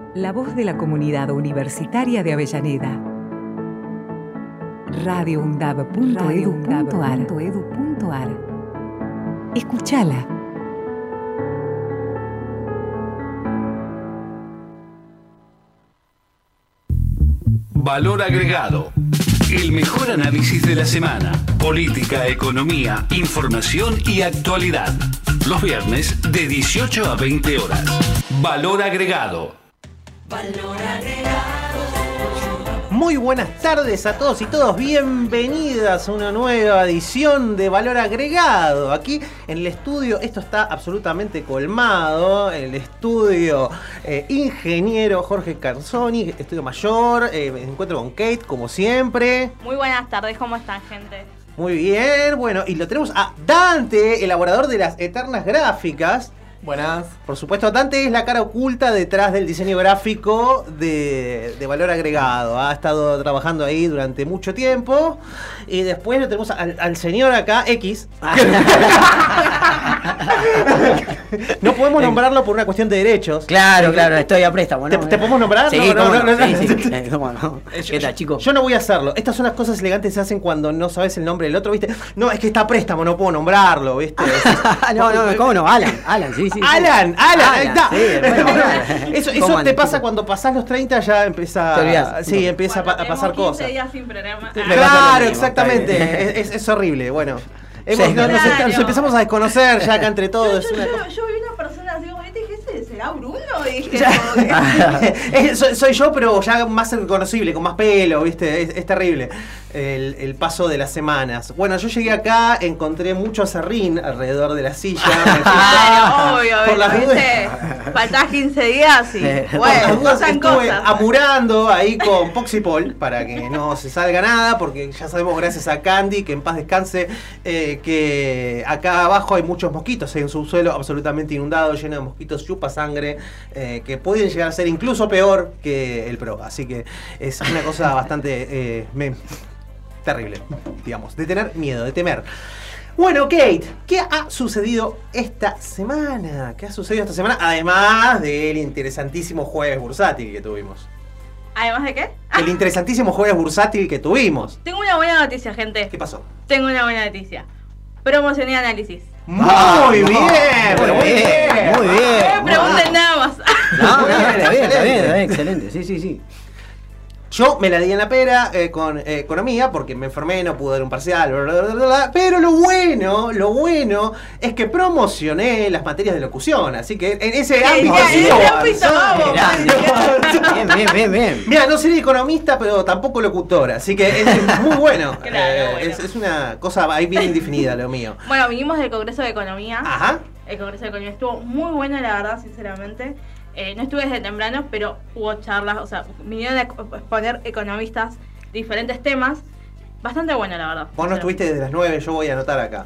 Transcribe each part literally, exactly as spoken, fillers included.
La voz de la comunidad universitaria de Avellaneda. radio undab punto edu punto ar. Escúchala. Valor agregado. El mejor análisis de la semana. Política, economía, información y actualidad. Los viernes de dieciocho a veinte horas. Valor agregado. Valor agregado. Muy buenas tardes a todos y todos. Bienvenidas a una nueva edición de Valor Agregado. Aquí en el estudio, esto está absolutamente colmado. El estudio eh, ingeniero Jorge Carzoni, estudio mayor. Eh, me encuentro con Kate, como siempre. Muy buenas tardes, ¿cómo están, gente? Muy bien, bueno, y lo tenemos a Dante, elaborador de las eternas gráficas. Buenas. Por supuesto, Dante es la cara oculta detrás del diseño gráfico de, de Valor Agregado. Ha estado trabajando ahí durante mucho tiempo. Y después lo tenemos al, al señor acá, X. No podemos nombrarlo por una cuestión de derechos. Claro, claro, estoy a préstamo, ¿no? ¿Te, ¿te podemos nombrar? Sí, no, cómo no, no, no, sí, no. sí. Eh, cómo no. ¿Qué tal, chicos? Yo no voy a hacerlo. Estas son las cosas elegantes que se hacen cuando no sabes el nombre del otro, ¿viste? No, es que está a préstamo, no puedo nombrarlo, ¿viste? no, no, ¿cómo no? Alan, Alan, sí, sí. Alan, sí. Alan, ahí está. Sí, bueno, bueno. Eso, eso te pasa cuando pasás los treinta, ya empieza. Te olvidás. Sí, empieza a, pa- a pasar quince cosas. días sin programa. Claro, exactamente. Es, es horrible. Bueno, hemos, Sí. no, nos, Claro. nos empezamos a desconocer ya acá entre Yo, todos. yo, Es una yo, cosa- yo vi una persona así como, ¿este ese será Bruno? Y dije, Ya. como que- Es- soy, soy yo, pero ya más reconocible, con más pelo, ¿viste? Es, es terrible el, el paso de las semanas. Bueno, yo llegué acá, encontré mucho acerrín alrededor de la silla. me fui Claro, obvio, por las ¿viste? dudas. Faltás quince días y Eh, Por las bueno, dudas pasan estuve cosas. amurando ahí con Poxipol para que no se salga nada, porque ya sabemos, gracias a Candy, que en paz descanse, eh, que acá abajo hay muchos mosquitos, hay un subsuelo absolutamente inundado, lleno de mosquitos chupa sangre, eh, que pueden llegar a ser incluso peor que el Pro. Así que es una cosa bastante eh, me- terrible, digamos, de tener miedo, de temer. Bueno, Kate, ¿qué ha sucedido esta semana? ¿Qué ha sucedido esta semana? Además del interesantísimo jueves bursátil que tuvimos. ¿Además de qué? El interesantísimo jueves bursátil que tuvimos. Tengo una buena noticia, gente. ¿Qué pasó? Tengo una buena noticia. Promocioné análisis. Muy Ah, bien, muy pero muy bien, bien. muy bien. No me pregunten nada más. No, no, Muy bien, está bien, está bien, excelente. está bien, excelente. Sí, sí, sí. Yo me la di en la pera eh, con eh, economía porque me enfermé, no pude dar un parcial, bla, bla, bla, bla, bla. Pero lo bueno, lo bueno es que promocioné las materias de locución, así que en ese ámbito ya, sí en ese ámbito avanzamos. vamos. Bien, bien, bien, bien. Mira, no soy economista, pero tampoco locutora, así que es, es muy bueno. Claro, Eh, bueno. Es, es una cosa ahí bien indefinida lo mío. Bueno, vinimos del Congreso de Economía. Ajá. El Congreso de Economía estuvo muy bueno, la verdad, sinceramente. Eh, no estuve desde temprano, pero hubo charlas, o sea, vinieron a exponer economistas diferentes temas. Bastante bueno, la verdad. Vos no estuviste desde las nueve, yo voy a anotar acá.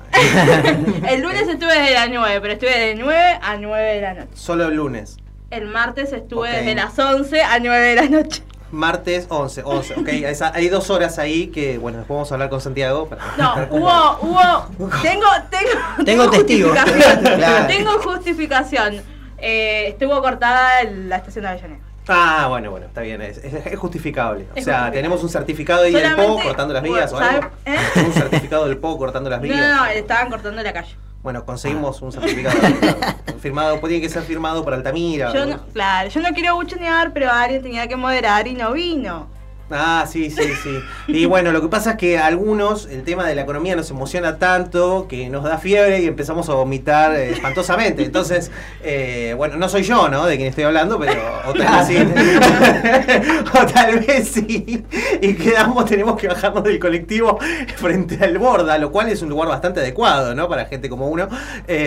El lunes estuve desde las nueve, pero estuve de nueve a nueve de la noche. Solo el lunes. El martes estuve Ok. desde las once a nueve de la noche. Martes once, once, ok. Esa- hay dos horas ahí que, bueno, después vamos a hablar con Santiago. para- No, hubo, hubo, tengo, tengo, Tengo testigos. justificación. Claro. Tengo justificación. Eh, estuvo cortada el- la estación de Avellaneda. Ah, bueno, bueno, está bien, es, es- es justificable. O Es sea, justificable. tenemos un certificado ahí del P O Solamente, cortando las bueno, vías o algo. ¿sabe? ¿Eh? Un certificado del P O cortando las No, vías. no, no, estaban cortando la calle. Bueno, conseguimos un certificado firmado, tiene que ser firmado por Altamira. Yo ¿no? no, claro, yo no quiero buchonear, pero alguien tenía que moderar y no vino. Ah, sí, sí, sí. Y bueno, lo que pasa es que a algunos el tema de la economía nos emociona tanto que nos da fiebre y empezamos a vomitar eh, espantosamente. Entonces, eh, bueno, no soy yo, ¿no? De quien estoy hablando, pero o tal vez sí. O tal vez sí. Y quedamos, tenemos que bajarnos del colectivo frente al Borda, lo cual es un lugar bastante adecuado, ¿no? Para gente como uno.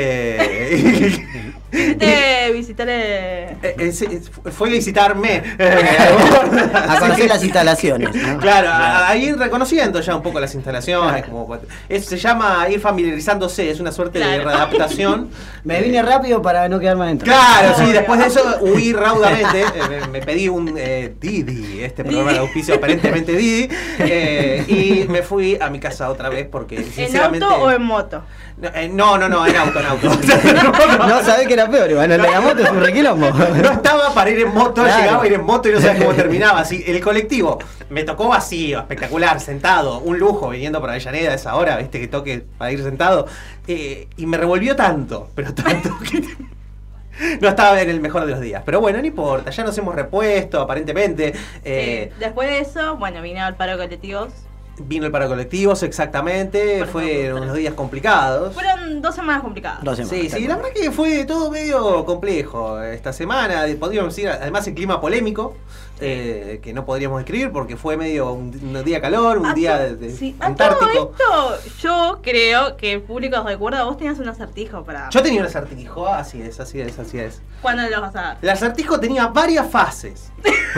Eh, De visitar el... eh, eh, sí, fue a visitarme. A conocer las instalaciones. instalaciones, ¿no? Claro, a, a ir reconociendo ya un poco las instalaciones. Como, es, se llama ir familiarizándose, es una suerte Claro. de readaptación. Me vine rápido para no quedarme adentro. Claro, sí, después de eso huí raudamente, eh, me, me pedí un eh, Didi, este programa de auspicio aparentemente Didi, eh, y me fui a mi casa otra vez porque ¿En sinceramente... auto o en moto? No, eh, no, no, no, en auto, en auto. No sabés que era peor, igual, en la moto es un requilombo. No estaba para ir en moto, Claro. llegaba a ir en moto y no sabía cómo terminaba. Así, el colectivo me tocó vacío, espectacular, sentado, un lujo viniendo por Avellaneda a esa hora, viste que toque para ir sentado. Eh, y me revolvió tanto, pero tanto que no estaba en el mejor de los días. Pero bueno, no importa, ya nos hemos repuesto aparentemente. Eh, Sí. Después de eso, bueno, vine al paro de colectivos. Vino el paro colectivos, exactamente, Por fueron favor. unos días complicados. Fueron dos semanas complicadas. Dos semanas, Sí, tal sí, la cual. verdad que fue todo medio complejo esta semana. Podríamos decir, además, el clima polémico, eh, que no podríamos describir porque fue medio un, un día calor, un A día to- de, de sí, a antártico. todo esto, yo creo que el público recuerda, vos tenías un acertijo para... Yo tenía un acertijo, así es, así es, así es. ¿Cuándo lo vas a dar? El acertijo tenía varias fases.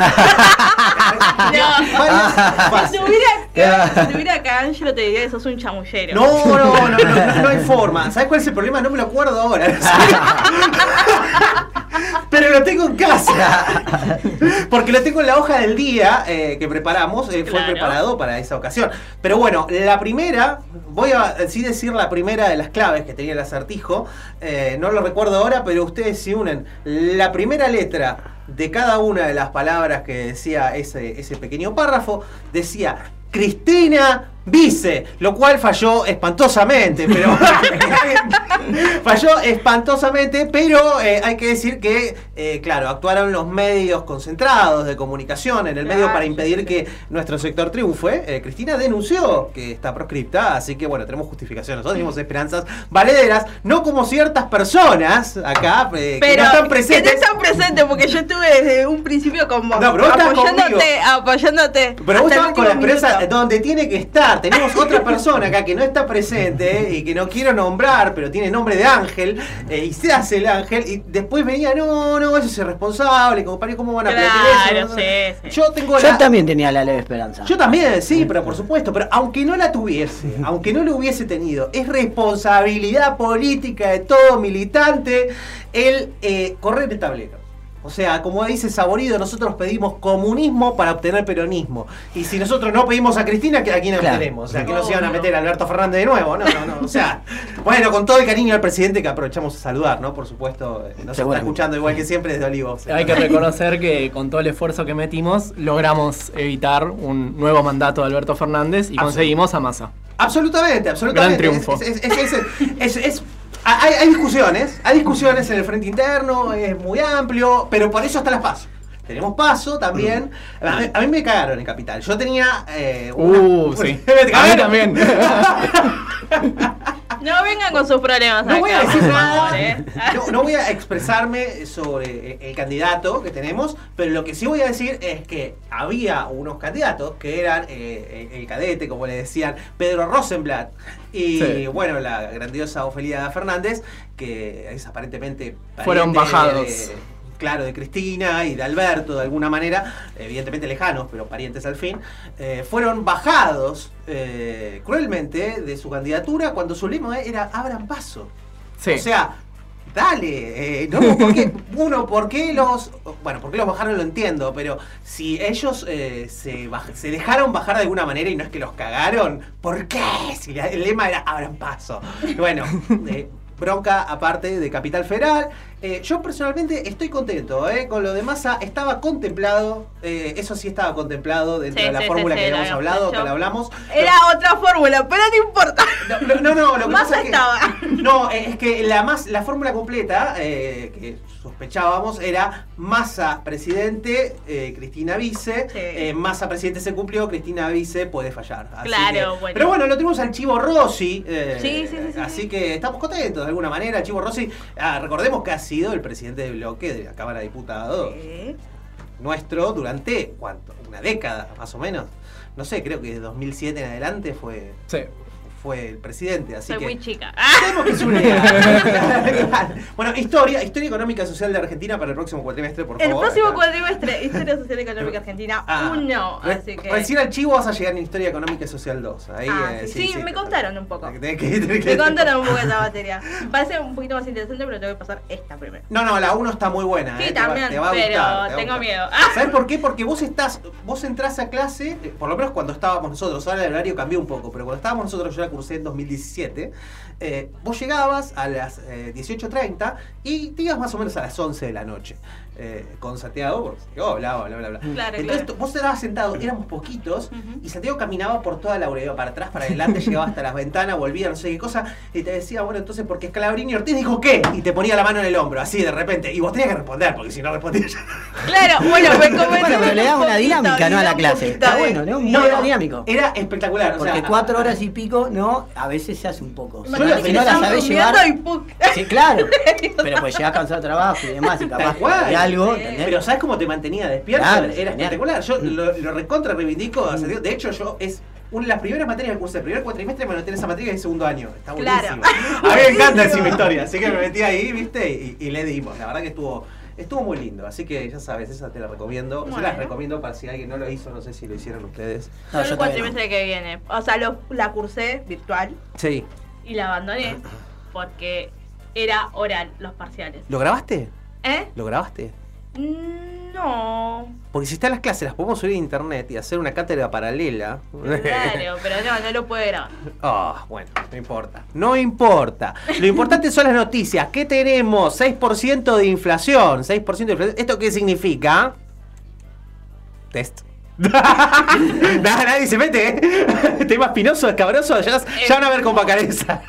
No. Varias Si fases. estuviera acá, si estuviera acá, Angelo te diría que sos un chamullero. No, no, no, no, no, no hay forma. ¿Sabes cuál es el problema? No me lo acuerdo ahora. Pero lo tengo en casa. Porque lo tengo en la hoja del día eh, que preparamos. eh, fue Claro. preparado para esa ocasión. Pero bueno, la primera, voy a sí decir la primera de las claves que tenía el acertijo. Eh, no lo recuerdo ahora, pero ustedes se unen. La primera letra de cada una de las palabras que decía ese, ese pequeño párrafo decía Cristina Vice, lo cual falló espantosamente, pero falló espantosamente, pero eh, hay que decir que, eh, claro, actuaron los medios concentrados de comunicación en el medio Claro, para sí, impedir sí. que nuestro sector triunfe. Eh, Cristina denunció que está proscripta, así que bueno, tenemos justificación. Nosotros tenemos esperanzas valederas, no como ciertas personas acá eh, que Pero no están que presentes. no están presentes porque yo estuve desde un principio con vos. No, pero vos estás apoyándote, conmigo. apoyándote. Pero vos hasta el estabas con la último empresa minuto. donde tiene que estar. Tenemos otra persona acá que no está presente y que no quiero nombrar, pero tiene nombre de Ángel eh, y se hace el Ángel. Y después venía, no, no, eso es irresponsable. Como, ¿cómo van a Claro, plantear eso? sí, sí. Yo tengo Yo la. también tenía la leve esperanza. Yo también, sí, pero por supuesto, pero aunque no la tuviese, aunque no lo hubiese tenido, es responsabilidad política de todo militante el eh, correr el tablero. O sea, como dice Saborido, nosotros pedimos comunismo para obtener peronismo. Y si nosotros no pedimos a Cristina, ¿a quién Claro. obtenemos? O sea, que nos iban a meter a Alberto Fernández de nuevo. No, no, no. O sea, bueno, con todo el cariño al presidente que aprovechamos a saludar, ¿no? Por supuesto, eh, nos está Seguramente. escuchando igual que siempre desde Olivos. Hay que reconocer que con todo el esfuerzo que metimos logramos evitar un nuevo mandato de Alberto Fernández y conseguimos a Massa. Absolutamente, absolutamente. Gran triunfo. Es, es- es- es- es- es- hay, hay discusiones, hay discusiones en el frente interno, es muy amplio, pero por eso está las PASO. Tenemos PASO también. A mí, a mí me cagaron en Capital. Yo tenía. Eh, una- Uh, sí. Me A mí cagaron. también. No vengan con sus problemas No voy a acá, decir por nada, favor, ¿eh? no, no voy a expresarme sobre el candidato que tenemos, pero lo que sí voy a decir es que había unos candidatos que eran eh, el, el cadete, como le decían, Pedro Rosenblatt, y Sí. bueno, la grandiosa Ofelia Fernández, que es aparentemente Fueron pariente bajados. de- claro, de Cristina y de Alberto, de alguna manera, evidentemente lejanos, pero parientes al fin, eh, fueron bajados eh, cruelmente de su candidatura cuando su lema era abran paso. Sí. O sea, dale, eh, no, porque, uno, ¿por qué los, bueno, por qué los bajaron lo entiendo, pero si ellos eh, se, baj- se dejaron bajar de alguna manera y no es que los cagaron, ¿por qué? Si la- el lema era abran paso. Bueno, eh, bronca aparte de Capital Federal. Eh, yo personalmente estoy contento, eh, con lo de Massa estaba contemplado, eh, eso sí estaba contemplado dentro Sí, de la sí, fórmula sí, que sí, habíamos lo hablado, habíamos que la hecho. hablamos. Era otra fórmula, pero no importa. No, no, no, no, lo que Massa pasa es que, estaba. no, eh, es que la más la fórmula completa eh, que sospechábamos era Massa presidente, eh, Cristina vice, Sí. eh, Massa presidente se cumplió, Cristina vice puede fallar. Así Claro, que- bueno. Pero bueno, lo tenemos al Chivo Rossi, eh, Sí, sí, sí, sí, así sí. que estamos contentos de alguna manera. El Chivo Rossi, ah, recordemos que ha sido el presidente del bloque de la Cámara de Diputados Sí. nuestro durante, ¿cuánto? Una década más o menos. No sé, creo que de dos mil siete en adelante fue Sí. fue el presidente, así Soy que... muy chica. Sabemos que es una idea. Bueno, historia, historia económica y social de Argentina para el próximo cuatrimestre, por El favor. próximo Acá. cuatrimestre, Historia Social y Económica Argentina Ah, uno, re- así que... Recién al chivo vas a llegar en Historia Económica y Social dos. Ahí, Ah, eh, sí, sí, me contaron un poco. Tenés que- tenés que- Me contaron un poco de esa materia. Me parece un poquito más interesante, pero tengo que pasar esta primero. No, no, la uno está muy buena. Sí, eh, te va- también, te va a pero gustar, te va a tengo gustar. miedo. ¿Sabes por qué? Porque vos estás, vos entrás a clase, eh, por lo menos cuando estábamos nosotros, ahora el horario cambió un poco, pero cuando estábamos nosotros, yo la cursé en dos mil diecisiete, eh, vos llegabas a las eh, dieciocho treinta y te ibas más o menos a las once de la noche. Eh, con Santiago, porque oh, bla, bla, bla, bla. Claro, Entonces claro. vos estabas sentado, éramos poquitos, Ujú. y Santiago caminaba por toda la iba para atrás, para adelante, llegaba hasta las ventanas, volvía, no sé qué cosa, y te decía, bueno, entonces, porque Scalabrini Ortiz dijo qué, y te ponía la mano en el hombro, así de repente, y vos tenías que responder, porque si no respondías ya... Claro, bueno, me comenté. Bueno, pero le da un una poquito, dinámica, le ¿no? A da la un clase. poquito Está de- bueno, ¿no? Muy No, no, dinámico. era espectacular, o Porque sea, cuatro horas y pico, no, a veces se hace un poco. Me Si parece no que la estamos sabés durmiendo llevar. y puc. Sí, claro. Pero pues llegás cansado de trabajo y demás, y capaz Tal que cual. hay algo, Sí. ¿entendés? pero ¿sabes cómo te mantenía despierto? Claro, Era genial. espectacular, yo lo, lo recontra reivindico, a Santiago. De hecho yo es... Una de las primeras materias del curso, el primer cuatrimestre me anoté en esa materia y el segundo año. Está Claro. buenísimo. A mí me encanta decir mi historia, así que me metí ahí, viste, y, y le dimos. La verdad que estuvo, estuvo muy lindo, así que ya sabes, esa te la recomiendo. Yo Bueno. las recomiendo para si alguien no lo hizo, no sé si lo hicieron ustedes. No, Yo yo el todavía cuatrimestre que viene. O sea, lo- la cursé virtual Sí. y la abandoné porque era oral los parciales. ¿Lo grabaste? ¿Eh? ¿Lo grabaste? Mm, No. Porque si están las clases, las podemos subir a internet y hacer una cátedra paralela. Claro, pero no, no lo puedo grabar. Ah, bueno, no importa. No importa. Lo importante son las noticias. ¿Qué tenemos? seis por ciento de inflación. seis por ciento de inflación. ¿Esto qué significa? Test. Nada, nadie se mete, ¿eh? Tema espinoso, escabroso. Ya, ya van a ver con Bacareza.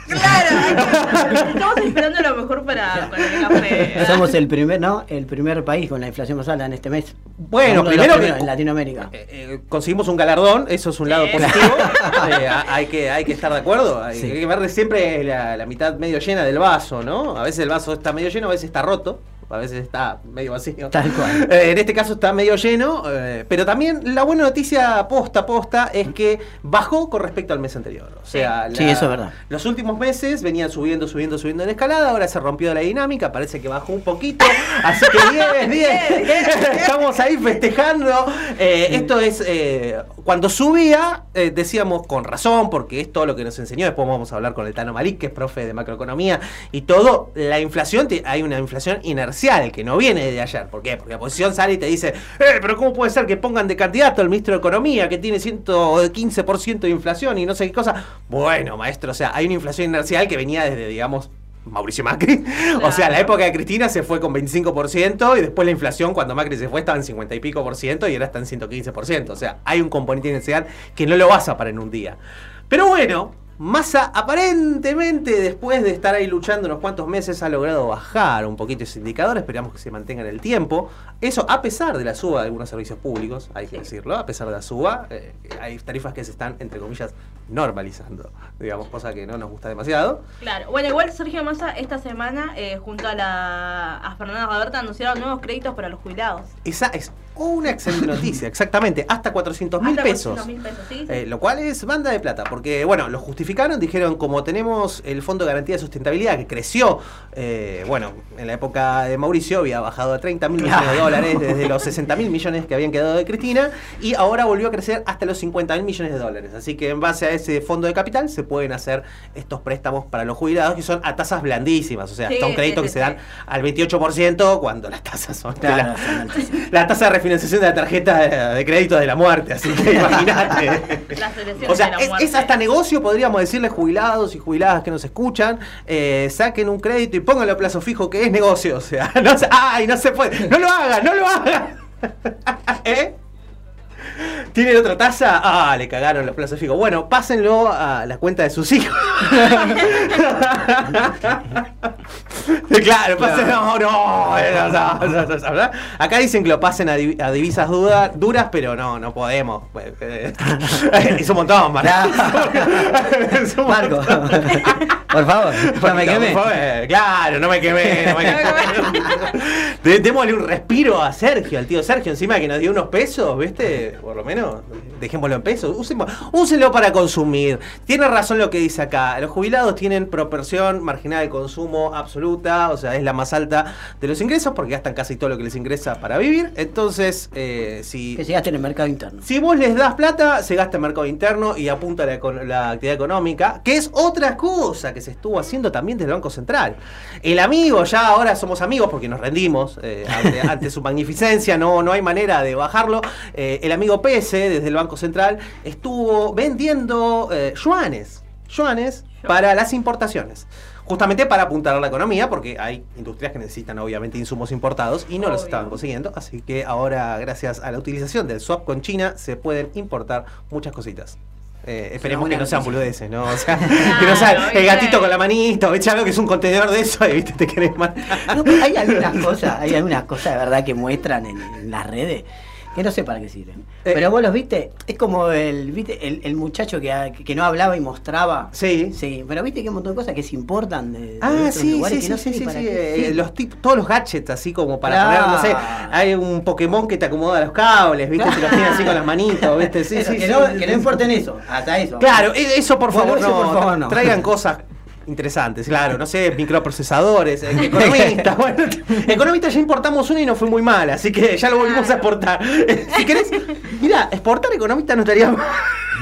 Claro, estamos esperando lo mejor para, para el café. Somos el primer, ¿no? El primer país con la inflación más alta en este mes. Bueno, Uno de los primero que- primeros en Latinoamérica. Eh, eh, conseguimos un galardón, eso es un lado Sí. positivo. Eh, a- hay, que, hay que estar de acuerdo. Hay, Sí. hay que ver siempre la, la mitad medio llena del vaso, ¿no? A veces el vaso está medio lleno, a veces está roto. A veces está medio vacío. Tal cual. Eh, en este caso está medio lleno, eh, pero también la buena noticia posta posta es que bajó con respecto al mes anterior. O sea, Sí, eso es verdad. Los últimos meses venían subiendo, subiendo, subiendo en escalada, ahora se rompió la dinámica, parece que bajó un poquito, así que bien, bien, estamos ahí festejando. Eh, esto es, eh, cuando subía, eh, decíamos con razón, porque es todo lo que nos enseñó, después vamos a hablar con el Tano Malik, que es profe de macroeconomía, y todo, la inflación, te- hay una inflación inercial, que no viene de ayer. ¿Por qué? Porque la oposición sale y te dice, eh, pero ¿cómo puede ser que pongan de candidato al ministro de Economía, que tiene ciento quince por ciento de inflación y no sé qué cosa? Bueno, maestro, o sea, hay una inflación inercial que venía desde, digamos, Mauricio Macri. O sea, la época de Cristina se fue con veinticinco por ciento y después la inflación cuando Macri se fue estaba en cincuenta y pico por ciento y ahora está en ciento quince por ciento. O sea, hay un componente inercial que no lo vas a parar en un día. Pero bueno, Massa aparentemente después de estar ahí luchando unos cuantos meses ha logrado bajar un poquito ese indicador, esperamos que se mantenga en el tiempo. Eso a pesar de la suba de algunos servicios públicos, hay que decirlo, a pesar de la suba, eh, hay tarifas que se están, entre comillas, normalizando, digamos, cosa que no nos gusta demasiado. Claro, bueno, igual Sergio Massa esta semana, eh, junto a la a Fernanda Gaberta, anunciaron nuevos créditos para los jubilados. Esa es una excelente noticia, exactamente, hasta cuatrocientos mil Hasta pesos. cuatrocientos mil pesos, sí, sí. Eh, lo cual es banda de plata, porque bueno, lo justificaron, dijeron como tenemos el Fondo de Garantía de Sustentabilidad que creció, eh, bueno, en la época de Mauricio había bajado a treinta mil millones de dólares desde los sesenta mil millones que habían quedado de Cristina y ahora volvió a crecer hasta los cincuenta mil millones de dólares. Así que en base a ese fondo de capital se pueden hacer estos préstamos para los jubilados que son a tasas blandísimas, o sea, Sí, son créditos sí, que sí, se dan sí. al veintiocho por ciento cuando las tasas son de Claro, la- son altísimas. la tasa de refinanciación de la tarjeta de, de crédito de la muerte, así que imagínate. La selección O sea, de la es, muerte. es hasta negocio, podríamos decirle jubilados y jubiladas que nos escuchan, eh, saquen un crédito y pónganlo a plazo fijo, que es negocio, o sea, no se, ay, no se puede, no lo hagan, no lo hagan. ¿Eh? ¿Tienen otra tasa? Ah, le cagaron los plazos fijos. Bueno, pásenlo a la cuenta de sus hijos. Claro, pasen, no, no, no, no, no, no, ¿verdad? Acá dicen que lo pasen a, div- a divisas duda- duras, pero no, no podemos. Pues, eh, es un montón, Marco. Es un Marco, montón. por favor, no me quemé. Por favor, claro, no me quemé, no me quemé. De- Démosle un respiro a Sergio, al tío Sergio, encima que nos dio unos pesos, ¿viste? Por lo menos. bueno, dejémoslo en pesos, usemos, úsenlo para consumir. Tiene razón lo que dice acá, los jubilados tienen proporción marginal de consumo absoluta, o sea, es la más alta de los ingresos porque gastan casi todo lo que les ingresa para vivir. Entonces, eh, si... Que se gaste en el mercado interno. Si vos les das plata, se gasta en mercado interno y apunta a la, la actividad económica, que es otra cosa que se estuvo haciendo también desde el Banco Central. El amigo, ya ahora somos amigos porque nos rendimos eh, ante, ante su magnificencia, no, no hay manera de bajarlo. Eh, el amigo Pese, desde el Banco Central, estuvo vendiendo eh, yuanes, yuanes para las importaciones. Justamente para apuntar a la economía, porque hay industrias que necesitan obviamente insumos importados y no Obvio. los estaban consiguiendo. Así que ahora, gracias a la utilización del swap con China, se pueden importar muchas cositas. Eh, esperemos que no sean boludeces, ¿no? O sea, que no sea el gatito con la manito, ¿viste? Algo que es un contenedor de eso y ¿viste? Te querés matar. No, hay algunas cosas, hay algunas cosas de verdad que muestran en, en las redes que no sé para qué sirven. Eh, Pero vos los viste, es como el, ¿viste? El, el muchacho que, que no hablaba y mostraba. Sí. Sí, pero viste que hay un montón de cosas que se importan de, de ah, otros sí, lugares sí, que no sí, sé sí, ni para sí, qué. eh, los tip, todos los gadgets así como para claro. poner, no sé, hay un Pokémon que te acomoda los cables, ¿viste? Claro. Te los tiene así con las manitos, ¿viste? Sí, eso, sí, que, sí, no, sí, que sí. no importen eso, hasta eso. Claro, eso por favor, bueno, no, eso por favor no. Traigan cosas interesantes, claro, no sé, microprocesadores, eh, economistas, bueno, economistas ya importamos uno y no fue muy mal, así que ya lo volvimos claro. a exportar. Si querés, mirá, exportar economistas no estaría mal.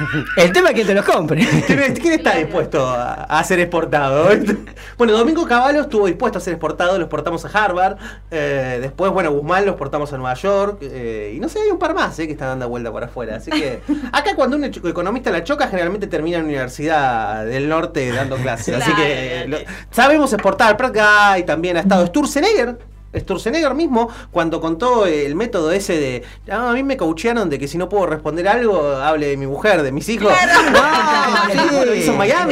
El tema es que te los compre. ¿Quién, quién está dispuesto a, a ser exportado? Bueno, Domingo Cavallo estuvo dispuesto a ser exportado, lo exportamos a Harvard. Eh, después, bueno, Guzmán lo exportamos a Nueva York. Eh, y no sé, hay un par más eh, que están dando vuelta por afuera. Así que acá cuando un economista la choca, generalmente termina en la Universidad del Norte dando clases. Así que lo, sabemos exportar. Acá y también ha estado Sturzenegger. Sturzenegger mismo, cuando contó el método ese de ah, a mí me coachearon de que si no puedo responder algo, hable de mi mujer, de mis hijos. Claro. Ah, sí. Lo hizo en Miami.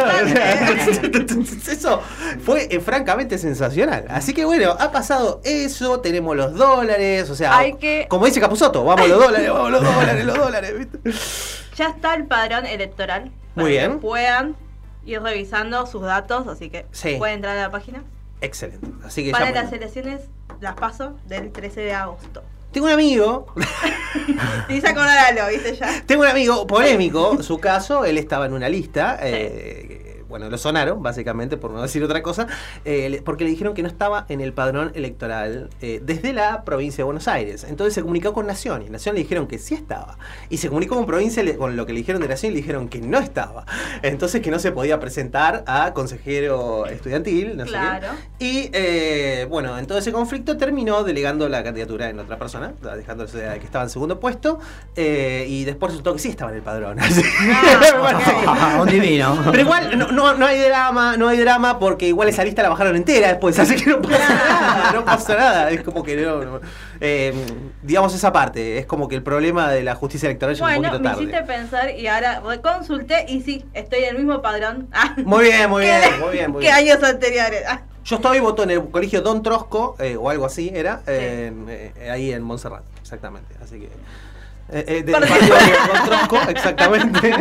Entonces, eso fue eh, francamente sensacional. Así que bueno, ha pasado eso, tenemos los dólares, o sea, Hay que... como dice Capusotto, vamos los dólares, vamos los dólares, los dólares. ¿Viste? Ya está el padrón electoral. Para Muy bien. Que puedan ir revisando sus datos, así que sí. pueden entrar a la página. Excelente. Así que para ya las elecciones, las paso del trece de agosto. Tengo un amigo. Te hice acordarlo, ¿viste ya? Tengo un amigo polémico, su caso, él estaba en una lista. Sí. Eh, bueno, lo sonaron, básicamente, por no decir otra cosa, eh, porque le dijeron que no estaba en el padrón electoral eh, desde la provincia de Buenos Aires. Entonces se comunicó con Nación, y Nación le dijeron que sí estaba. Y se comunicó con provincia con lo que le dijeron de Nación y le dijeron que no estaba. Entonces que no se podía presentar a consejero estudiantil, no claro. sé qué. Y eh, bueno, en todo ese conflicto terminó delegando la candidatura en otra persona, dejándose a que estaba en segundo puesto, eh, y después resultó que sí estaba en el padrón. No, un divino. Pero igual no, no, no hay drama, no hay drama porque igual esa lista la bajaron entera después, así que no pasa nada, no pasa nada. Es como que no, no eh, digamos esa parte, es como que el problema de la justicia electoral llega bueno, un poquito tarde. Bueno, me hiciste pensar y ahora reconsulté y sí, estoy en el mismo padrón. Ah, muy bien, muy bien, muy bien. Muy ¿Qué bien. años anteriores? Ah. Yo estoy voto en el colegio Don Trosco, eh, o algo así era, Sí. eh, eh, ahí en Montserrat, exactamente. Así que. Eh, eh, del partido de Don Trosco, exactamente.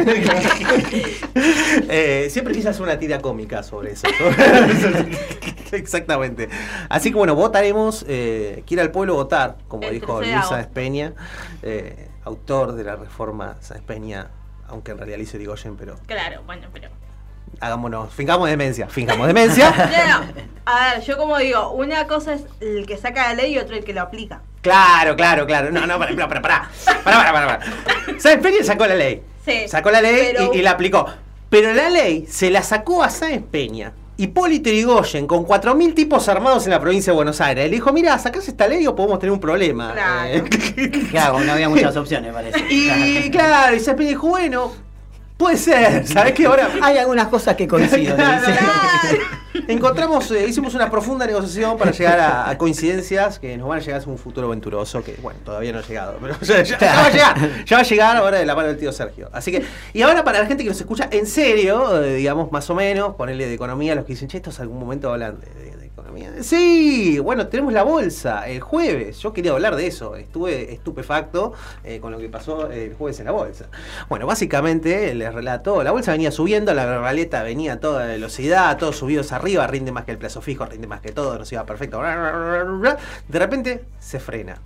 eh, siempre quise hacer una tira cómica sobre eso. Exactamente. Así que bueno, votaremos. Eh, quiera el pueblo votar, como El dijo tercer Luis agosto. Sáenz Peña, eh, autor de la reforma Sáenz Peña, aunque en realidad lo hizo Irigoyen, pero. Claro, bueno, pero. Hagámonos, fingamos demencia, fingamos demencia. No, no. A ver, yo como digo, una cosa es el que saca la ley y otro el que lo aplica. Claro, claro, claro. No, no, pará, pará, pará. Pará, pará, pará. Sáenz Peña sacó la ley. Sí. Sacó la ley pero... y, y la aplicó. Pero la ley se la sacó a Sáenz Peña. Hipólito Yrigoyen, con cuatro mil tipos armados en la provincia de Buenos Aires. Le dijo, mira, sacás esta ley o podemos tener un problema. Claro. Eh, Claro, no había muchas opciones, parece. y claro, y Sáenz Peña dijo, bueno, puede ser. ¿Sabés qué? Ahora Hay algunas cosas que coinciden. Claro, ¿sí? claro. Encontramos, eh, hicimos una profunda negociación para llegar a, a coincidencias que nos van a llegar a un futuro venturoso que, bueno, todavía no ha llegado, pero ya, ya- ya va a llegar, ya va a llegar ahora de la mano del tío Sergio. Así que, y ahora para la gente que nos escucha en serio, eh, digamos más o menos, ponerle de economía, los que dicen, che, estos algún momento hablan de, de- de economía. Sí, bueno, tenemos la bolsa el jueves, yo quería hablar de eso, estuve estupefacto eh, con lo que pasó el jueves en la bolsa. Bueno, básicamente les relato, la bolsa venía subiendo, la raleta venía a toda velocidad, todos subidos arriba, rinde más que el plazo fijo, rinde más que todo, nos iba perfecto. De repente se frena.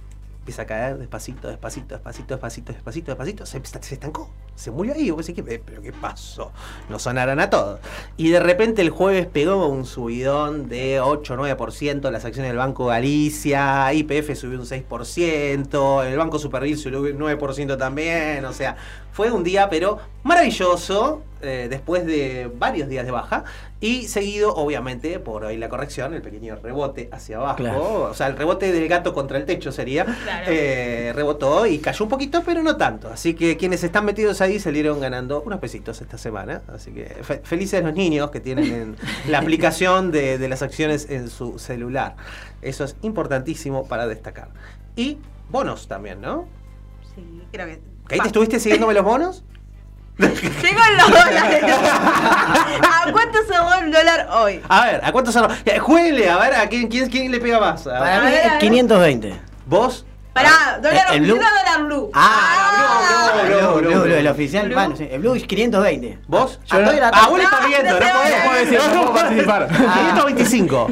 empieza a caer despacito, despacito, despacito, despacito, despacito, despacito, se, se estancó, se murió ahí. Vos decís, ¿qué, pero qué pasó? No sonaron a todos. Y de repente el jueves pegó un subidón de ocho o nueve por ciento, las acciones del Banco Galicia, Y P F subió un seis por ciento, el Banco Superville subió un nueve por ciento también, o sea, fue un día pero maravilloso, eh, después de varios días de baja, y seguido obviamente por hoy la corrección, el pequeño rebote hacia abajo, claro. O sea, el rebote del gato contra el techo sería, claro. eh, rebotó y cayó un poquito, pero no tanto, así que quienes están metidos ahí salieron ganando unos pesitos esta semana, así que fe felices los niños que tienen en la aplicación de, de las acciones en su celular, eso es importantísimo para destacar. Y bonos también, ¿no? Sí, creo que... ¿Ahí te estuviste siguiéndome los bonos? Tengo los dólares. ¿A cuánto se va el dólar hoy? A ver, ¿a cuánto se va? Jueguele, a ver, ¿a quién, quién, quién le pega más? A Para ver. mí es quinientos veinte. ¿Vos? Pará, dólar ¿El blue? blue? Dólar blue. Ah, blue, blue, blue, blue, blue, blue, el oficial, blue. bueno, sí, el blue es quinientos veinte. ¿Vos? Yo no- Ah, vos le estás viendo, no no podés. puedo decir, no puedo participar. quinientos veinticinco.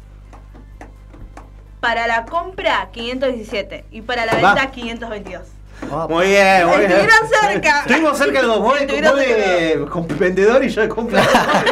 Para la compra, quinientos diecisiete. Y para la Va. venta, quinientos veintidós. Oh, Muy bien, muy bien. Estuvieron cerca. Estuvimos cerca de los dos. Vos de, Estuvieron vos de con vendedor y yo de comprador.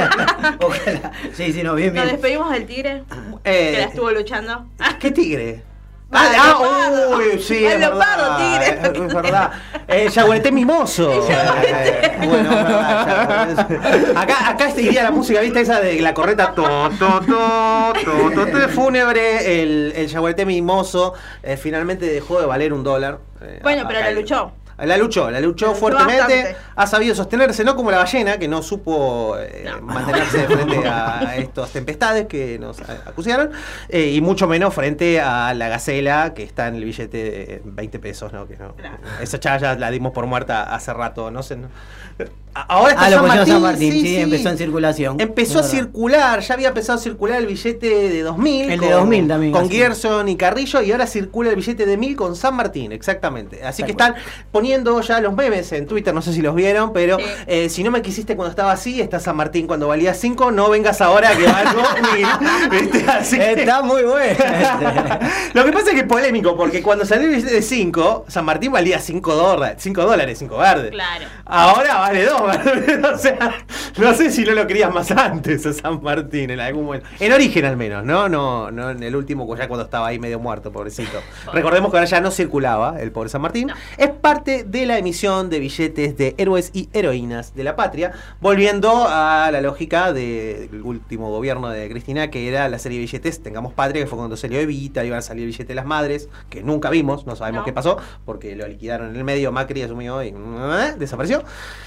ojalá. Sí, sí, no, bien, Nos bien. despedimos del tigre, Eh, que la estuvo luchando. ¿Qué tigre? Ah, Ah, el ah, leopardo. uy, sí, El es leopardo, verdad, tigre. es verdad. Eh, Yaguareté mimoso. El yaguareté. Eh, bueno, es verdad, ya. Acá, acá iría la música, ¿viste? Esa de la correta. To, to, to, to, to, to, fúnebre. El, el Yaguareté mimoso eh, finalmente dejó de valer un dólar. Eh, Bueno, pero acá la el- luchó. La luchó, la luchó La luchó fuertemente, bastante. ha sabido sostenerse, no como la ballena, que no supo eh, No. mantenerse frente a estas tempestades que nos a- acusaron, eh, y mucho menos frente a la gacela que está en el billete de veinte pesos, ¿no? Que no, Claro. esa ya, ya la dimos por muerta hace rato, no sé. No. Ahora está Ah, lo San pusieron Martín, San Martín, sí, sí, empezó en circulación. Empezó a Es verdad. circular, ya había empezado a circular el billete de dos mil. El de dos mil también, Con así. Gerson y Carrillo, y ahora circula el billete de mil con San Martín, exactamente. Así Tal que cual. están poniendo ya los memes en Twitter, no sé si los vieron, pero Sí. eh, si no me quisiste cuando estaba así, está San Martín cuando valía cinco, no vengas ahora que valgo mil. ¿Viste? Así que- Está muy bueno. Lo que pasa es que es polémico, porque cuando salió el billete de cinco, San Martín valía cinco dólares, cinco dólares, cinco verdes. Claro. Ahora vale dos, o sea, no sé si no lo querías más antes a San Martín en algún momento. En origen al menos, ¿no? No, no en el último, ya cuando estaba ahí medio muerto, pobrecito. Recordemos que ahora ya no circulaba el pobre San Martín. No. Es parte de la emisión de billetes de héroes y heroínas de la patria, volviendo a la lógica del último gobierno de Cristina, que era la serie de billetes Tengamos Patria, que fue cuando salió Evita, iban a salir el billete de las madres, que nunca vimos, no sabemos No. qué pasó, porque lo liquidaron en el medio, Macri asumió y ¿eh? desapareció.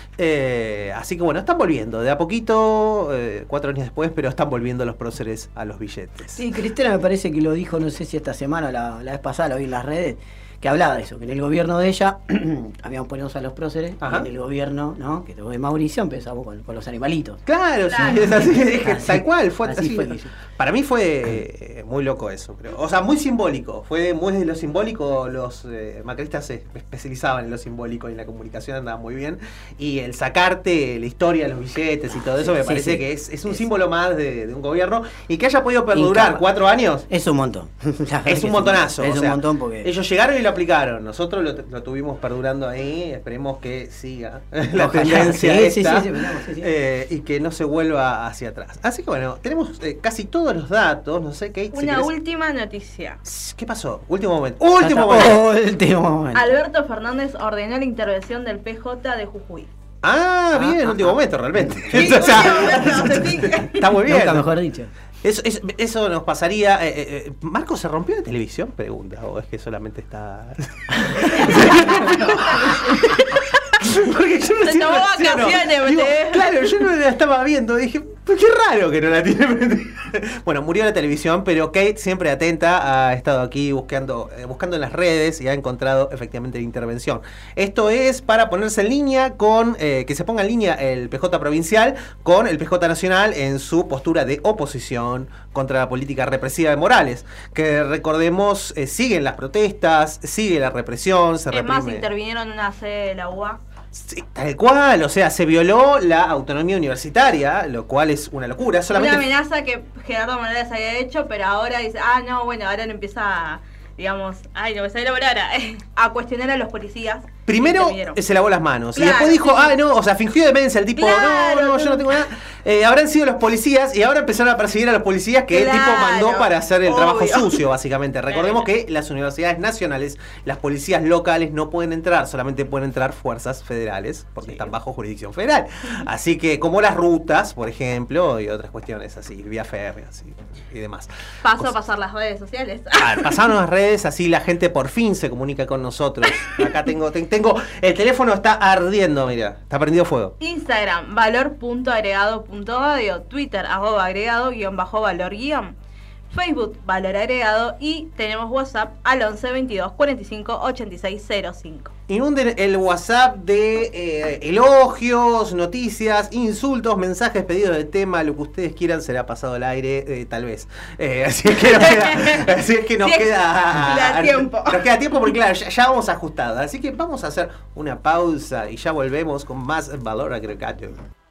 Eh, así que bueno, están volviendo de a poquito, eh, cuatro años después, pero están volviendo los próceres a los billetes. Sí, Cristina me parece que lo dijo, no sé si esta semana o la, la vez pasada, lo vi en las redes, que hablaba de eso, que en el gobierno de ella habíamos puesto a los próceres, Ajá. y en el gobierno, ¿no? Que tuvo de Mauricio empezamos con, con los animalitos. Claro, Claro. sí, es así, es que Así- tal cual, fue así así. fue, dice. Para mí fue eh, muy loco eso, creo. O sea, muy simbólico. Fue muy de lo simbólico. Los eh, macristas se especializaban en lo simbólico y en la comunicación andaba muy bien. Y el sacarte la historia de los billetes y todo eso me Sí, parece sí. que es, es un Es- símbolo más de, de un gobierno. Y que haya podido perdurar Incapaz. cuatro años. Es un montón. La verdad Es que un montonazo. Es o un sea, montón porque... ellos llegaron y lo aplicaron. Nosotros lo, lo tuvimos perdurando ahí. Esperemos que siga la Ojalá. tendencia Sí, sí, esta, sí, sí, miramos, sí, sí. eh, y que no se vuelva hacia atrás. Así que bueno, tenemos eh, casi todos los datos. No sé, Kate, si Una querés- última noticia. ¿Qué pasó? Último momento. Último Ya momento. está. Último momento. Alberto Fernández ordenó la intervención del P J de Jujuy. Ah, bien, Ah, último ah, momento, realmente. Sí, O sea, último momento, sí. está muy bien. Nunca mejor dicho. Eso, eso, eso nos pasaría. Eh, eh, eh, ¿Marco se rompió la televisión? Pregunta. ¿O es que solamente está.? Porque yo Se recién tomó reacciono. vacaciones, Digo, ¿viste? claro, yo no la estaba viendo. Dije, pues qué raro que no la tiene prendida. Bueno, murió la televisión, pero Kate, siempre atenta, ha estado aquí buscando, eh, buscando en las redes y ha encontrado efectivamente la intervención. Esto es para ponerse en línea con, eh, que se ponga en línea el P J provincial con el P J nacional en su postura de oposición contra la política represiva de Morales. Que recordemos, eh, siguen las protestas, sigue la represión, se Es más, reprime. intervinieron en una sede de la U A. Sí, tal cual, o sea, se violó la autonomía universitaria, lo cual es una locura. Solamente Una amenaza que Gerardo Morales había hecho, pero ahora dice, ah, no, bueno, ahora no empieza digamos, ay, no me sale la palabra, a cuestionar a los policías. Primero se lavó las manos Claro, y después dijo, sí. ah, no, o sea, fingió demencia. El tipo, Claro, no, no, yo no tengo nada. Eh, habrán sido los policías y ahora empezaron a perseguir a los policías que el tipo Claro, mandó para hacer el obvio. trabajo sucio, básicamente. Recordemos Claro. que las universidades nacionales, las policías locales no pueden entrar, solamente pueden entrar fuerzas federales porque Sí. están bajo jurisdicción federal. Así que, como las rutas, por ejemplo, y otras cuestiones así, vía férrea así, y demás. Paso Cosas. a pasar las redes sociales. Ah, pasaron las redes, así la gente por fin se comunica con nosotros. Acá tengo, te- tengo, el teléfono está ardiendo, mira, está prendido fuego. Instagram, valor.agregado.radio, Twitter, arroba agregado, guión bajo valor guión, Facebook, valor agregado, y tenemos WhatsApp al once veintidós cuarenta y cinco ochenta y seis cero cinco. Inunden el WhatsApp de eh, elogios, noticias, insultos, mensajes, pedidos de tema, lo que ustedes quieran será pasado al aire, eh, tal vez. Eh, así es que nos queda, así es que nos Sí, queda, da tiempo. Nos queda tiempo porque claro, ya, ya vamos ajustados. Así que vamos a hacer una pausa y ya volvemos con más valor agregado.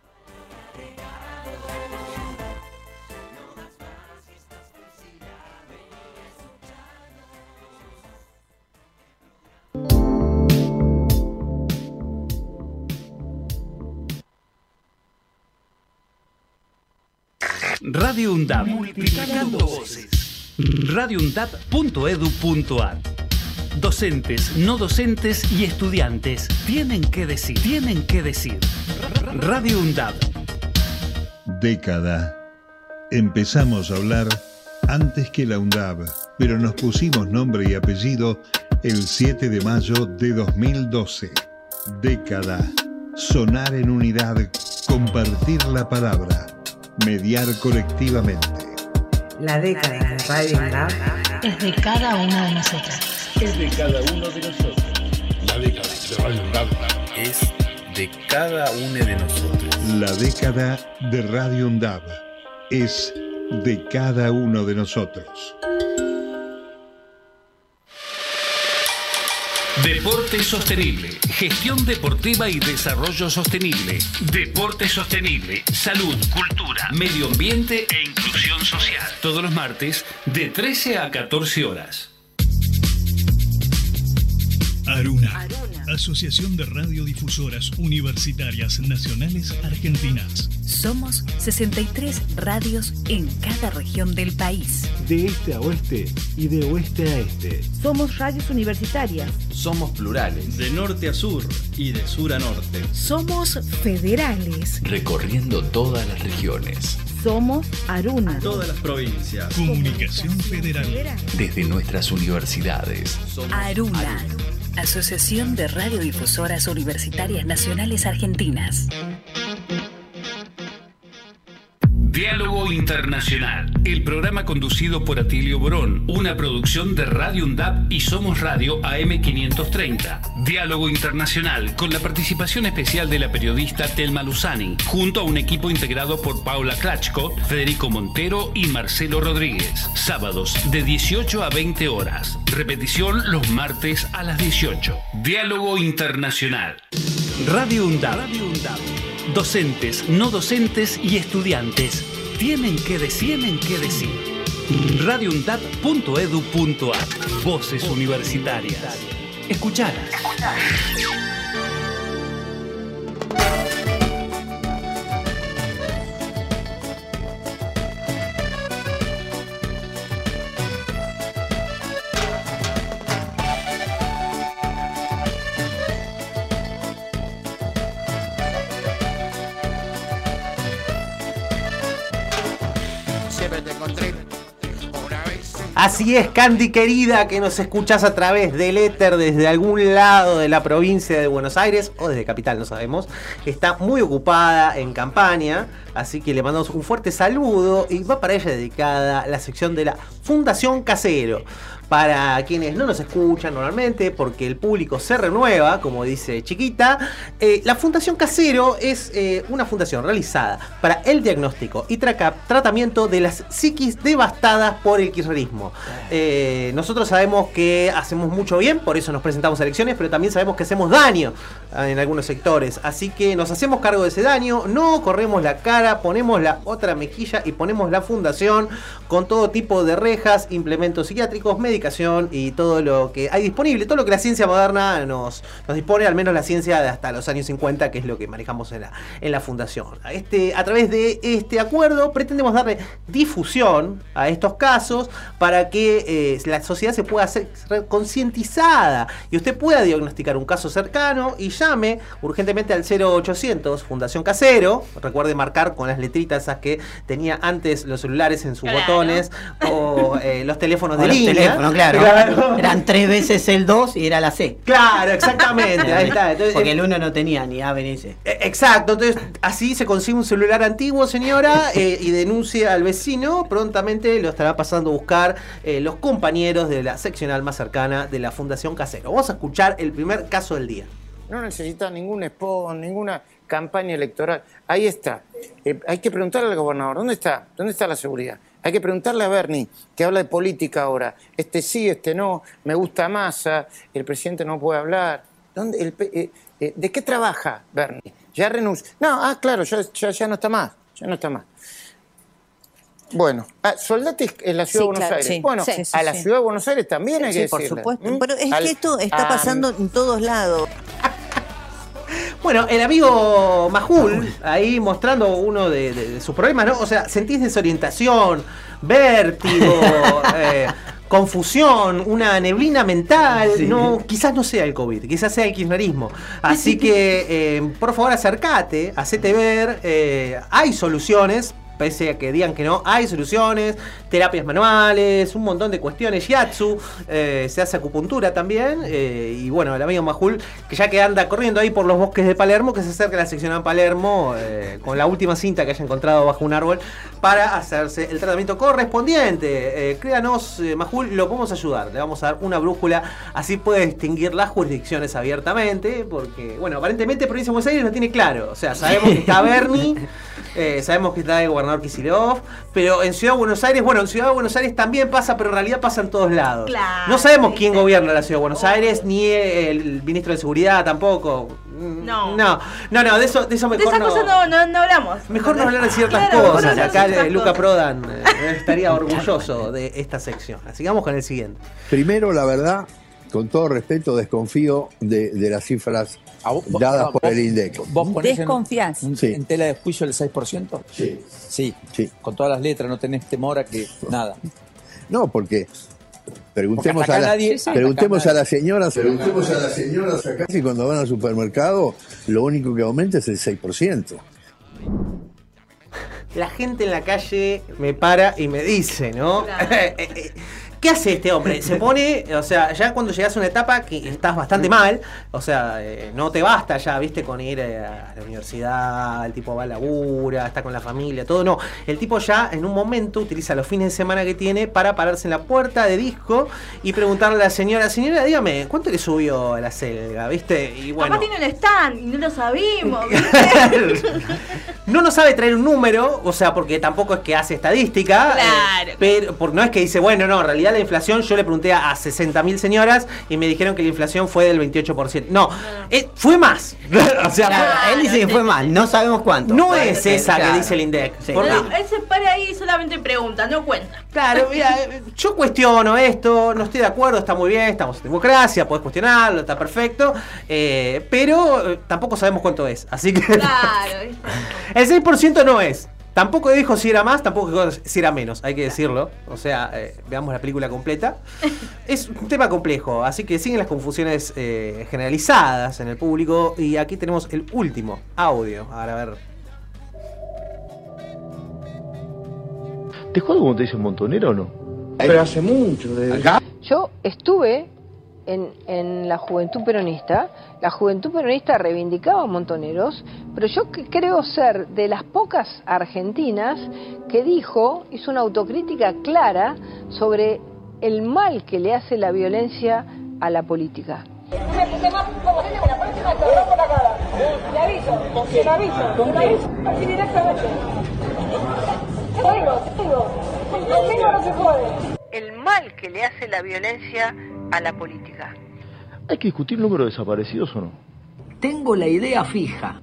Radio UNDAP, multiplicando voces. radio undap punto edu punto ar. Docentes, no docentes y estudiantes tienen que decir, tienen que decir. Radio UNDAP. Década. Empezamos a hablar antes que la UNDAB, pero nos pusimos nombre y apellido el siete de mayo de dos mil doce. Década. Sonar en unidad, compartir la palabra, mediar colectivamente. La década de Radio UNDAB es de cada uno de nosotros. Es de cada uno de nosotros. La década de Radio UNDAB es de cada uno de nosotros. La década de Radio UNDAB es de cada uno de nosotros. Deporte sostenible, gestión deportiva y desarrollo sostenible. Deporte sostenible, salud, cultura, medio ambiente e inclusión social. Todos los martes de trece a catorce horas. Aruna, Asociación de Radiodifusoras Universitarias Nacionales Argentinas. Somos sesenta y tres radios en cada región del país. De este a oeste y de oeste a este. Somos radios universitarias. Somos plurales. De norte a sur y de sur a norte. Somos federales. Recorriendo todas las regiones. Somos Aruna. Todas las provincias. Comunicación Federal. Desde nuestras universidades. Aruna. Aruna. Asociación de Radiodifusoras Universitarias Nacionales Argentinas. Diálogo Internacional, el programa conducido por Atilio Borón, una producción de Radio UNDAP y Somos Radio A M quinientos treinta. Diálogo Internacional, con la participación especial de la periodista Telma Luzani, junto a un equipo integrado por Paula Klachko, Federico Montero y Marcelo Rodríguez. Sábados de dieciocho a veinte horas. Repetición los martes a las dieciocho. Diálogo Internacional. Radio UNDAP. Radio UNDAP. Docentes, no docentes y estudiantes tienen que decir, tienen que decir. radio undap punto edu punto ar. Voces universitarias. Escuchalas. Así es, Candy querida, que nos escuchás a través del éter desde algún lado de la provincia de Buenos Aires o desde Capital, no sabemos. Está muy ocupada en campaña, así que le mandamos un fuerte saludo y va para ella dedicada la sección de la Fundación Casero. Para quienes no nos escuchan normalmente, porque el público se renueva, como dice Chiquita, eh, la Fundación Casero es eh, una fundación realizada para el diagnóstico y tra- tratamiento de las psiquis devastadas por el kirchnerismo. Eh, nosotros sabemos que hacemos mucho bien, por eso nos presentamos a elecciones, pero también sabemos que hacemos daño en algunos sectores. Así que nos hacemos cargo de ese daño, no corremos la cara, ponemos la otra mejilla y ponemos la fundación con todo tipo de rejas, implementos psiquiátricos, medicación y todo lo que hay disponible, todo lo que la ciencia moderna nos, nos dispone, al menos la ciencia de hasta los años cincuenta, que es lo que manejamos en la, en la fundación. Este, a través de este acuerdo pretendemos darle difusión a estos casos para que eh, la sociedad se pueda hacer concientizada y usted pueda diagnosticar un caso cercano y llame urgentemente al cero ochocientos Fundación Casero. Recuerde marcar con las letritas esas que tenía antes los celulares en sus claro. botones o eh, los teléfonos o de los línea. Teléfonos, claro. claro. Eran tres veces el dos y era la C. Claro, exactamente. Ahí está. Entonces, porque el uno no tenía ni A ni C. Exacto. Entonces, así se consigue un celular antiguo, señora, eh, y denuncia al vecino. Prontamente lo estará pasando a buscar eh, los compañeros de la seccional más cercana de la Fundación Casero. Vamos a escuchar el primer caso del día. No necesita ningún spot, ninguna campaña electoral. Ahí está. Eh, hay que preguntarle al gobernador, ¿dónde está? ¿Dónde está la seguridad? Hay que preguntarle a Bernie, que habla de política ahora. Este sí, este no, me gusta Massa, el presidente no puede hablar. ¿Dónde, el, eh, eh, ¿De qué trabaja Bernie? Ya renuncia. No, ah, claro, ya, ya, ya no está más. Ya no está más. Bueno, ah, Soldati en la Ciudad sí, de Buenos claro, Aires. Sí, bueno, sí, sí, a la sí. Ciudad de Buenos Aires también hay sí, que sí, decirle. por supuesto. ¿Mm? Pero es Al, que esto está a, pasando en todos lados. Bueno, el amigo Majul, ahí mostrando uno de, de, de sus problemas, ¿no? O sea, sentís desorientación, vértigo, eh, confusión, una neblina mental. Sí. No, quizás no sea el COVID, quizás sea el kirchnerismo. Así que, eh, por favor, acércate, hacete ver. Eh, hay soluciones. Pese a que digan que no, hay soluciones, terapias manuales, un montón de cuestiones, shiatsu, eh, se hace acupuntura también, eh, y bueno, el amigo Majul, que ya que anda corriendo ahí por los bosques de Palermo, que se acerca a la sección de Palermo eh, con la última cinta que haya encontrado bajo un árbol para hacerse el tratamiento correspondiente. Eh, créanos, eh, Majul, lo podemos ayudar, le vamos a dar una brújula, así puede distinguir las jurisdicciones abiertamente, porque, bueno, aparentemente Provincia de Buenos Aires lo tiene claro, o sea, sabemos que está Bernie, eh, sabemos que está el gobernador Kicillof, pero en Ciudad de Buenos Aires, bueno, en Ciudad de Buenos Aires también pasa, pero en realidad pasa en todos lados. Claro, no sabemos quién gobierna la Ciudad de Buenos Aires, ni el ministro de Seguridad tampoco. No. No, no, no, de eso, de eso mejor de esas no, cosas no, no, no hablamos. Mejor no hablar de ciertas claro, cosas. no Acá ciertas Luca cosas. Prodan eh, estaría orgulloso de esta sección. Sigamos con el siguiente. Primero, la verdad, con todo respeto, desconfío de, de las cifras vos, dadas por vos, el INDEC. ¿Vos ponés ¿Desconfías? En, sí. en tela de juicio el seis por ciento? Sí. Sí. Sí. Con todas las letras, no tenés temor a que nada. No, porque preguntemos, porque a, la, nadie, preguntemos a las señoras, preguntemos a las señoras acá si cuando van al supermercado lo único que aumenta es el seis por ciento. La gente en la calle me para y me dice, ¿no? Claro. ¿Qué hace este hombre? Se pone, o sea, ya cuando llegas a una etapa que estás bastante mal, o sea, eh, no te basta ya, viste, con ir eh, a la universidad, el tipo va a labura, está con la familia, todo, no. El tipo ya en un momento utiliza los fines de semana que tiene para pararse en la puerta de disco y preguntarle a la señora, señora, dígame, ¿cuánto le subió a la selga, viste? Y bueno. Capaz tiene el stand y no lo sabimos, No nos sabe traer un número, o sea, porque tampoco es que hace estadística. Claro. Eh, pero porque no es que dice, bueno, no, en realidad la inflación, yo le pregunté a sesenta mil señoras y me dijeron que la inflación fue del veintiocho por ciento. No, eh, fue más. O sea, claro, fue, él dice que fue más, no sabemos cuánto. No bueno, es esa claro. que dice el INDEC. Sí. Porque, no, él se para ahí y solamente pregunta, no cuenta. Claro, mira, yo cuestiono esto, no estoy de acuerdo, está muy bien, estamos en democracia, podés cuestionarlo, está perfecto, eh, pero eh, tampoco sabemos cuánto es, así que claro, el seis por ciento no es. Tampoco dijo si era más, tampoco dijo si era menos, hay que decirlo. O sea, eh, veamos la película completa. Es un tema complejo, así que siguen las confusiones eh, generalizadas en el público. Y aquí tenemos el último audio. Ahora a ver. ¿Te acuerdas cómo te dicen montonero o no? Pero hace mucho. De... ¿Acá? Yo estuve en, en la Juventud Peronista. La Juventud Peronista reivindicaba montoneros, pero yo creo ser de las pocas argentinas que dijo, hizo una autocrítica clara sobre el mal que le hace la violencia a la política. Le aviso, le aviso, le aviso, así directamente. Tengo, tengo, tengo no se puede. El mal que le hace la violencia a la política. ¿Hay que discutir el número de desaparecidos o no? Tengo la idea fija.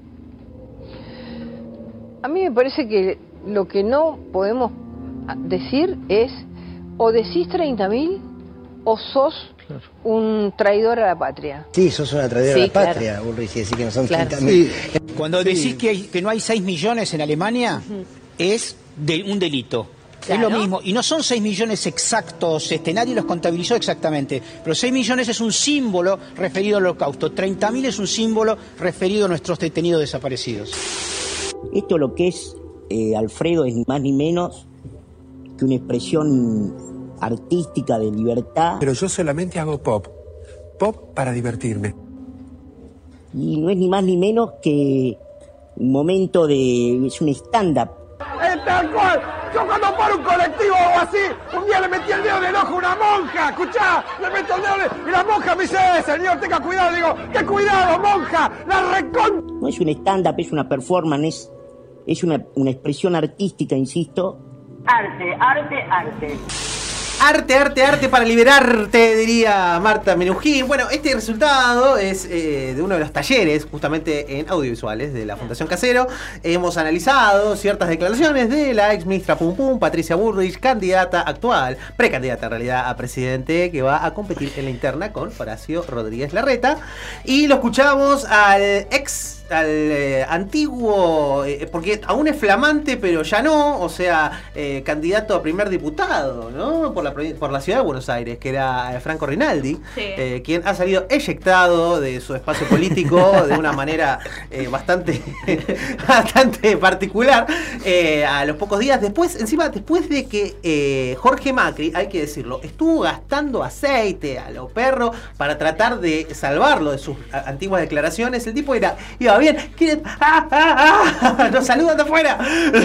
A mí me parece que lo que no podemos decir es o decís treinta mil o sos un traidor a la patria. Sí, sos una traidora Sí, a la claro. patria, Bullrich, si decís que no son Claro. treinta mil. Sí. Cuando decís que, hay- que no hay seis millones en Alemania, es de un delito. Claro. Es lo mismo. Y no son seis millones exactos, este, nadie los contabilizó exactamente. Pero seis millones es un símbolo referido al holocausto. treinta mil es un símbolo referido a nuestros detenidos desaparecidos. Esto lo que es, eh, Alfredo, es ni más ni menos que una expresión artística de libertad. Pero yo solamente hago pop. Pop para divertirme. Y no es ni más ni menos que un momento de... es un stand-up. Es tal cual. Yo cuando paro un colectivo o así, un día le metí el dedo en el ojo a una monja. Escuchá, le meto el dedo en el... Y la monja me dice, eh, señor, tenga cuidado. Le digo, ¿qué cuidado, monja? La recon... No es un stand-up, es una performance, es, es una, una expresión artística, insisto. Arte, arte, arte. Arte, arte, arte para liberarte, diría Marta Minujín. Bueno, este resultado es eh, de uno de los talleres, justamente en audiovisuales, de la Fundación Casero. Hemos analizado ciertas declaraciones de la ex ministra Pum Pum, Patricia Bullrich, candidata actual, precandidata en realidad a presidente, que va a competir en la interna con Horacio Rodríguez Larreta. Y lo escuchamos al ex... al eh, antiguo, eh, porque aún es flamante, pero ya no, o sea, eh, candidato a primer diputado, ¿no? Por la, por la ciudad de Buenos Aires, que era eh, Franco Rinaldi, Sí. eh, quien ha salido eyectado de su espacio político de una manera eh, bastante, bastante particular, eh, a los pocos días. Después, encima, después de que eh, Jorge Macri, hay que decirlo, estuvo gastando aceite a lo perro para tratar de salvarlo de sus a, antiguas declaraciones. El tipo era iba bien, ¿quieren? ¡Ah, ah, ah! ¡Nos saludan de afuera!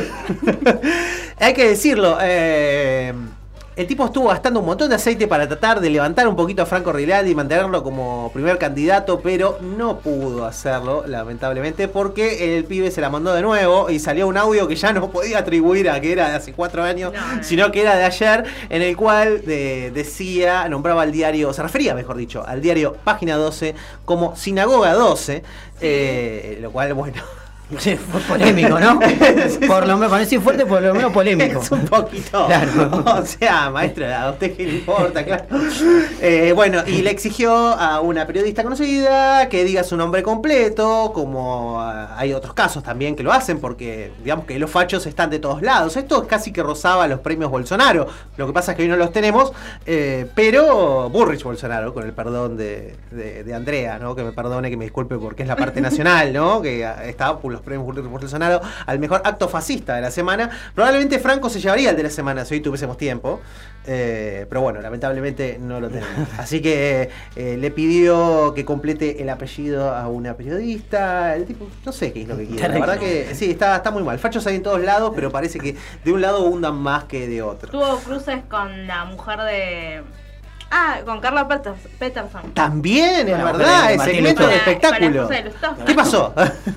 Hay que decirlo, eh, el tipo estuvo gastando un montón de aceite para tratar de levantar un poquito a Franco Rinaldi y mantenerlo como primer candidato, pero no pudo hacerlo, lamentablemente, porque el pibe se la mandó de nuevo y salió un audio que ya no podía atribuir a que era de hace cuatro años, no, sino que era de ayer, en el cual de, decía, nombraba al diario, se refería, mejor dicho, al diario Página doce como Sinagoga doce, eh, lo cual, bueno... Sí, fue polémico, ¿no? Por lo menos, con ese fuerte, por lo menos polémico. Es un poquito. Claro. O sea, maestra, ¿a usted qué le importa? Claro. Eh, bueno, y le exigió a una periodista conocida que diga su nombre completo, como uh, hay otros casos también que lo hacen, porque digamos que los fachos están de todos lados. Esto casi que rozaba los premios Bolsonaro. Lo que pasa es que hoy no los tenemos, eh, pero Bullrich Bolsonaro, con el perdón de, de, de Andrea, ¿no? Que me perdone, que me disculpe porque es la parte nacional, ¿no? Que está por los premios Bolsonaro al mejor acto fascista de la semana. Probablemente Franco se llevaría el de la semana si hoy tuviésemos tiempo, eh, pero bueno, lamentablemente no lo tenemos. Así que eh, le pidió que complete el apellido a una periodista. El tipo, no sé qué es lo que quiere. La verdad que sí, está, está muy mal. Fachos hay en todos lados, pero parece que de un lado hundan más que de otro. Tuvo cruces con la mujer de... Ah, con Carla Peterson. También, es Bueno, verdad, el Martín segmento Lustó. de Con la espectáculo. esposa de Lustó. ¿Qué pasó?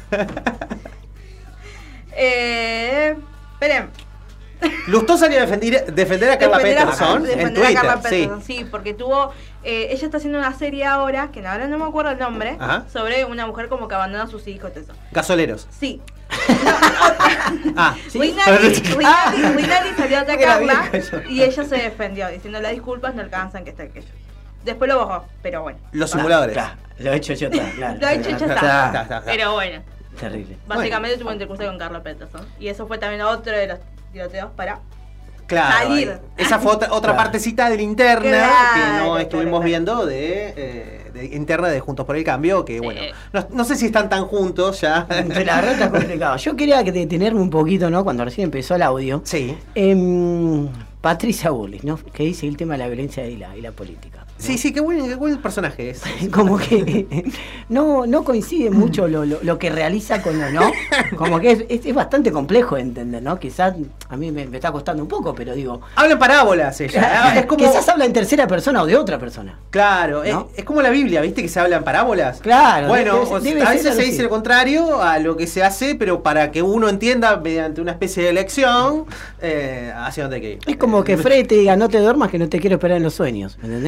eh, esperen. Lustó salió a defender, defender a Carla Defender a- Peterson defender en Twitter. a Carla Sí. Peterson, sí, porque tuvo... eh, ella está haciendo una serie ahora, que ahora no me acuerdo el nombre, Ajá. sobre una mujer como que abandona a sus hijos y eso. Gasoleros. Sí. Ah, Rinaldi, Rinaldi, Rinaldi salió a atacarla Era vieja yo. y ella se defendió, diciendo las disculpas no alcanzan, que está aquello. Después lo bajó, pero bueno. Los simuladores. Claro, lo he hecho yo está, claro. Lo ha hecho, ya Claro, está. claro, claro. Pero bueno. Terrible. Básicamente tuvo un intercurso con Carla Peterson. Y eso fue también otro de los tiroteos para Claro, salir. esa fue otra, otra Claro. partecita de la interna Claro, que no claro, estuvimos claro. viendo de, eh, de interna de Juntos por el Cambio, que bueno, no, no sé si están tan juntos ya. La verdad está complicado. Yo quería que detenerme un poquito, ¿no? Cuando recién empezó el audio. Sí. Eh, Patricia Bullrich, ¿no? Que dice el tema de la violencia y la, y la política. ¿no? Sí, sí, qué buen, qué buen personaje es. Como que no, no coincide mucho lo, lo, lo que realiza con lo, ¿no? Como que es, es, es bastante complejo de entender, ¿no? Quizás a mí me, me está costando un poco, pero digo... Habla en parábolas ella. Es como... Quizás habla en tercera persona o de otra persona. Claro, ¿no? es, es como la Biblia, ¿viste? Que se habla en parábolas. Claro. Bueno, debe- o- debe a ser veces se algo dice así. lo contrario a lo que se hace, pero para que uno entienda mediante una especie de lección eh, hacia dónde hay que ir. Es como que Fred te diga, no te duermas que no te quiero esperar en los sueños, ¿entendés? ¿Viste? Claro,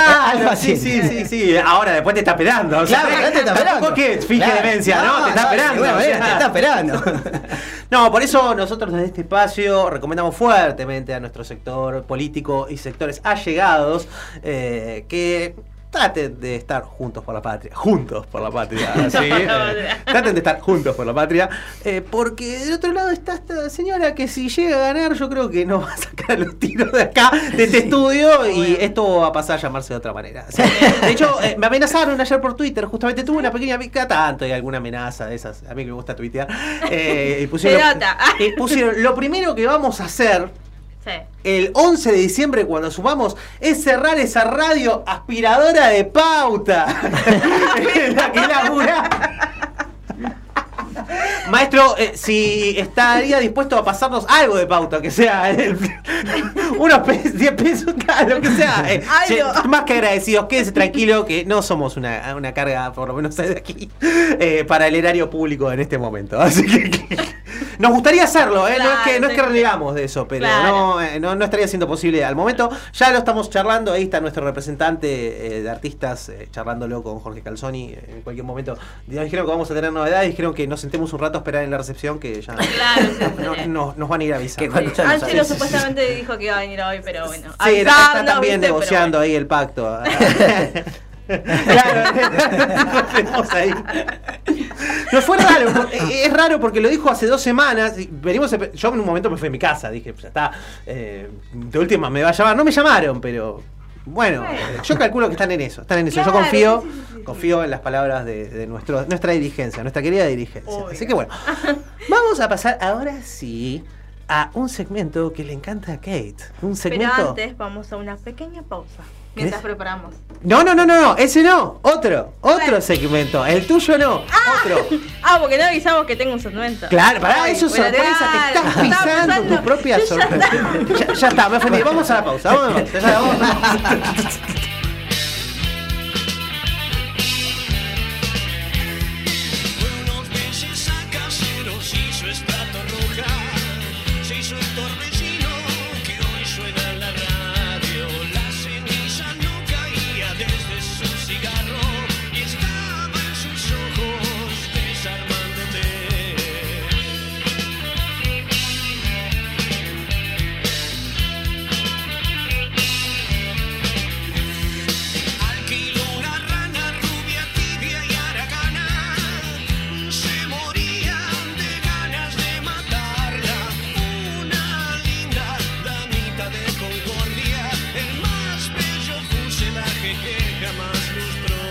Claro, sí, sí, sí, sí. Ahora después te está esperando. O sea, Claro, ya te está esperando. ¿Por qué finge Claro. demencia? No, No, te está no, esperando. de alguna o manera sea. te está esperando. No, por eso nosotros desde este espacio recomendamos fuertemente a nuestro sector político y sectores allegados eh, que traten de estar juntos por la patria. Juntos por la patria. ¿sí? Eh, traten de estar juntos por la patria. Eh, porque del otro lado está esta señora que si llega a ganar, yo creo que no va a sacar los tiros de acá, de este estudio, y esto va a pasar a llamarse de otra manera. O sea, de hecho, eh, me amenazaron ayer por Twitter. Justamente tuve una pequeña pica, tanto, y alguna amenaza de esas. A mí que me gusta tuitear. Eh, y pusieron, Se nota. y pusieron, lo primero que vamos a hacer Sí. el once de diciembre, cuando sumamos, es cerrar esa radio aspiradora de pauta. La que labura. Maestro, eh, si estaría dispuesto a pasarnos algo de pauta, que sea el, unos diez pesos, lo que sea. Eh, che, más que agradecidos, quédese tranquilo que no somos una, una carga, por lo menos desde aquí, eh, para el erario público en este momento. Así que, que nos gustaría hacerlo, eh, Claro, no es que, no es que sí. renegamos de eso, pero Claro. no, eh, no, no estaría siendo posible al momento. Ya lo estamos charlando, ahí está nuestro representante eh, de artistas eh, charlándolo con Jorge Calzoni. eh, En cualquier momento nos dijeron que vamos a tener novedades, dijeron que nos sentemos un rato a esperar en la recepción, que ya Claro, sí, no- sí. no- nos van a ir avisando. Angelo supuestamente dijo que iba a venir hoy, pero bueno. Sí, está, está avisando, también ¿viste? negociando ahí el pacto. Claro, tenemos ahí. No fue raro, porque- es raro porque lo dijo hace dos semanas. y Venimos, yo en un momento me fui a mi casa, dije, ya está, eh, de última me va a llamar. No me llamaron, pero bueno, eh, yo calculo que están en eso, están en eso. Yo Claro, confío, sí, sí, sí, confío en las palabras de, de nuestro, nuestra dirigencia, nuestra querida dirigencia. Así que bueno, vamos a pasar ahora sí a un segmento que le encanta a Kate. Un Pero segmento. antes vamos a una pequeña pausa mientras preparamos. No, no, no, no, no, ese no, otro, otro segmento, el tuyo no, otro. Ah, porque no avisamos que tengo un segmento. Claro, pará, Ay, eso es bueno, sorpresa, te dale, estás estaba pisando pensando- tu propia yo ya sorpresa. Ya, ya está, me ofendí, vamos a la pausa, vamos, ya, vamos. Unos meses a caseros hizo estrato roja, se hizo el torbellino que hoy suena en la radio. La ceniza no caía desde su cigarro y estaba en sus ojos desarmándote. Alquiló una rana rubia, tibia y haragana. Se morían de ganas de matarla. Una linda damita de concordia, el más bello fuselaje que jamás lustró.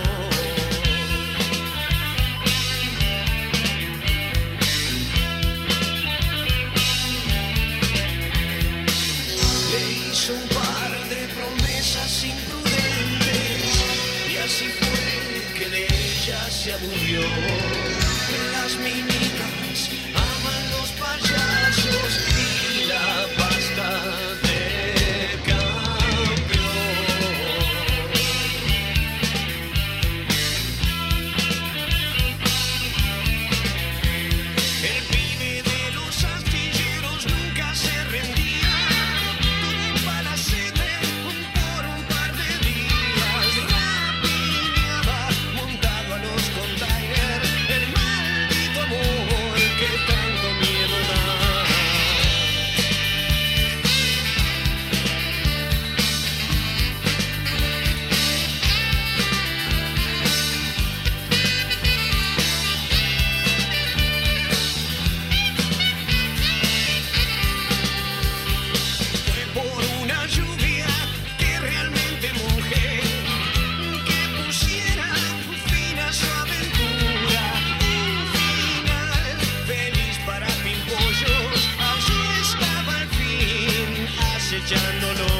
Le hizo un par de promesas imprudentes y así fue que de ella se aburrió. Las minitas aman los payasos y la pasta de campeón. El pibe de los astilleros nunca se rendía. Tuvo un palacete por un par de días. Rapiñaba montado a los containers. El maldito amor que tanto miedo da. Fue por una lluvia que realmente mojé, que pusiera fin a su aventura. Un final feliz para Pimpollos, allí estaba al fin acechándolo.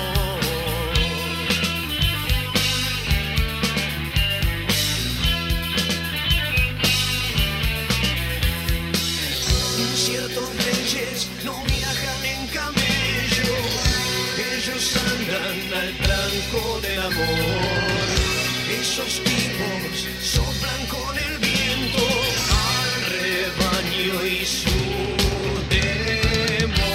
Ciertos reyes no viajan en camello, ellos andan al tranco del amor. Esos tipos soplan con el viento al rebaño y su temor.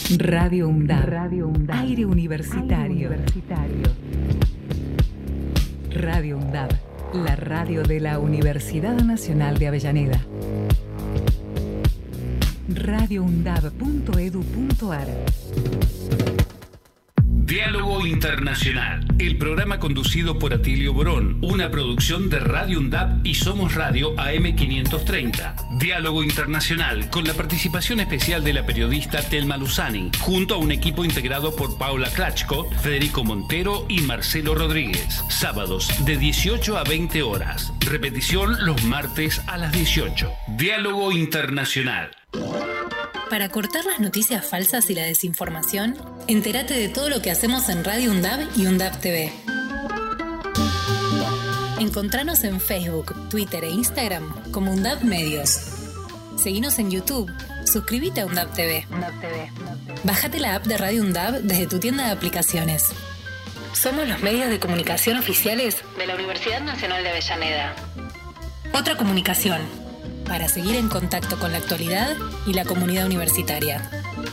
Radio UNDAB. Radio UNDAB. Aire universitario. Aire universitario. Radio UNDAB, la radio de la Universidad Nacional de Avellaneda. radio undab punto edu punto ar. Diálogo Internacional, el programa conducido por Atilio Borón, una producción de Radio UNDAB y Somos Radio A M quinientos treinta. Diálogo Internacional, con la participación especial de la periodista Telma Luzani, junto a un equipo integrado por Paula Klachko, Federico Montero y Marcelo Rodríguez. Sábados de dieciocho a veinte horas. Repetición los martes a las dieciocho. Diálogo Internacional. Para cortar las noticias falsas y la desinformación, entérate de todo lo que hacemos en Radio UNDAB y UNDAB T V. Encontranos en Facebook, Twitter e Instagram como UNDAB Medios. Seguinos en YouTube. Suscríbete a UNDAB T V. Bájate la app de Radio UNDAB desde tu tienda de aplicaciones. Somos los medios de comunicación oficiales de la Universidad Nacional de Avellaneda. Otra comunicación, para seguir en contacto con la actualidad y la comunidad universitaria.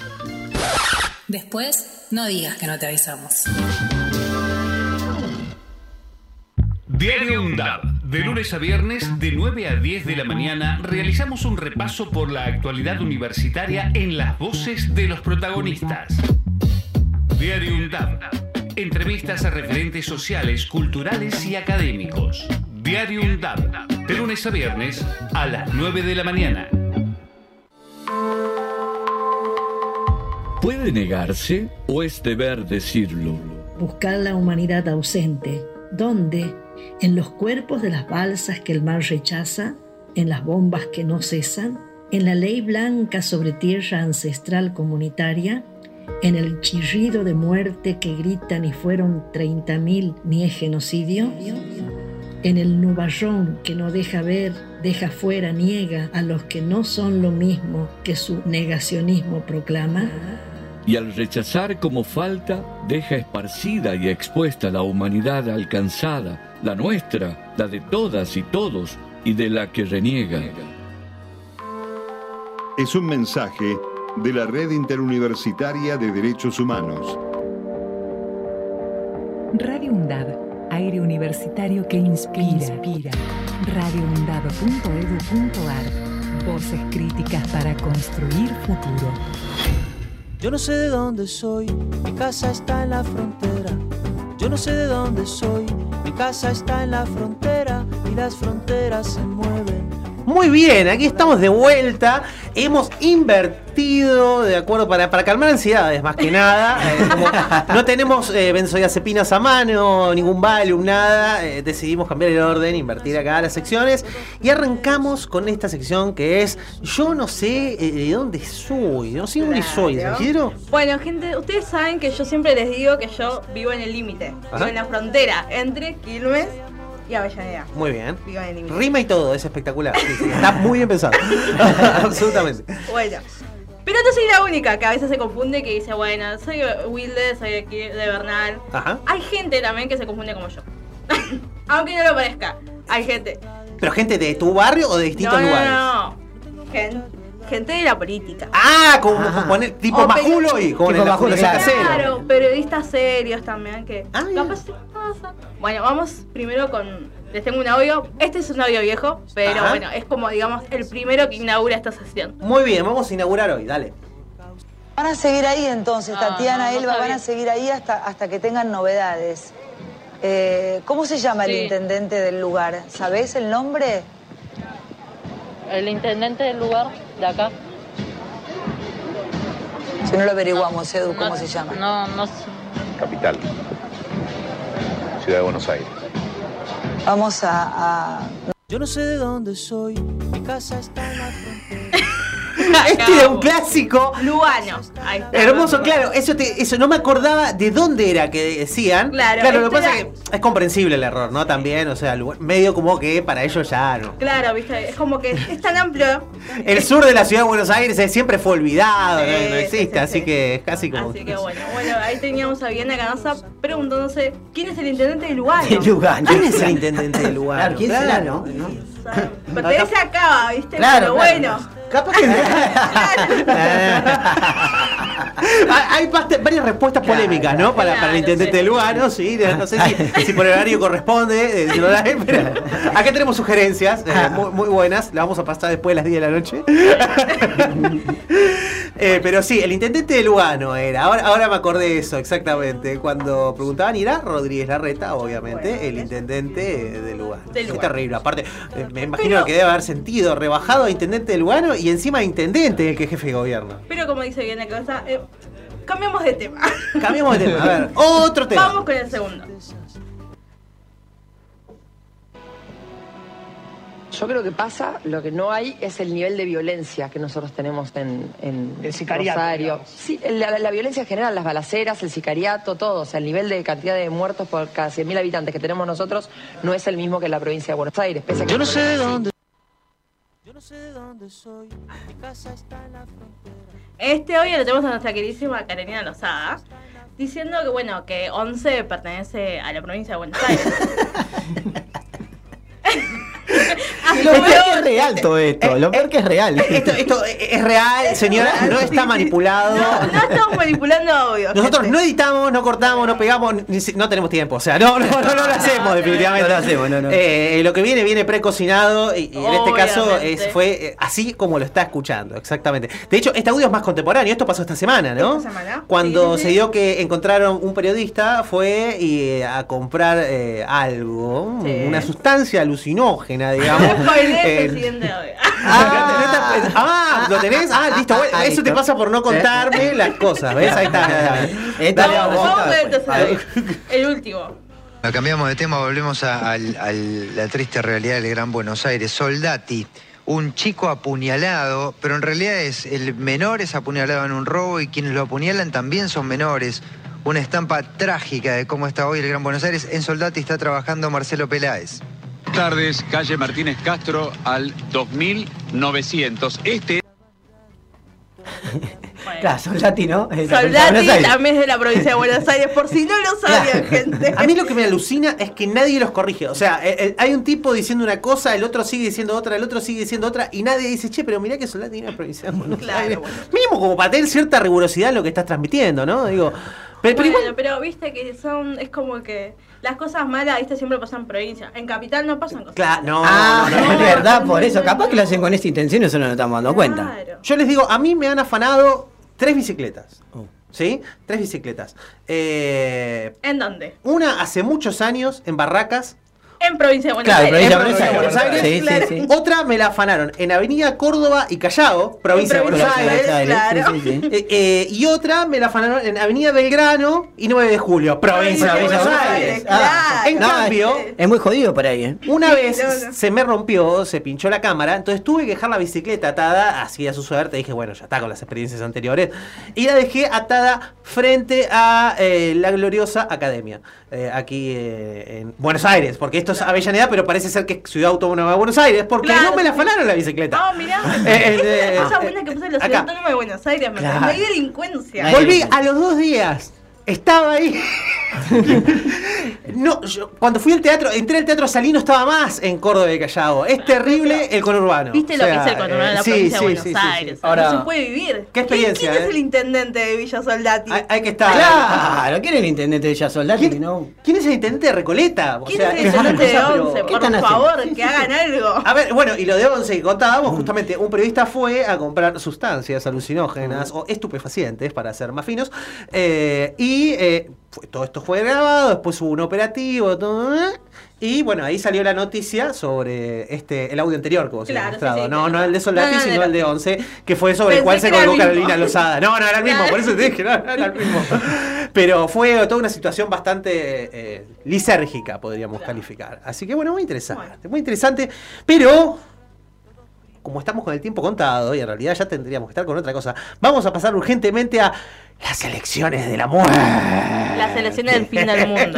Después, no digas que no te avisamos. Diario UNDAB. De lunes a viernes, de nueve a diez de la mañana, realizamos un repaso por la actualidad universitaria en las voces de los protagonistas. Diario UNDAB. Entrevistas a referentes sociales, culturales y académicos. Diario UNDAB. De lunes a viernes, a las nueve de la mañana. ¿Puede negarse o es deber decirlo? Buscar la humanidad ausente. ¿Dónde? En los cuerpos de las balsas que el mar rechaza, en las bombas que no cesan, en la ley blanca sobre tierra ancestral comunitaria, en el chirrido de muerte que gritan y fueron treinta mil, ni es genocidio, en el nubarrón que no deja ver, deja fuera, niega a los que no son lo mismo que su negacionismo proclama. Y al rechazar como falta, deja esparcida y expuesta la humanidad alcanzada, la nuestra, la de todas y todos, y de la que reniega. Es un mensaje de la Red Interuniversitaria de Derechos Humanos. Radio UNDAB, aire universitario que inspira. inspira. radio undab punto edu punto ar. Voces críticas para construir futuro. Yo no sé de dónde soy, mi casa está en la frontera. Yo no sé de dónde soy, mi casa está en la frontera y las fronteras se mueven. Muy bien, aquí estamos de vuelta. Hemos invertido, de acuerdo, para, para calmar ansiedades más que nada. Eh, como no tenemos eh, benzodiazepinas a mano, ningún Valium, nada. Eh, decidimos cambiar el orden, invertir acá las secciones. Y arrancamos con esta sección que es: yo no sé eh, de dónde soy, no sé dónde soy, ¿se quiero? Bueno, gente, ustedes saben que yo siempre les digo que yo vivo en el límite, vivo en la frontera entre Quilmes y Avellaneda. Muy bien. Vivo en el límite. Rima y todo, es espectacular. Sí, sí, está muy bien pensado. Absolutamente. Bueno, pero no soy la única que a veces se confunde, que dice, bueno, soy Wilde, soy aquí de Bernal. Ajá. Hay gente también que se confunde como yo. Aunque no lo parezca. Hay gente. ¿Pero gente de tu barrio o de distintos no, lugares? No, no, Gen- gente de la política. Ah, como ah. Poner, tipo O Majulo y como tipo en la Majulo, Fundación claro, Casero. periodistas serios también que ah, capaz se pasa. Bueno, vamos primero con. Les tengo un audio. Este es un audio viejo, pero Ajá. bueno, es como digamos el primero que inaugura esta sesión. Muy bien, vamos a inaugurar hoy, dale. Van a seguir ahí entonces, No, Tatiana, no, no Elba, van sabía. a seguir ahí hasta, hasta que tengan novedades. Eh, ¿Cómo se llama Sí. el intendente del lugar? ¿Sabés el nombre? El intendente del lugar de acá. Si no lo averiguamos, Edu, ¿cómo No, se llama? No, no sé. Capital. Ciudad de Buenos Aires. Vamos a, a... Yo no sé de dónde soy, mi casa está en la frontera. Este era un clásico. Lugano. Ahí está. Hermoso, claro. Eso, te, eso no me acordaba de dónde era que decían. Claro, claro lo esto que pasa era- es que es comprensible el error, ¿no? También, o sea, lugar- medio como que para ellos ya no. Claro, viste, es como que es tan amplio. El sur de la ciudad de Buenos Aires eh, siempre fue olvidado, Sí, no, no sí, existe, sí, así sí. que es casi como. Así que bueno, bueno, ahí teníamos a Viviana Canosa preguntándose quién es el intendente de Lugano. De Lugano. ¿Quién es el intendente de Lugano? Claro, ¿quién será, no? Pertenece a Cava, viste, Claro, pero claro. bueno. Capaz que. Hay bast- varias respuestas Claro, polémicas, ¿no? claro, Para, para el claro, intendente sí. de Lugano, sí. No sé si, si por el horario corresponde. eh, si no la- pero acá tenemos sugerencias eh, muy, muy buenas. Las vamos a pasar después de las diez de la noche. Eh, pero sí, el intendente de Lugano era. Ahora, ahora me acordé de eso, exactamente. Cuando preguntaban, irá Rodríguez Larreta, obviamente, el intendente de Lugano. De Qué Lugano. terrible. Aparte, eh, me imagino que debe haber sentido rebajado a intendente de Lugano y encima intendente, el que es jefe de gobierno. Pero como dice bien la cosa, eh, cambiamos de tema. Cambiamos de tema. A ver, otro tema. Vamos con el segundo. Yo creo que pasa, lo que no hay es el nivel de violencia que nosotros tenemos en, en El sicariato, Rosario. digamos. Sí, la, la violencia en general, las balaceras, el sicariato, todo. O sea, el nivel de cantidad de muertos por cada cien mil habitantes que tenemos nosotros no es el mismo que en la provincia de Buenos Aires. Pese a que Yo no sé de sí. dónde. Yo no sé de dónde soy. Mi casa está en la frontera. Este audio lo tenemos a nuestra queridísima Carolina Lozada, diciendo que bueno, que once pertenece a la provincia de Buenos Aires. Lo peor que es real todo esto, lo peor que es real. Esto, esto es real, señora, no está manipulado. No, no estamos manipulando audio. Nosotros gente. no editamos, no cortamos, no pegamos, ni si- no tenemos tiempo. O sea, no, no, no, no lo hacemos, definitivamente. No lo hacemos, no, no. Eh, lo que viene, viene precocinado. Y, y en este caso Obviamente. es, fue eh, así como lo está escuchando, exactamente. De hecho, este audio es más contemporáneo. Esto pasó esta semana, ¿no? Esta semana. Cuando Sí, sí, se sí. dio que encontraron un periodista, fue y, eh, a comprar eh, algo, Sí. una sustancia alucinógena, digamos. Spoiler Eh, el siguiente audio. Ah, ah, ¿lo tenés? Ah, listo. Bueno, Ah, eso te listo. pasa por no contarme las cosas, ¿ves? Ahí está. Esto Dale, Vamos, vos. vamos con el tercer A ver. audio. El último. Cambiamos de tema, volvemos a, al- a la triste realidad del Gran Buenos Aires. Soldati, un chico apuñalado, pero en realidad es el menor es apuñalado en un robo y quienes lo apuñalan también son menores. Una estampa trágica de cómo está hoy el Gran Buenos Aires. En Soldati está trabajando Marcelo Peláez. Tardes, calle Martínez Castro al dos mil novecientos. Este Claro, Soldati, ¿no? Es la provincia de Soldati Buenos Aires. también es de la provincia de Buenos Aires, por si no lo sabían, gente. A mí lo que me alucina es que nadie los corrige. O sea, el- el- hay un tipo diciendo una cosa, el otro sigue diciendo otra, el otro sigue diciendo otra, y nadie dice, che, pero mirá que Soldati tiene una provincia de Buenos Claro, Aires. bueno. Mínimo como para tener cierta rigurosidad en lo que estás transmitiendo, ¿no? Digo, pero, pero Bueno, igual. pero viste que son, es como que las cosas malas, viste, siempre pasan en provincia. En capital no pasan cosas Claro, no, Ah, no, no, es no. verdad, por eso. Capaz que lo hacen con esta intención y nosotros no nos estamos dando cuenta. Claro. Yo les digo, a mí me han afanado tres bicicletas. ¿Sí? Tres bicicletas. Eh, ¿En dónde? una hace muchos años en Barracas. En provincia de Buenos Claro, Aires. provincia de En Buenos provincia de Aires. Buenos Aires. Sí, sí, sí. Otra me la afanaron en Avenida Córdoba y Callao, provincia de Buenos Provincia de Aires. Buenos Aires, claro. sí, sí, sí. Eh, eh, y otra me la afanaron en Avenida Belgrano y nueve de Julio, provincia de Buenos Aires. Ah, En no, cambio, es, es muy jodido por ahí, ¿eh? una Sí, vez no, no. se me rompió, se pinchó la cámara, entonces tuve que dejar la bicicleta atada, así a su suerte, dije, bueno, ya está con las experiencias anteriores, y la dejé atada frente a eh, la gloriosa Academia, eh, aquí eh, en Buenos Aires, porque esto es Avellaneda, pero parece ser que es Ciudad Autónoma de Buenos Aires, porque Claro, no me la sí. afanaron la bicicleta. Ah, mirá. Eh, eh, Esa eh, buena que puse en la acá. ciudad autónoma de Buenos Aires, me Claro. no hay delincuencia. Volví a los dos días. Estaba ahí. No, yo, cuando fui al teatro, entré al teatro Salí, no estaba más en Córdoba y Callao. Es terrible el conurbano. ¿Viste O lo sea, que es el conurbano de la eh, sí, provincia sí, de Buenos sí, sí, sí. Aires? Ahora- no se puede vivir. Qué experiencia, ¿Quién, quién eh? es el intendente de Villa Soldati? Hay, hay que estar. Claro, ¿quién es el intendente de Villa Soldati? Que no. ¿Quién es el intendente de Recoleta? O ¿Quién sea, es el es una intendente de cosa, pero- Once? ¿qué Por están haciendo? favor, que hagan algo. A ver, bueno, y lo de Once que contábamos, justamente un periodista fue a comprar sustancias alucinógenas o estupefacientes, para ser más finos, eh, y eh, fue- todo esto fue grabado, después hubo un operativo, todo, ¿eh? Y bueno, ahí salió la noticia sobre este el audio anterior que vos Claro, habías mostrado. sí, sí, no, claro. no el de Soldati, No, no, no, sino no. el de Once, que fue sobre el Pensé cual se que era colgó el mismo. Carolina Lozada. No, no era el mismo, Claro. por eso te dije, no, no era el mismo. Pero fue toda una situación bastante eh, lisérgica, podríamos calificar. Así que bueno, muy interesante, muy interesante. Pero, como estamos con el tiempo contado, y en realidad ya tendríamos que estar con otra cosa, vamos a pasar urgentemente a las elecciones de la muerte. Las elecciones del fin del mundo.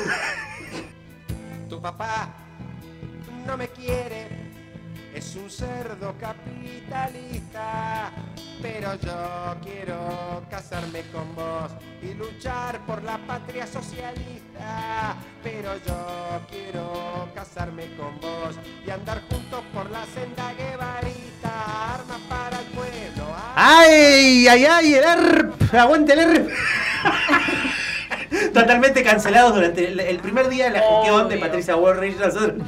Tu papá no me quiere, es un cerdo capitalista, pero yo quiero casarme con vos y luchar por la patria socialista, pero yo quiero casarme con vos y andar juntos por la senda guevarita, armas para el pueblo. ¡Ay, ay, ay! El E R P. Aguante el E R P. Totalmente cancelados durante el, el primer día de la gestión de Patricia Bullrich.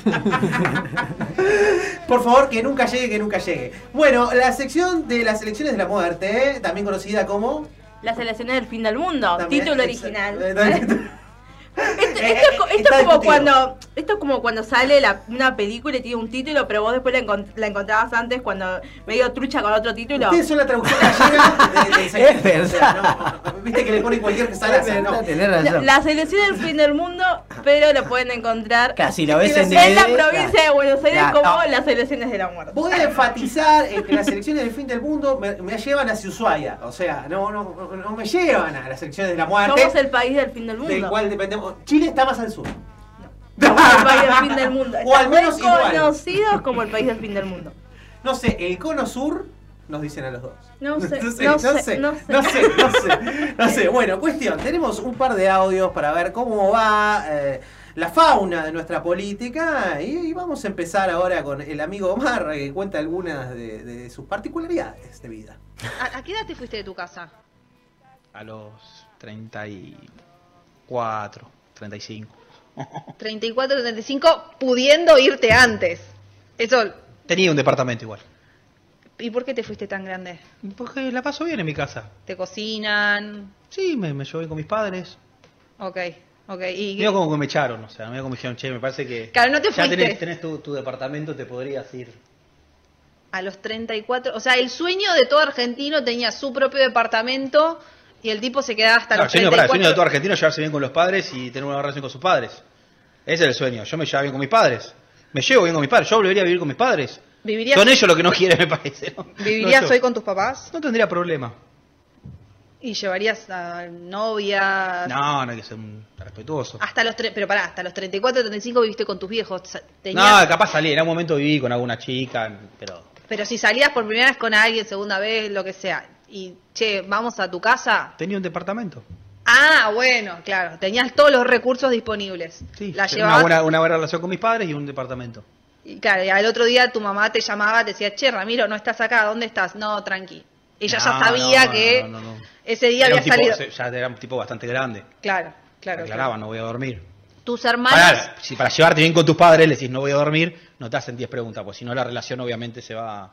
Por favor, que nunca llegue, que nunca llegue. Bueno, la sección de las elecciones de la muerte, ¿eh? También conocida como... Las elecciones del fin del mundo, También, título exacto. original. Esto, esto, es co- esto es como cuando esto es como cuando sale la, una película y tiene un título, pero vos después la, encont- la encontrabas antes cuando medio trucha con otro título. Ustedes son la traducción gallega de, de esa Es verdad. o sea, no, no, viste que le ponen cualquier salaza, no. Tenés La- razón. Las elecciones del fin del mundo, pero lo pueden encontrar Casi lo ves en en la D V D, provincia claro. de Buenos Aires Claro, como no. las elecciones de la muerte. Voy a enfatizar en que las elecciones del fin del mundo me, me llevan hacia Ushuaia. O sea, no, no, no me llevan a las elecciones de la muerte. Somos el país del fin del mundo. Del cual dependemos. Chile está más al sur. Somos el país del fin del mundo. O al menos Estamos igual. conocidos como el país del fin del mundo. No sé, el cono sur nos dicen a los dos. No sé, No sé, no no sé, sé, no sé. no sé, no sé, no sé. Bueno, cuestión, tenemos un par de audios para ver cómo va eh, la fauna de nuestra política y, y vamos a empezar ahora con el amigo Omar que cuenta algunas de, de sus particularidades de vida. ¿A, a qué edad te fuiste de tu casa? A los treinta y cuatro, treinta y cinco. treinta y cuatro, treinta y cinco, pudiendo irte antes. Eso. Tenía un departamento igual. ¿Y por qué te fuiste tan grande? Porque la paso bien en mi casa. ¿Te cocinan? Sí, me, me llevo bien con mis padres. Ok, ok. ¿Y Medio como que me echaron, o sea, medio como me dijeron, che, me parece que... Claro, no te ya fuiste. tenés, tenés tu, tu departamento, te podrías ir. a los treinta y cuatro? O sea, el sueño de todo argentino tenía su propio departamento y el tipo se quedaba hasta No, los el sueño, pará, el treinta y sueño de todo cuatro. argentino es llevarse bien con los padres y tener una buena relación con sus padres. Ese es el sueño. Yo me llevo bien con mis padres. Me llevo bien con mis padres. Yo volvería a vivir con mis padres. ¿Vivirías, Son ellos los que no quieren, me parece, ¿no? ¿vivirías No yo. hoy con tus papás? No tendría problema. ¿Y llevarías a novia? No, no hay que ser un respetuoso. Hasta los tre- pero pará, hasta los treinta y cuatro, treinta y cinco viviste con tus viejos. Sa- tenías- No, capaz salí. En algún momento viví con alguna chica, pero... Pero si salías por primera vez con alguien, segunda vez, lo que sea, y che, vamos a tu casa. Tenía un departamento. Ah, bueno, claro, tenías todos los recursos disponibles. Sí, La tenía llevabas. una buena, una buena relación con mis padres y un departamento. Y claro, y al otro día tu mamá te llamaba, te decía, che, Ramiro, no estás acá, ¿dónde estás? No, tranqui. Ella ya No, sabía no, que no, no, no. ese día Era había un tipo- salido. se- Ya era un tipo bastante grande. Claro, claro. Aclaraba, claro. no voy a dormir. Tus hermanos. Para, si para llevarte bien con tus padres le decís no voy a dormir, no te hacen diez preguntas, pues si no la relación obviamente se va...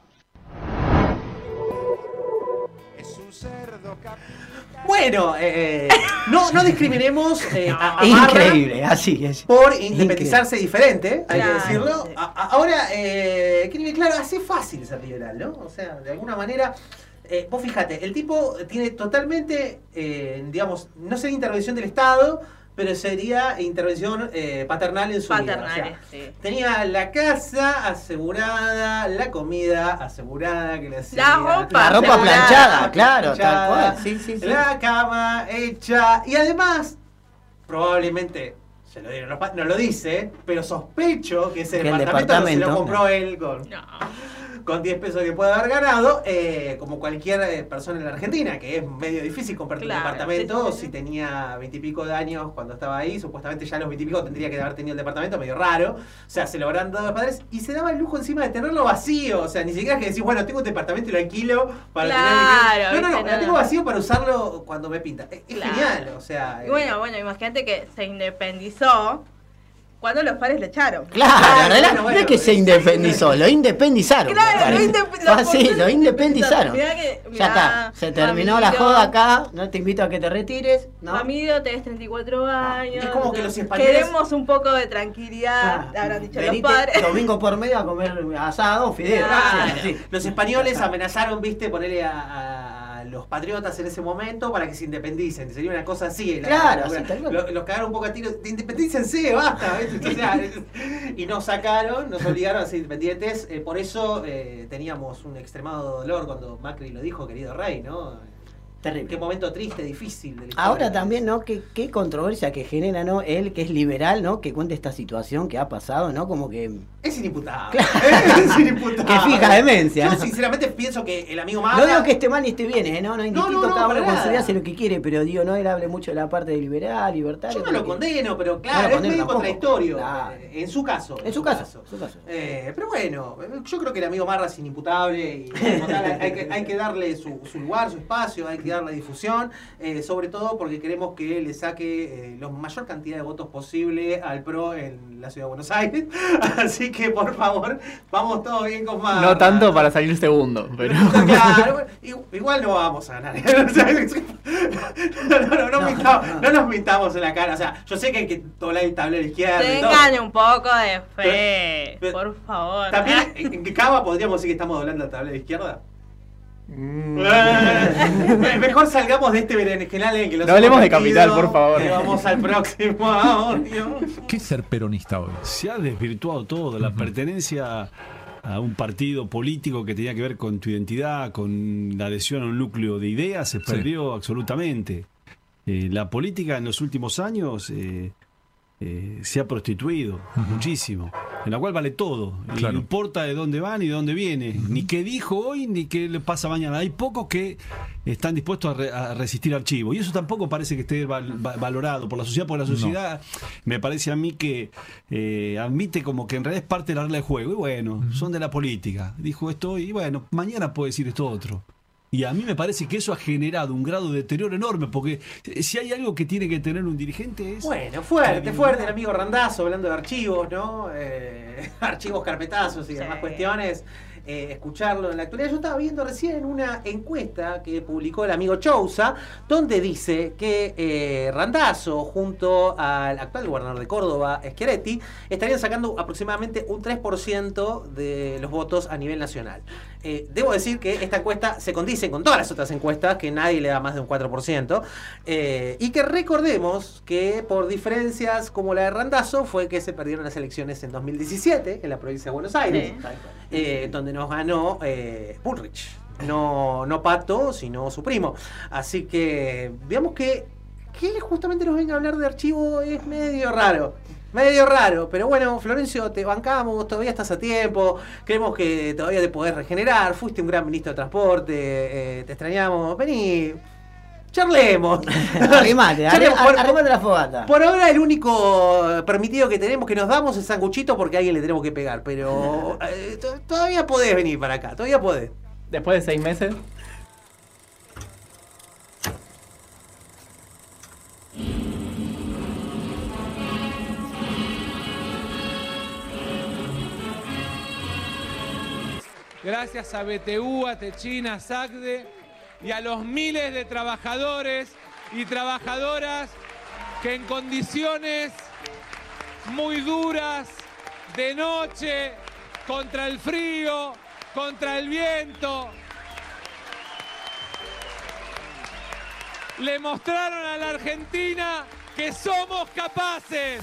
Bueno, eh, no, no discriminemos eh, a, a Increíble, Marra así es. por independizarse diferente, hay Claro, que decirlo. A- a- ahora, eh, que- claro, así es fácil ser liberal, ¿no? O sea, de alguna manera, eh, vos fíjate, el tipo tiene totalmente, eh, digamos, no sería intervención del Estado, pero sería intervención eh, paternal en su vida. O sea, Paternales, sí. tenía la casa asegurada, la comida asegurada que le hacía. La ropa La ropa asegurada. planchada, claro, tal planchada, cual. Sí, sí, sí. La cama hecha. Y además, probablemente, se lo dieron los pa- no lo dice, pero sospecho que ese Que el departamento, no se lo departamento, compró no. él con, con diez pesos que puede haber ganado, eh, como cualquier eh, persona en la Argentina, que es medio difícil comprarte Claro, un departamento. sí, sí, sí. Si tenía veintipico de años cuando estaba ahí, supuestamente ya a los veintipico tendría que haber tenido el departamento, medio raro. O sea, se lo habrán dado los padres y se daba el lujo encima de tenerlo vacío. O sea, ni siquiera es que decís, bueno, tengo un departamento y lo alquilo para Claro, tener... No, no, no, viste, lo tengo nada. vacío para usarlo cuando me pinta. Es, es Claro. genial, o sea... Y bueno, bueno, imagínate que se independizó cuando los padres le echaron. Claro, en realidad bueno, no es bueno, que se sí, independizó, lo independizaron. Claro, me parece. lo indep- Fue lo- así, lo independizaron. Mirá que- Ya mirá, está, se terminó la Ramiro. joda acá, no te invito a que te retires, ¿no? Ramiro, tenés treinta y cuatro años. Es como que los españoles- Queremos un poco de tranquilidad, Claro. habrán dicho Venite los padres. domingo por medio a comer asado, fideos. Claro. sí, sí. Los españoles amenazaron, viste, ponerle a, a los patriotas en ese momento para que se independicen. Sería una cosa así. la- Claro, la- sí, tal cual. lo- los cagaron un poco a tiros. Independícense, basta. ¿viste? O sea, y nos sacaron, nos obligaron a ser independientes. Eh, por eso eh, teníamos un extremado dolor cuando Macri lo dijo, querido rey, ¿no? Terrible. Qué momento triste, difícil. De la historia. Ahora también, ¿no? Qué, qué controversia que genera, ¿no? Él, que es liberal, ¿no? Que cuente esta situación que ha pasado, ¿no? Como que... Es inimputable. Es inimputable. Que fija demencia. Yo ¿no? sinceramente pienso que el amigo Marra... No digo que esté mal ni esté bien, ¿eh? No, no, indistinto, no, no, cada uno para nada. considera hacer lo que quiere, pero digo, no, él hable mucho de la parte de liberal, libertario. Yo no lo porque- condeno, pero No claro, lo es condeno medio tampoco. contradictorio. Claro. eh, En su caso. En su caso, en su caso. Eh, pero bueno, yo creo que el amigo Marra es inimputable y como tal, hay, que, hay que darle su, su lugar, su espacio, hay que darle difusión, eh, sobre todo porque queremos que le saque eh, la mayor cantidad de votos posible al PRO en la Ciudad de Buenos Aires. Así que, por favor, vamos todos bien con Marra. No tanto para salir segundo, pero... Claro, bueno, i- igual no vamos a ganar. O sea, no, no, no, no, mintamos- no nos mintamos en la cara. O sea, yo sé que hay que doblar el tablero izquierdo. y todo. Tengan un poco de fe, Pero- por favor. También, ¿en en Cava podríamos decir que estamos doblando el tablero izquierda? Mm. Eh, Mejor salgamos de este berenjenal en el que los No hablemos de hemos metido, Capital, por favor. y vamos al próximo audio. ¿Qué es ser peronista hoy? Se ha desvirtuado todo, la pertenencia a un partido político que tenía que ver con tu identidad, con la adhesión a un núcleo de ideas, se perdió absolutamente. Eh, la política en los últimos años eh, eh, se ha prostituido muchísimo, en la cual vale todo, y no importa de dónde van y de dónde viene, ni qué dijo hoy ni qué le pasa mañana. Hay pocos que están dispuestos a, re- a resistir archivo, y eso tampoco parece que esté val- va- valorado por la sociedad, porque la sociedad me parece a mí que eh, admite como que en realidad es parte de la regla de juego, y bueno, son de la política, dijo esto hoy, y bueno, mañana puede decir esto otro. Y a mí me parece que eso ha generado un grado de deterioro enorme, porque eh, si hay algo que tiene que tener un dirigente es... Bueno, fuerte, fuerte el amigo Randazzo hablando de archivos, ¿no? Eh, archivos, carpetazos y demás cuestiones. Eh, escucharlo en la actualidad. Yo estaba viendo recién una encuesta que publicó el amigo Chousa, donde dice que eh, Randazzo, junto al actual gobernador de Córdoba, Schiaretti, estarían sacando aproximadamente un tres por ciento de los votos a nivel nacional. Eh, debo decir que esta encuesta se condice con todas las otras encuestas, que nadie le da más de un cuatro por ciento, eh, y que recordemos que por diferencias como la de Randazzo fue que se perdieron las elecciones en dos mil diecisiete en la provincia de Buenos Aires, Sí. eh, donde nos ganó eh, Bullrich. No, no Pato, sino su primo. Así que, digamos que que él justamente nos venga a hablar de archivo es medio raro. Medio raro, pero bueno, Florencio, te bancamos, todavía estás a tiempo, creemos que todavía te podés regenerar, fuiste un gran ministro de transporte, eh, te extrañamos, vení, charlemos. Arrimate, Charlemos. arri- Por- arrimate la fogata. Por ahora el único permitido que tenemos que nos damos es sanguchito porque a alguien le tenemos que pegar, pero eh, to- todavía podés venir para acá, todavía podés. Después de seis meses. Gracias a B T U, a Techina, a SACDE y a los miles de trabajadores y trabajadoras que en condiciones muy duras, de noche, contra el frío, contra el viento, le mostraron a la Argentina que somos capaces.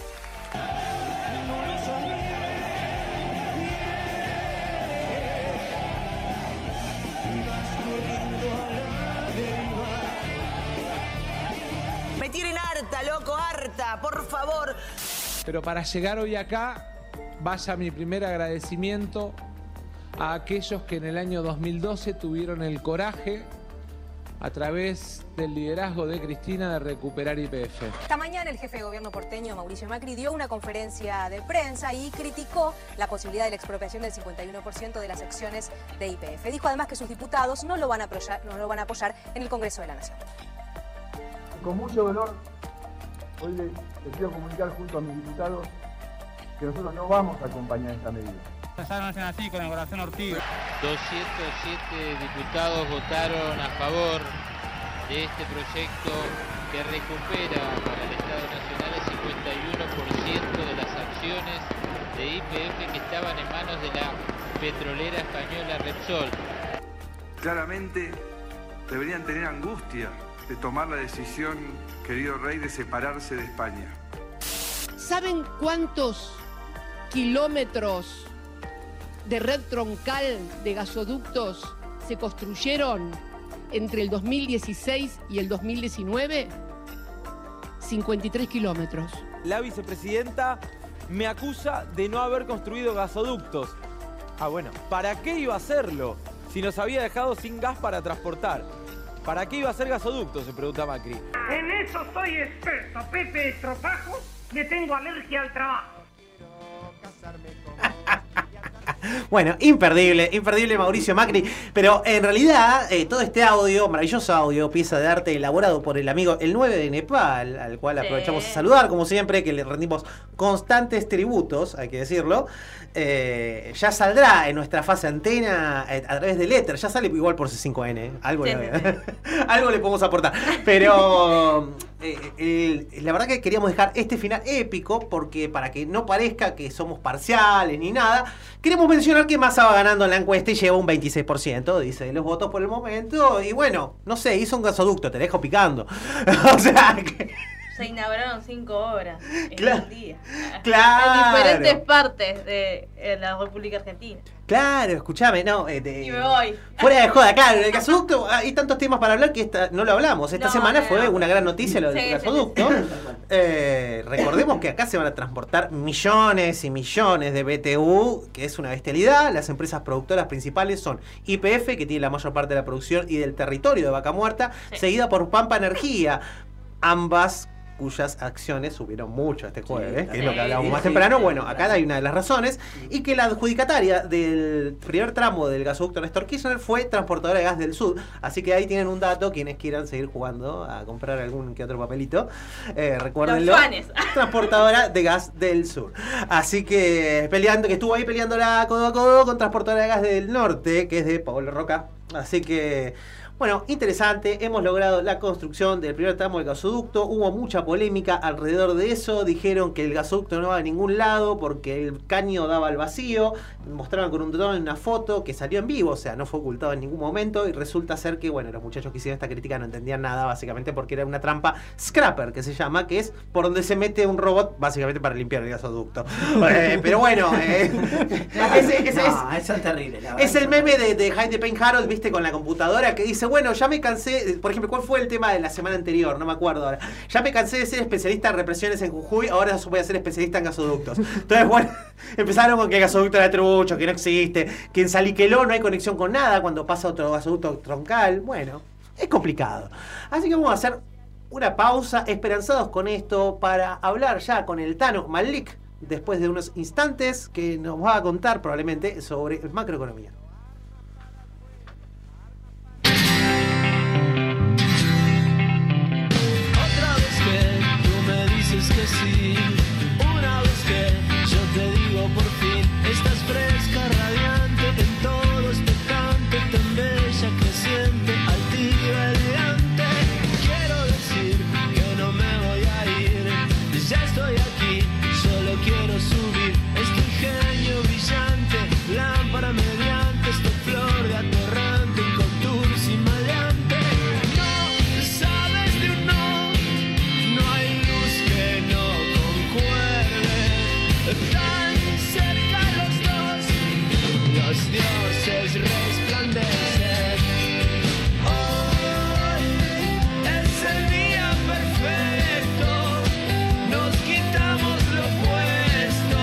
Me tienen harta, loco, harta, por favor. Pero para llegar hoy acá, vaya mi primer agradecimiento a aquellos que en el año dos mil doce tuvieron el coraje, a través del liderazgo de Cristina, de recuperar Y P F. Esta mañana el jefe de gobierno porteño, Mauricio Macri, dio una conferencia de prensa y criticó la posibilidad de la expropiación del cincuenta y uno por ciento de las acciones de Y P F. Dijo además que sus diputados no lo van a apoyar, no lo van a apoyar en el Congreso de la Nación. Con mucho dolor, hoy le, le quiero comunicar junto a mis diputados que nosotros no vamos a acompañar esta medida. Ya no hacen así con el corazón Ortiz. doscientos siete diputados votaron a favor de este proyecto que recupera para el Estado Nacional el cincuenta y uno por ciento de las acciones de Y P F que estaban en manos de la petrolera española Repsol. Claramente deberían tener angustia de tomar la decisión, querido rey, de separarse de España. ¿Saben cuántos kilómetros de red troncal de gasoductos se construyeron entre el dos mil dieciséis y el dos mil diecinueve? cincuenta y tres kilómetros. La vicepresidenta me acusa de no haber construido gasoductos. Ah, bueno, ¿para qué iba a hacerlo si nos había dejado sin gas para transportar? ¿Para qué iba a hacer gasoductos?, se pregunta Macri. En eso soy experto, Pepe Estropajo, le tengo alergia al trabajo. Bueno, imperdible, imperdible Mauricio Macri. Pero en realidad, eh, todo este audio, maravilloso audio, pieza de arte elaborado por el amigo el nueve de Nepal, al cual Sí. aprovechamos a saludar, como siempre, que le rendimos constantes tributos, hay que decirlo. Eh, ya saldrá en nuestra fase antena eh, a través del éter, ya sale igual por C cinco N, ¿eh? algo, Sí, le, sí, algo le podemos aportar. Pero eh, eh, la verdad que queríamos dejar este final épico, porque para que no parezca que somos parciales ni nada, queremos mencionar que Massa va ganando en la encuesta y lleva un veintiséis por ciento, dice, los votos por el momento, y bueno, no sé, hizo un gasoducto, te dejo picando. O sea, que... Se inauguraron cinco obras en Claro. un día. Claro. En diferentes partes de en la República Argentina. Claro, escúchame, no, eh, de- Y me voy. fuera de joda, claro, el gasoducto, hay tantos temas para hablar que esta, no lo hablamos. Esta No, semana no, fue no. una gran noticia lo del Sí, sí, gasoducto. Eh, recordemos que acá se van a transportar millones y millones de B T U, que es una bestialidad. Las empresas productoras principales son Y P F, que tiene la mayor parte de la producción y del territorio de Vaca Muerta, seguida por Pampa Energía, ambas cuyas acciones subieron mucho este jueves, que es lo que hablábamos sí, más sí, temprano. sí, Bueno, claro. acá hay una de las razones, y que la adjudicataria del primer tramo del gasoducto Néstor Kirchner fue Transportadora de Gas del Sur, así que ahí tienen un dato, quienes quieran seguir jugando a comprar algún que otro papelito, eh, recuérdenlo, Los yuanes. Transportadora de Gas del Sur. Así que peleando, que estuvo ahí peleándola codo a codo con Transportadora de Gas del Norte, que es de Pablo Roca, así que... Bueno, interesante, hemos logrado la construcción del primer tramo del gasoducto, hubo mucha polémica alrededor de eso, dijeron que el gasoducto no va a ningún lado porque el caño daba al vacío, mostraban con un dron una foto que salió en vivo, o sea, no fue ocultado en ningún momento, y resulta ser que, bueno, los muchachos que hicieron esta crítica no entendían nada, básicamente porque era una trampa scrapper, que se llama, que es por donde se mete un robot, básicamente para limpiar el gasoducto. Eh, pero bueno, eh, ese- ese No, es- eso es terrible. la verdad. es el meme de, de Hyde Payne Harold, viste, con la computadora, que dice, bueno, ya me cansé, por ejemplo, ¿cuál fue el tema de la semana anterior? No me acuerdo ahora. Ya me cansé de ser especialista en represiones en Jujuy, ahora voy a ser especialista en gasoductos. Entonces, bueno, empezaron con que el gasoducto era trucho, que no existe, que en Saliqueló no hay conexión con nada cuando pasa otro gasoducto troncal. Bueno, es complicado. Así que vamos a hacer una pausa, esperanzados con esto, para hablar ya con el Tano Malik, después de unos instantes, que nos va a contar probablemente sobre macroeconomía. Otra vez que tú me dices que sí, una vez que yo te digo por fin, estás fresca, radiante, en todo este canto, tan bella, creciente, altiva, elegante. Quiero decir que no me voy a ir, ya estoy aquí, solo quiero subir este ingenio brillante, lámpara mediante, esta flor de atorrante, con dulce y maleante. No sabes de un no, no hay luz que no concuerde, tan cerca los dos, los dioses resplandecen. Hoy es el día perfecto, nos quitamos lo puesto,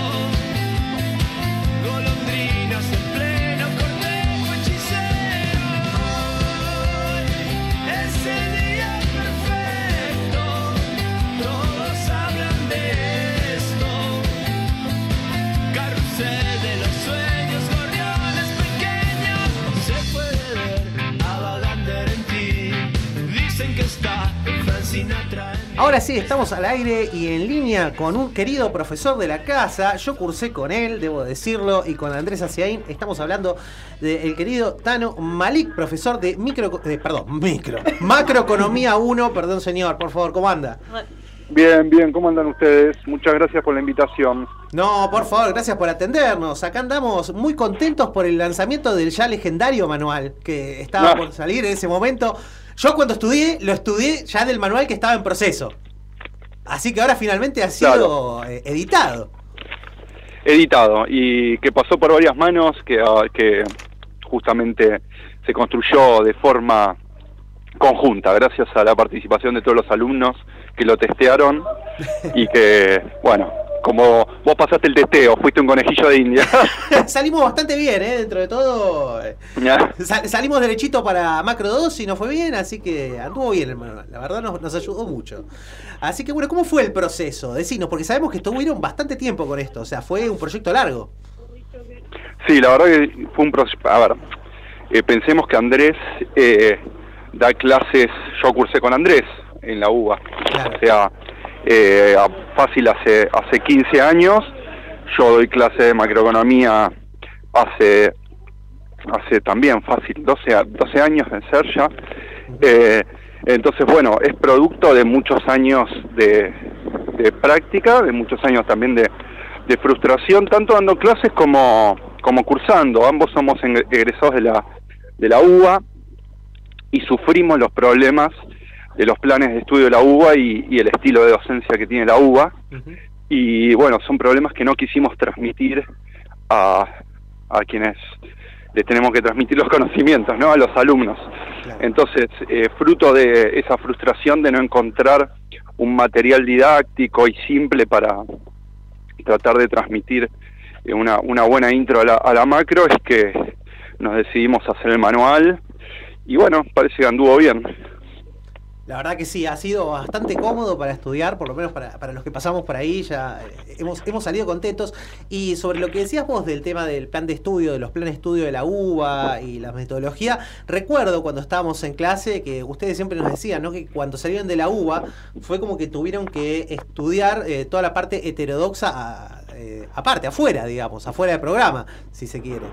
golondrinas en pleno cortejo hechicero. Hoy es el día perfecto, todos hablan de esto. Carrusel de los sueños, gorriones pequeños, se puede ver a Vagander en ti. Dicen que está Frank Sinatra en mí. Ahora sí, estamos al aire y en línea con un querido profesor de la casa. Yo cursé con él, debo decirlo, y con Andrés Aciaín. Estamos hablando del querido Tano Malik, profesor de micro... eh, perdón, micro. Macroeconomía uno, perdón señor, por favor, ¿cómo anda? Bien, bien, ¿cómo andan ustedes? Muchas gracias por la invitación. No, por favor, gracias por atendernos. Acá andamos muy contentos por el lanzamiento del ya legendario manual que estaba Ah. por salir en ese momento. Yo cuando estudié, lo estudié ya del manual que estaba en proceso. Así que ahora finalmente ha sido eh, editado. Editado y que pasó por varias manos, que, ah, que justamente se construyó de forma conjunta, gracias a la participación de todos los alumnos que lo testearon y que, bueno, como vos pasaste el testeo, fuiste un conejillo de India. Salimos bastante bien, ¿eh? Dentro de todo. Sal, salimos derechito para Macro dos y nos fue bien, así que anduvo bien el manual. La verdad nos, nos ayudó mucho. Así que bueno, ¿cómo fue el proceso? Decinos, porque sabemos que estuvieron bastante tiempo con esto, o sea, fue un proyecto largo. Sí, la verdad que fue un proceso. A ver, eh, pensemos que Andrés eh, da clases, yo cursé con Andrés en la U B A, claro. O sea, eh, fácil hace hace quince años, yo doy clase de macroeconomía hace hace también fácil doce años en ser ya, eh, entonces bueno, es producto de muchos años de, de práctica, de muchos años también de, de frustración, tanto dando clases como, como cursando. Ambos somos egresados de la, de la U B A y sufrimos los problemas de los planes de estudio de la U B A y, y el estilo de docencia que tiene la U B A. Uh-huh. Y bueno, son problemas que no quisimos transmitir a, a quienes les tenemos que transmitir los conocimientos, ¿no? A los alumnos. Claro. Entonces, eh, fruto de esa frustración de no encontrar un material didáctico y simple para tratar de transmitir eh, una, una buena intro a la, a la macro, es que nos decidimos a hacer el manual y bueno, parece que anduvo bien. La verdad que sí, ha sido bastante cómodo para estudiar, por lo menos para, para los que pasamos por ahí, ya eh, hemos, hemos salido contentos. Y sobre lo que decías vos del tema del plan de estudio, de los planes de estudio de la U B A y la metodología, recuerdo cuando estábamos en clase que ustedes siempre nos decían, ¿no?, que cuando salieron de la U B A fue como que tuvieron que estudiar eh, toda la parte heterodoxa a, eh, aparte, afuera, digamos, afuera del programa, si se quiere.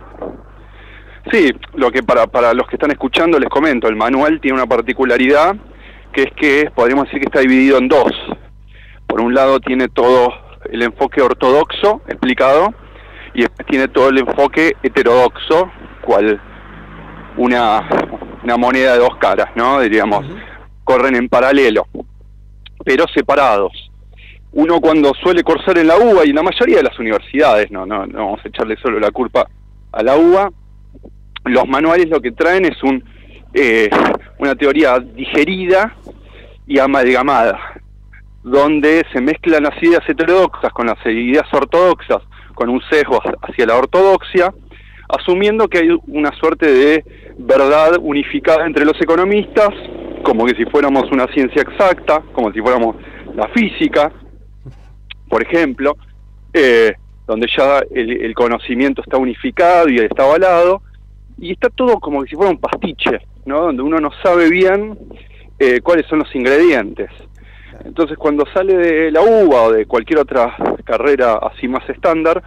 Sí, lo que para, para los que están escuchando les comento, el manual tiene una particularidad, que es que podríamos decir que está dividido en dos. Por un lado tiene todo el enfoque ortodoxo explicado y después tiene todo el enfoque heterodoxo, cual una, una moneda de dos caras, ¿no? Diríamos, uh-huh. Corren en paralelo, pero separados. Uno cuando suele cursar en la U B A y en la mayoría de las universidades, no, no, no vamos a echarle solo la culpa a la U B A, los manuales lo que traen es un Eh, una teoría digerida y amalgamada, donde se mezclan las ideas heterodoxas con las ideas ortodoxas, con un sesgo hacia la ortodoxia, asumiendo que hay una suerte de verdad unificada entre los economistas, como que si fuéramos una ciencia exacta, como si fuéramos la física, por ejemplo, eh, donde ya el, el conocimiento está unificado y está avalado, y está todo como que si fuera un pastiche, ¿no? Donde uno no sabe bien eh, cuáles son los ingredientes. Entonces, cuando sale de la U B A o de cualquier otra carrera así más estándar,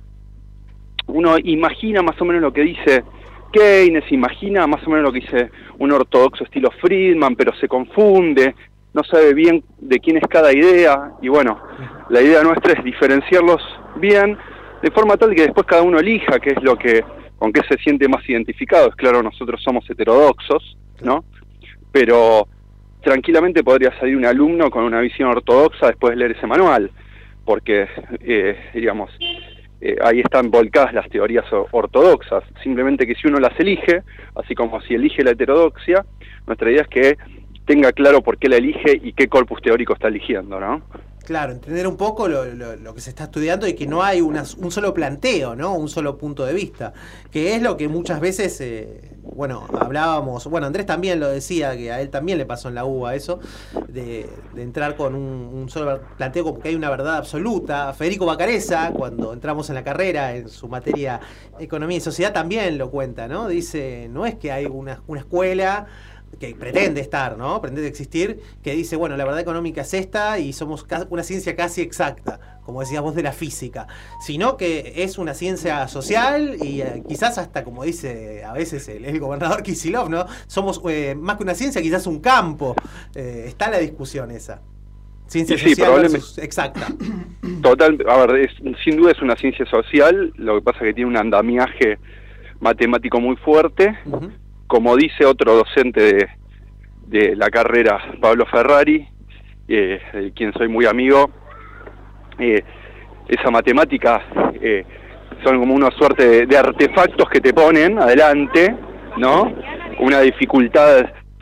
uno imagina más o menos lo que dice Keynes, imagina más o menos lo que dice un ortodoxo estilo Friedman, pero se confunde, no sabe bien de quién es cada idea, y bueno, la idea nuestra es diferenciarlos bien, de forma tal que después cada uno elija qué es lo que con qué se siente más identificado. Es claro, nosotros somos heterodoxos, ¿no? Pero tranquilamente podría salir un alumno con una visión ortodoxa después de leer ese manual, porque, eh, digamos, eh, ahí están volcadas las teorías ortodoxas, simplemente que si uno las elige, así como si elige la heterodoxia, nuestra idea es que tenga claro por qué la elige y qué corpus teórico está eligiendo, ¿no? Claro, entender un poco lo, lo, lo que se está estudiando y que no hay una, un solo planteo, ¿no? Un solo punto de vista, que es lo que muchas veces, eh, bueno, hablábamos, bueno, Andrés también lo decía, que a él también le pasó en la U B A eso, de, de entrar con un, un solo planteo como que hay una verdad absoluta. Federico Bacareza, cuando entramos en la carrera, en su materia Economía y Sociedad, también lo cuenta, ¿no? Dice, no es que hay una, una escuela que pretende estar, ¿no? Pretende existir, que dice, bueno, la verdad económica es esta y somos una ciencia casi exacta, como decías vos de la física, sino que es una ciencia social y eh, quizás hasta, como dice a veces el, el gobernador Kicillof, ¿no? Somos eh, más que una ciencia, quizás un campo. Eh, está la discusión esa. Ciencia sí, social sí, versus exacta. Total, a ver, es, sin duda es una ciencia social, lo que pasa es que tiene un andamiaje matemático muy fuerte. Uh-huh. Como dice otro docente de, de la carrera, Pablo Ferrari, eh, de quien soy muy amigo, eh, esa matemática eh, son como una suerte de, de artefactos que te ponen adelante, ¿no? Una dificultad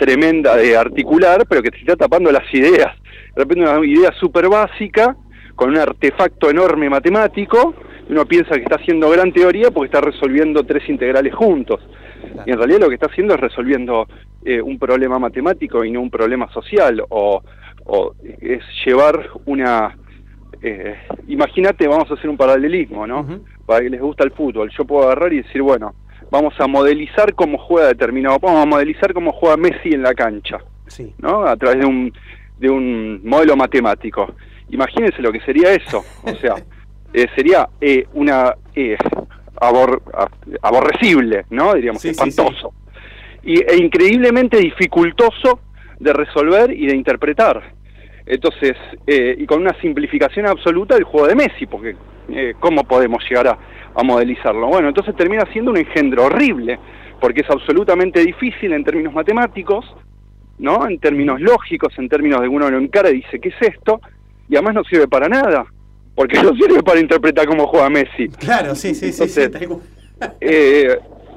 tremenda de articular, pero que te está tapando las ideas. De repente una idea súper básica, con un artefacto enorme matemático, y uno piensa que está haciendo gran teoría porque está resolviendo tres integrales juntos. Y en realidad lo que está haciendo es resolviendo eh, un problema matemático y no un problema social, o, o es llevar una... Eh, imagínate, vamos a hacer un paralelismo, ¿no? Uh-huh. Para que les gusta el fútbol, yo puedo agarrar y decir, bueno, vamos a modelizar cómo juega determinado, vamos a modelizar cómo juega Messi en la cancha, sí. ¿no? A través de un, de un modelo matemático. Imagínense lo que sería eso, o sea, eh, sería eh, una eh, abor, aborrecible, ¿no? Diríamos, sí, espantoso. Sí, sí. Y, e increíblemente dificultoso de resolver y de interpretar. Entonces, eh, y con una simplificación absoluta del juego de Messi, porque eh, ¿cómo podemos llegar a, a modelizarlo? Bueno, entonces termina siendo un engendro horrible, porque es absolutamente difícil en términos matemáticos, ¿no? En términos lógicos, en términos de uno lo encara y dice, ¿qué es esto? Y además no sirve para nada, porque no sirve para interpretar cómo juega Messi. Claro, sí, sí, sí. Entonces, sí eh,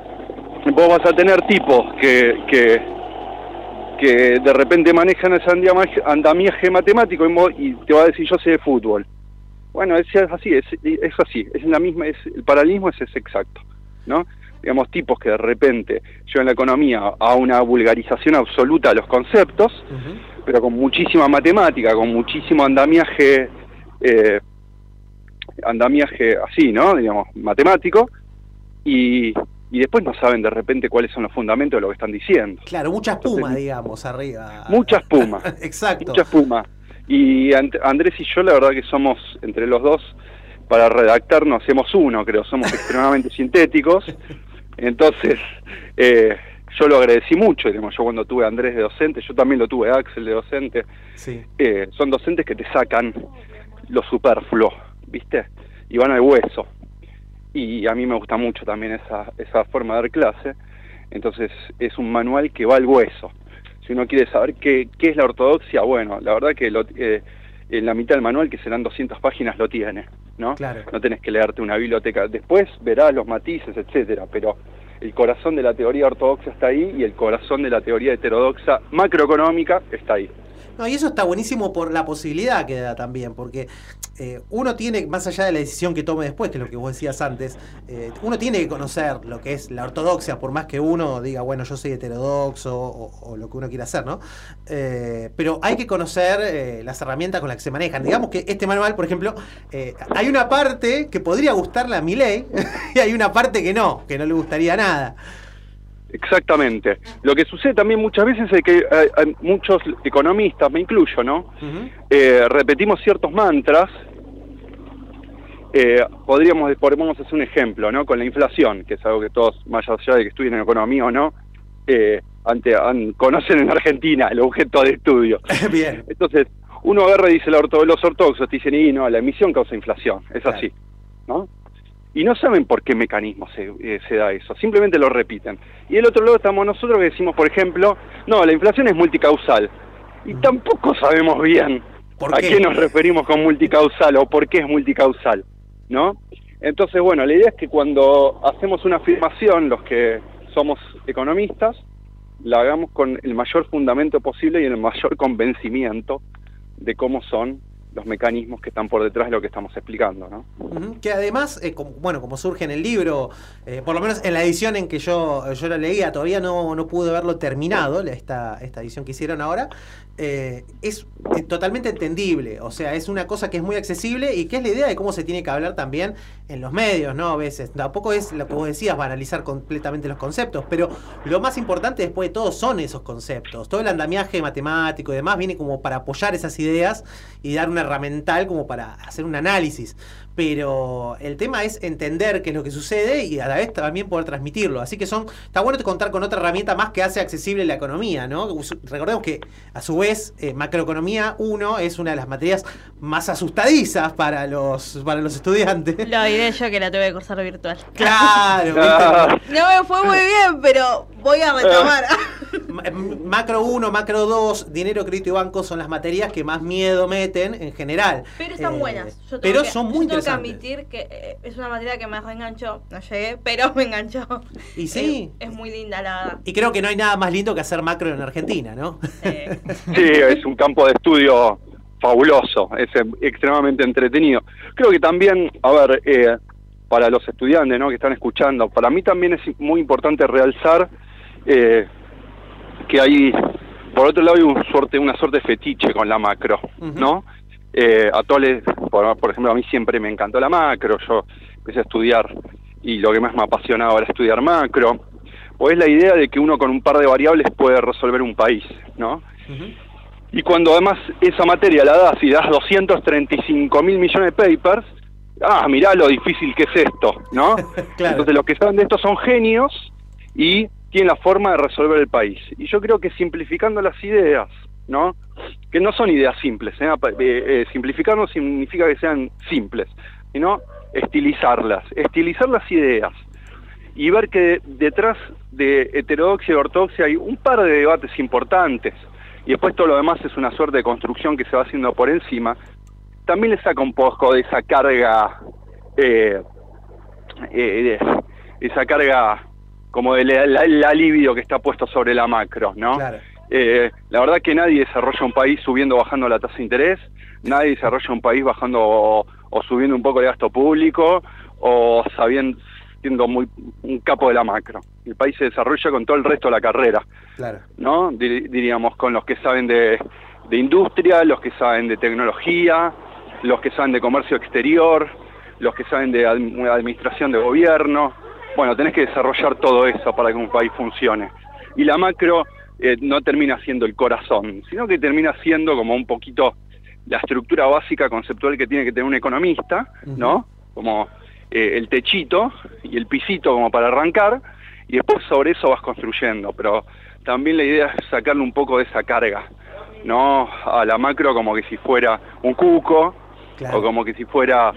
vos vas a tener tipos que... que que de repente manejan ese andamiaje matemático y te va a decir yo sé de fútbol. Bueno, es así, es, es así, es la misma, es, el paralelismo es, es exacto, ¿no? Digamos, tipos que de repente llevan la economía a una vulgarización absoluta de los conceptos, uh-huh. pero con muchísima matemática, con muchísimo andamiaje, eh, andamiaje así, ¿no? Digamos, matemático, y... y después no saben de repente cuáles son los fundamentos de lo que están diciendo. Claro, mucha espuma, Entonces, digamos, arriba. Mucha espuma. Exacto. Mucha espuma. Y And- Andrés y yo, la verdad que somos, entre los dos, para redactar no hacemos uno, creo, somos extremadamente sintéticos. Entonces, eh, yo lo agradecí mucho, digamos, yo cuando tuve a Andrés de docente, yo también lo tuve a Axel de docente. Sí. Eh, son docentes que te sacan lo superfluo, ¿viste? Y van al hueso. Y a mí me gusta mucho también esa, esa forma de dar clase. Entonces es un manual que va al hueso. Si uno quiere saber qué, qué es la ortodoxia, bueno, la verdad que lo, eh, en la mitad del manual, que serán doscientas páginas, lo tiene, ¿no? Claro. No tenés que leerte una biblioteca. Después verás los matices, etcétera, pero el corazón de la teoría ortodoxa está ahí y el corazón de la teoría heterodoxa macroeconómica está ahí. No, y eso está buenísimo por la posibilidad que da también, porque eh, uno tiene, más allá de la decisión que tome después, que es lo que vos decías antes, eh, uno tiene que conocer lo que es la ortodoxia, por más que uno diga, bueno, yo soy heterodoxo, o, o lo que uno quiera hacer, ¿no? Eh, pero hay que conocer eh, las herramientas con las que se manejan. Digamos que este manual, por ejemplo, eh, hay una parte que podría gustarle a Milei, y hay una parte que no, que no le gustaría nada. Exactamente. Lo que sucede también muchas veces es que hay, hay muchos economistas, me incluyo, ¿no? Uh-huh. Eh, repetimos ciertos mantras. Eh, podríamos, podríamos hacer un ejemplo, ¿no? Con la inflación, que es algo que todos, más allá de que estudien en economía o no, eh, ante, an, conocen en Argentina el objeto de estudio. Bien. Entonces, uno agarra y dice, los ortodoxos te dicen, y no, la emisión causa inflación, es claro. Así, ¿no? Y no saben por qué mecanismo se, eh, se da eso, simplemente lo repiten. Y del otro lado estamos nosotros que decimos, por ejemplo, no, la inflación es multicausal. Y tampoco sabemos bien a qué? qué nos referimos con multicausal o por qué es multicausal, ¿no? Entonces, bueno, la idea es que cuando hacemos una afirmación, los que somos economistas, la hagamos con el mayor fundamento posible y el mayor convencimiento de cómo son los mecanismos que están por detrás de lo que estamos explicando, ¿no? Uh-huh. Que además, eh, como, bueno, como surge en el libro, eh, por lo menos en la edición en que yo, yo lo leía, todavía no, no pude verlo terminado, esta, esta edición que hicieron ahora, eh, es, es totalmente entendible, o sea, es una cosa que es muy accesible y que es la idea de cómo se tiene que hablar también en los medios, ¿no? A veces, tampoco es lo que vos decías, banalizar completamente los conceptos, pero lo más importante después de todo son esos conceptos, todo el andamiaje matemático y demás viene como para apoyar esas ideas y dar una herramental como para hacer un análisis, pero el tema es entender qué es lo que sucede y a la vez también poder transmitirlo, así que son está bueno contar con otra herramienta más que hace accesible la economía, ¿no? Recordemos que a su vez eh, macroeconomía uno es una de las materias más asustadizas para los para los estudiantes. Lo diré yo que la tuve que cursar virtual. Claro. No me fue muy bien, pero voy a retomar. macro uno, macro dos, dinero, crédito y banco son las materias que más miedo meten en general. Pero están Eh, buenas. Yo tengo pero que- son muy yo tengo que interesantes. admitir que eh, es una materia que me reenganchó. No llegué, pero me enganchó. Y sí. Es, es muy linda la verdad. Y creo que no hay nada más lindo que hacer macro en Argentina, ¿no? Sí, es un campo de estudio fabuloso, es eh, extremadamente entretenido. Creo que también, a ver, eh, para los estudiantes, ¿no?, que están escuchando, para mí también es muy importante realzar eh, que hay, por otro lado, hay un suerte, una suerte de fetiche con la macro, ¿no? Eh, a todos les, por, por ejemplo, a mí siempre me encantó la macro, yo empecé a estudiar y lo que más me apasionaba era estudiar macro, pues es la idea de que uno con un par de variables puede resolver un país, ¿no? Y cuando además esa materia la das y das doscientos treinta y cinco mil millones de papers, ah, mirá lo difícil que es esto, ¿no? Entonces los que saben de esto son genios y tienen la forma de resolver el país. Y yo creo que simplificando las ideas, ¿no?, que no son ideas simples, ¿eh? Eh, eh, simplificar no significa que sean simples, sino estilizarlas, estilizar las ideas y ver que detrás de heterodoxia y ortodoxia hay un par de debates importantes y después todo lo demás es una suerte de construcción que se va haciendo por encima. También le saca un poco de esa carga, eh, eh, de esa carga como de la, la, la libido que está puesto sobre la macro, ¿no? Claro. Eh, la verdad que nadie desarrolla un país subiendo o bajando la tasa de interés, nadie desarrolla un país bajando o, o subiendo un poco el gasto público o sabiendo, siendo muy un capo de la macro. El país se desarrolla con todo el resto de la carrera, Claro. ¿no? Dir- diríamos con los que saben de, de industria, los que saben de tecnología, los que saben de comercio exterior, los que saben de admi- administración de gobierno. Bueno, tenés que desarrollar todo eso para que un país funcione. Y la macro eh, no termina siendo el corazón, sino que termina siendo como un poquito la estructura básica conceptual que tiene que tener un economista, ¿no? Como eh, el techito y el pisito como para arrancar, y después sobre eso vas construyendo, pero también la idea es sacarle un poco de esa carga, ¿no?, a la macro como que si fuera un cuco, Claro. o como que si fuera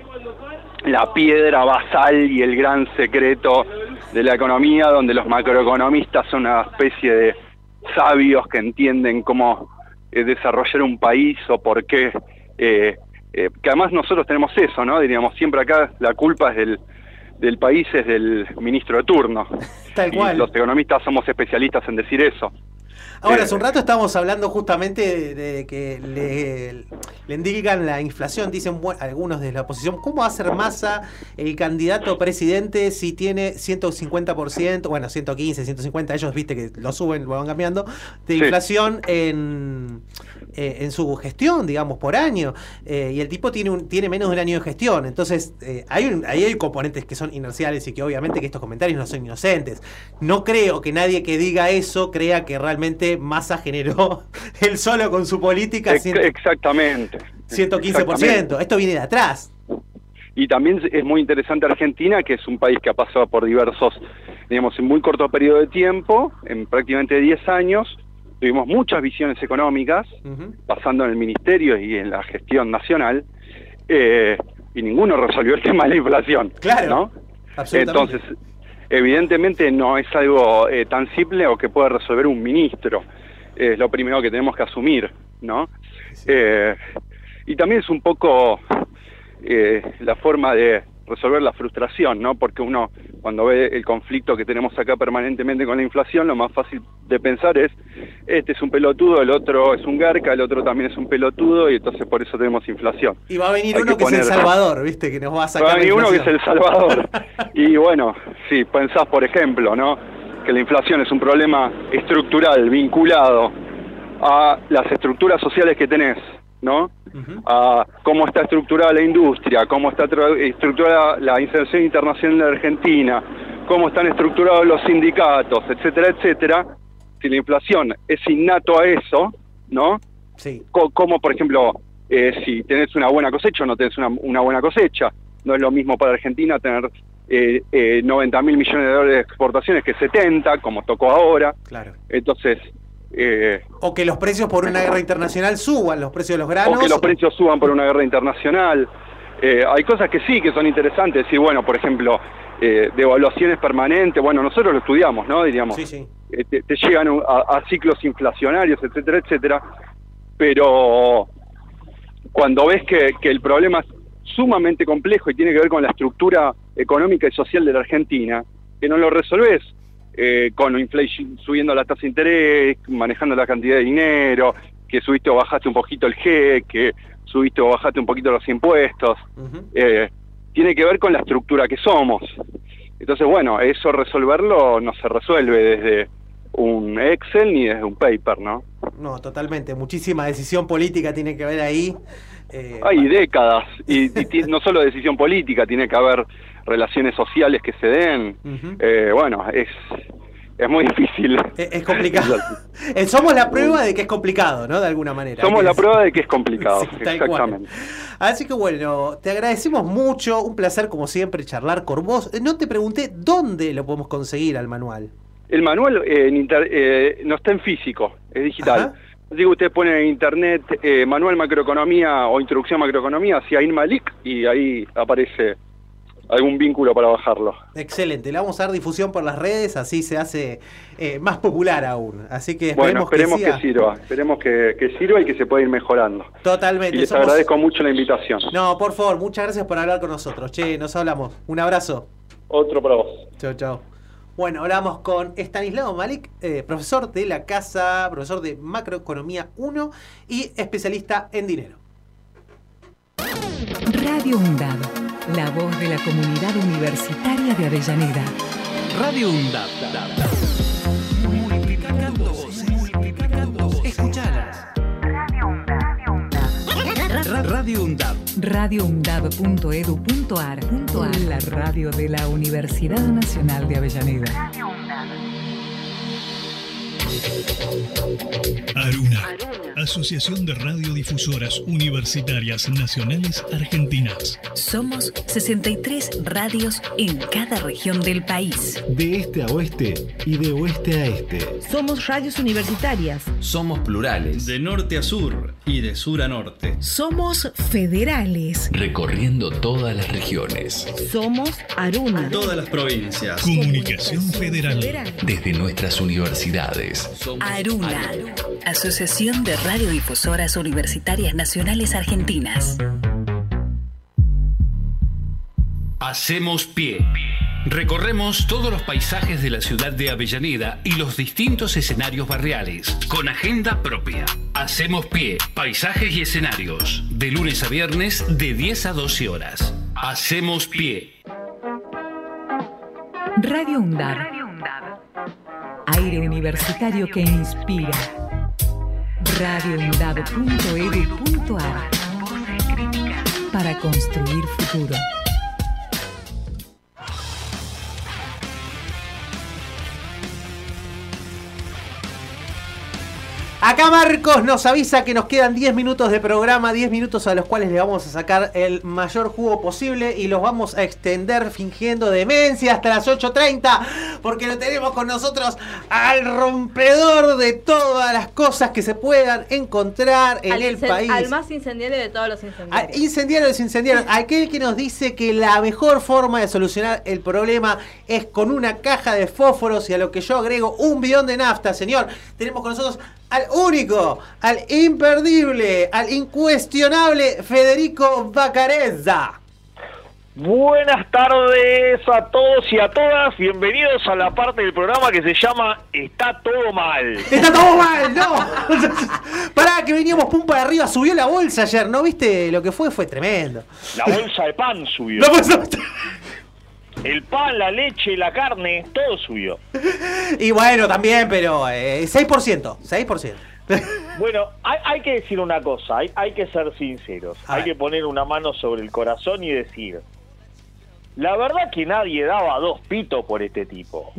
la piedra basal y el gran secreto de la economía, donde los macroeconomistas son una especie de sabios que entienden cómo eh, desarrollar un país o por qué, eh, eh, que además nosotros tenemos eso, ¿no? Diríamos siempre acá la culpa es del, del país, es del ministro de turno. Tal Y cual. los economistas somos especialistas en decir eso. Ahora, Eh, hace un rato estábamos hablando justamente de, de que le, le indican la inflación, dicen bu- algunos de la oposición. ¿Cómo va a ser Massa el candidato presidente si tiene ciento cincuenta por ciento, bueno, ciento quince, ciento cincuenta, ellos viste que lo suben, lo van cambiando, de Sí. inflación en, eh, en su gestión, digamos, por año? Eh, y el tipo tiene un, tiene menos de un año de gestión. Entonces, eh, hay un, ahí hay componentes que son inerciales y que obviamente que estos comentarios no son inocentes. No creo que nadie que diga eso crea que realmente Massa generó él solo con su política ex- ciento- exactamente. ciento quince por ciento. Esto viene de atrás. Y también es muy interesante Argentina, que es un país que ha pasado por diversos, digamos, en muy corto periodo de tiempo, en prácticamente diez años, tuvimos muchas visiones económicas, pasando en el ministerio y en la gestión nacional, eh, y ninguno resolvió el tema de la inflación. Claro, ¿no? absolutamente. Entonces, evidentemente no es algo eh, tan simple o que pueda resolver un ministro. Es lo primero que tenemos que asumir, ¿no? Eh, y también es un poco eh, la forma de resolver la frustración, ¿no? Porque uno, cuando ve el conflicto que tenemos acá permanentemente con la inflación, lo más fácil de pensar es, este es un pelotudo, el otro es un garca, el otro también es un pelotudo, y entonces por eso tenemos inflación. Y va a venir Hay uno que, poner- es El Salvador, ¿viste? Que nos va a sacar Va a la venir uno que es inflación. El Salvador. Y bueno, si pensás, por ejemplo, ¿no?, que la inflación es un problema estructural vinculado a las estructuras sociales que tenés, ¿no? A cómo está estructurada la industria, cómo está tra- estructurada la inserción internacional de Argentina, cómo están estructurados los sindicatos, etcétera, etcétera. Si la inflación es innato a eso, ¿no? Sí. Co- como, por ejemplo, eh, si tenés una buena cosecha o no tenés una, una buena cosecha. No es lo mismo para Argentina tener eh, eh, noventa mil millones de dólares de exportaciones que setenta, como tocó ahora. Claro. Entonces, eh, O que los precios por una guerra internacional suban, los precios de los granos. o que los precios suban por una guerra internacional. Eh, hay cosas que sí, que son interesantes. Decir, bueno, por ejemplo, eh, de evaluaciones permanentes. Bueno, nosotros lo estudiamos, ¿no? Diríamos, Sí, sí. eh, te, te llegan a, a ciclos inflacionarios, etcétera, etcétera, pero cuando ves que, que el problema es sumamente complejo y tiene que ver con la estructura económica y social de la Argentina, que no lo resolvés eh, con inflation, subiendo la tasa de interés, manejando la cantidad de dinero, que subiste o bajaste un poquito el G, que subiste o bajaste un poquito los impuestos. Ujú. eh, tiene que ver con la estructura que somos. Entonces, bueno, eso resolverlo no se resuelve desde un Excel ni desde un paper, ¿no? No, totalmente. Muchísima decisión política tiene que ver ahí. Eh, Hay décadas, y, y ti- no solo decisión política, tiene que haber relaciones sociales que se den. Ujú. Eh, bueno, es, es muy difícil. Es, es complicado. Eh, Somos la prueba de que es complicado, ¿no? De alguna manera. Somos Hay que la decir. prueba de que es complicado, Sí, tal cual. exactamente. Así que bueno, te agradecemos mucho. Un placer, como siempre, charlar con vos. Eh, No te pregunté dónde lo podemos conseguir al manual. El manual eh, en inter- eh, no está en físico, es digital. Ajá. Así que ustedes ponen en internet eh, manual macroeconomía o introducción a macroeconomía hacia Inmalik y ahí aparece algún vínculo para bajarlo. Excelente. Le vamos a dar difusión por las redes, así se hace eh, más popular aún. Así que Bueno, esperemos, esperemos que, que, siga. sirva, esperemos que, que sirva y que se pueda ir mejorando. Totalmente. Y les somos- agradezco mucho la invitación. No, por favor, muchas gracias por hablar con nosotros. Che, nos hablamos. Un abrazo. Otro para vos. Chao, chao. Bueno, hablamos con Estanislao Malik, eh, profesor de la casa, profesor de Macroeconomía uno y especialista en dinero. Radio UNDAB, la voz de la comunidad universitaria de Avellaneda. Radio UNDAB. Multiplicando voces, multiplicando voces. Escuchalas. Radio UNDAB. radio undab punto edu punto ar. La radio de la Universidad Nacional de Avellaneda. Aruna, Asociación de Radiodifusoras Universitarias Nacionales Argentinas. Somos sesenta y tres radios en cada región del país. De este a oeste y de oeste a este. Somos radios universitarias. Somos plurales. De norte a sur y de sur a norte. Somos federales. Recorriendo todas las regiones. Somos Aruna. Todas las provincias. Comunicación Federal. Desde nuestras universidades. Aruna, Asociación de Radiodifusoras Universitarias Nacionales Argentinas. Hacemos pie. Recorremos todos los paisajes de la ciudad de Avellaneda y los distintos escenarios barriales, con agenda propia. Hacemos pie, paisajes y escenarios, de lunes a viernes de diez a doce horas. Hacemos pie. Radio UNDAB. Aire universitario que inspira. radio undab punto edu punto ar. Para construir futuro. Acá Marcos nos avisa que nos quedan diez minutos de programa, diez minutos a los cuales le vamos a sacar el mayor jugo posible y los vamos a extender fingiendo demencia hasta las ocho treinta, porque lo tenemos con nosotros al rompedor de todas las cosas que se puedan encontrar en al el incen- país. Al más incendiario de todos los Ah, incendiarios. Incendiarios, incendiarios. Aquel que nos dice que la mejor forma de solucionar el problema es con una caja de fósforos y a lo que yo agrego un bidón de nafta, señor. Tenemos con nosotros al único, al imperdible, al incuestionable Federico Bacarezza. Buenas tardes a todos y a todas. Bienvenidos a la parte del programa que se llama Está todo mal. ¡Está todo mal! ¡No! Pará, que veníamos pum para arriba. Subió la bolsa ayer, ¿no viste? Lo que fue fue tremendo. La bolsa de pan subió. La bolsa- El pan, la leche, la carne, todo subió. Y bueno, también, pero eh, seis por ciento. seis por ciento. Bueno, hay, hay que decir una cosa, hay, hay que ser sinceros. A Hay ver. que poner una mano sobre el corazón y decir... La verdad que nadie daba dos pitos por este tipo.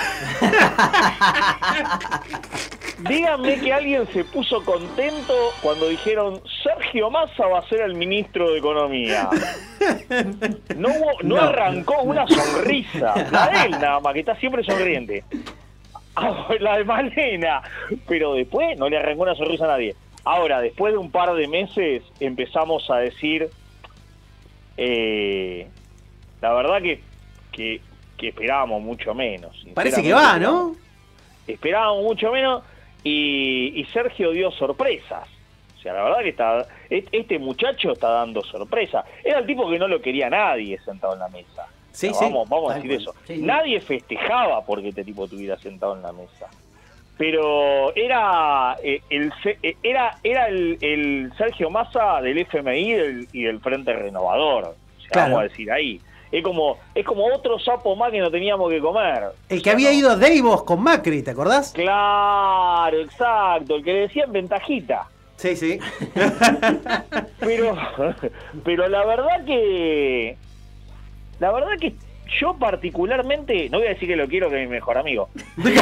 Díganme que alguien se puso contento cuando dijeron Sergio Massa va a ser el ministro de Economía. No, hubo- no, No. arrancó una sonrisa. La de él nada más, que está siempre sonriente. Ah, la de Malena. Pero después no le arrancó una sonrisa a nadie. Ahora, después de un par de meses empezamos a decir... Eh, la verdad que, que que esperábamos mucho menos. Parece que va, ¿no? Esperábamos mucho menos y, y Sergio dio sorpresas. O sea, la verdad que está, este muchacho está dando sorpresa. Era el tipo que no lo quería nadie sentado en la mesa. Sí, o sea, sí. Vamos, vamos a decir Tal eso. cual. Sí, sí. Nadie festejaba porque este tipo estuviera sentado en la mesa. Pero era eh, el eh, era era el, el Sergio Massa del F M I y del, y del Frente Renovador. O sea, Claro. vamos a decir ahí. Es como es como otro sapo más que no teníamos que comer. El que había ido Deivos con Macri, ¿te acordás? Claro, exacto. El que le decían ventajita. Sí, sí. Pero, pero la verdad que, la verdad que yo particularmente, no voy a decir que lo quiero, que es mi mejor amigo.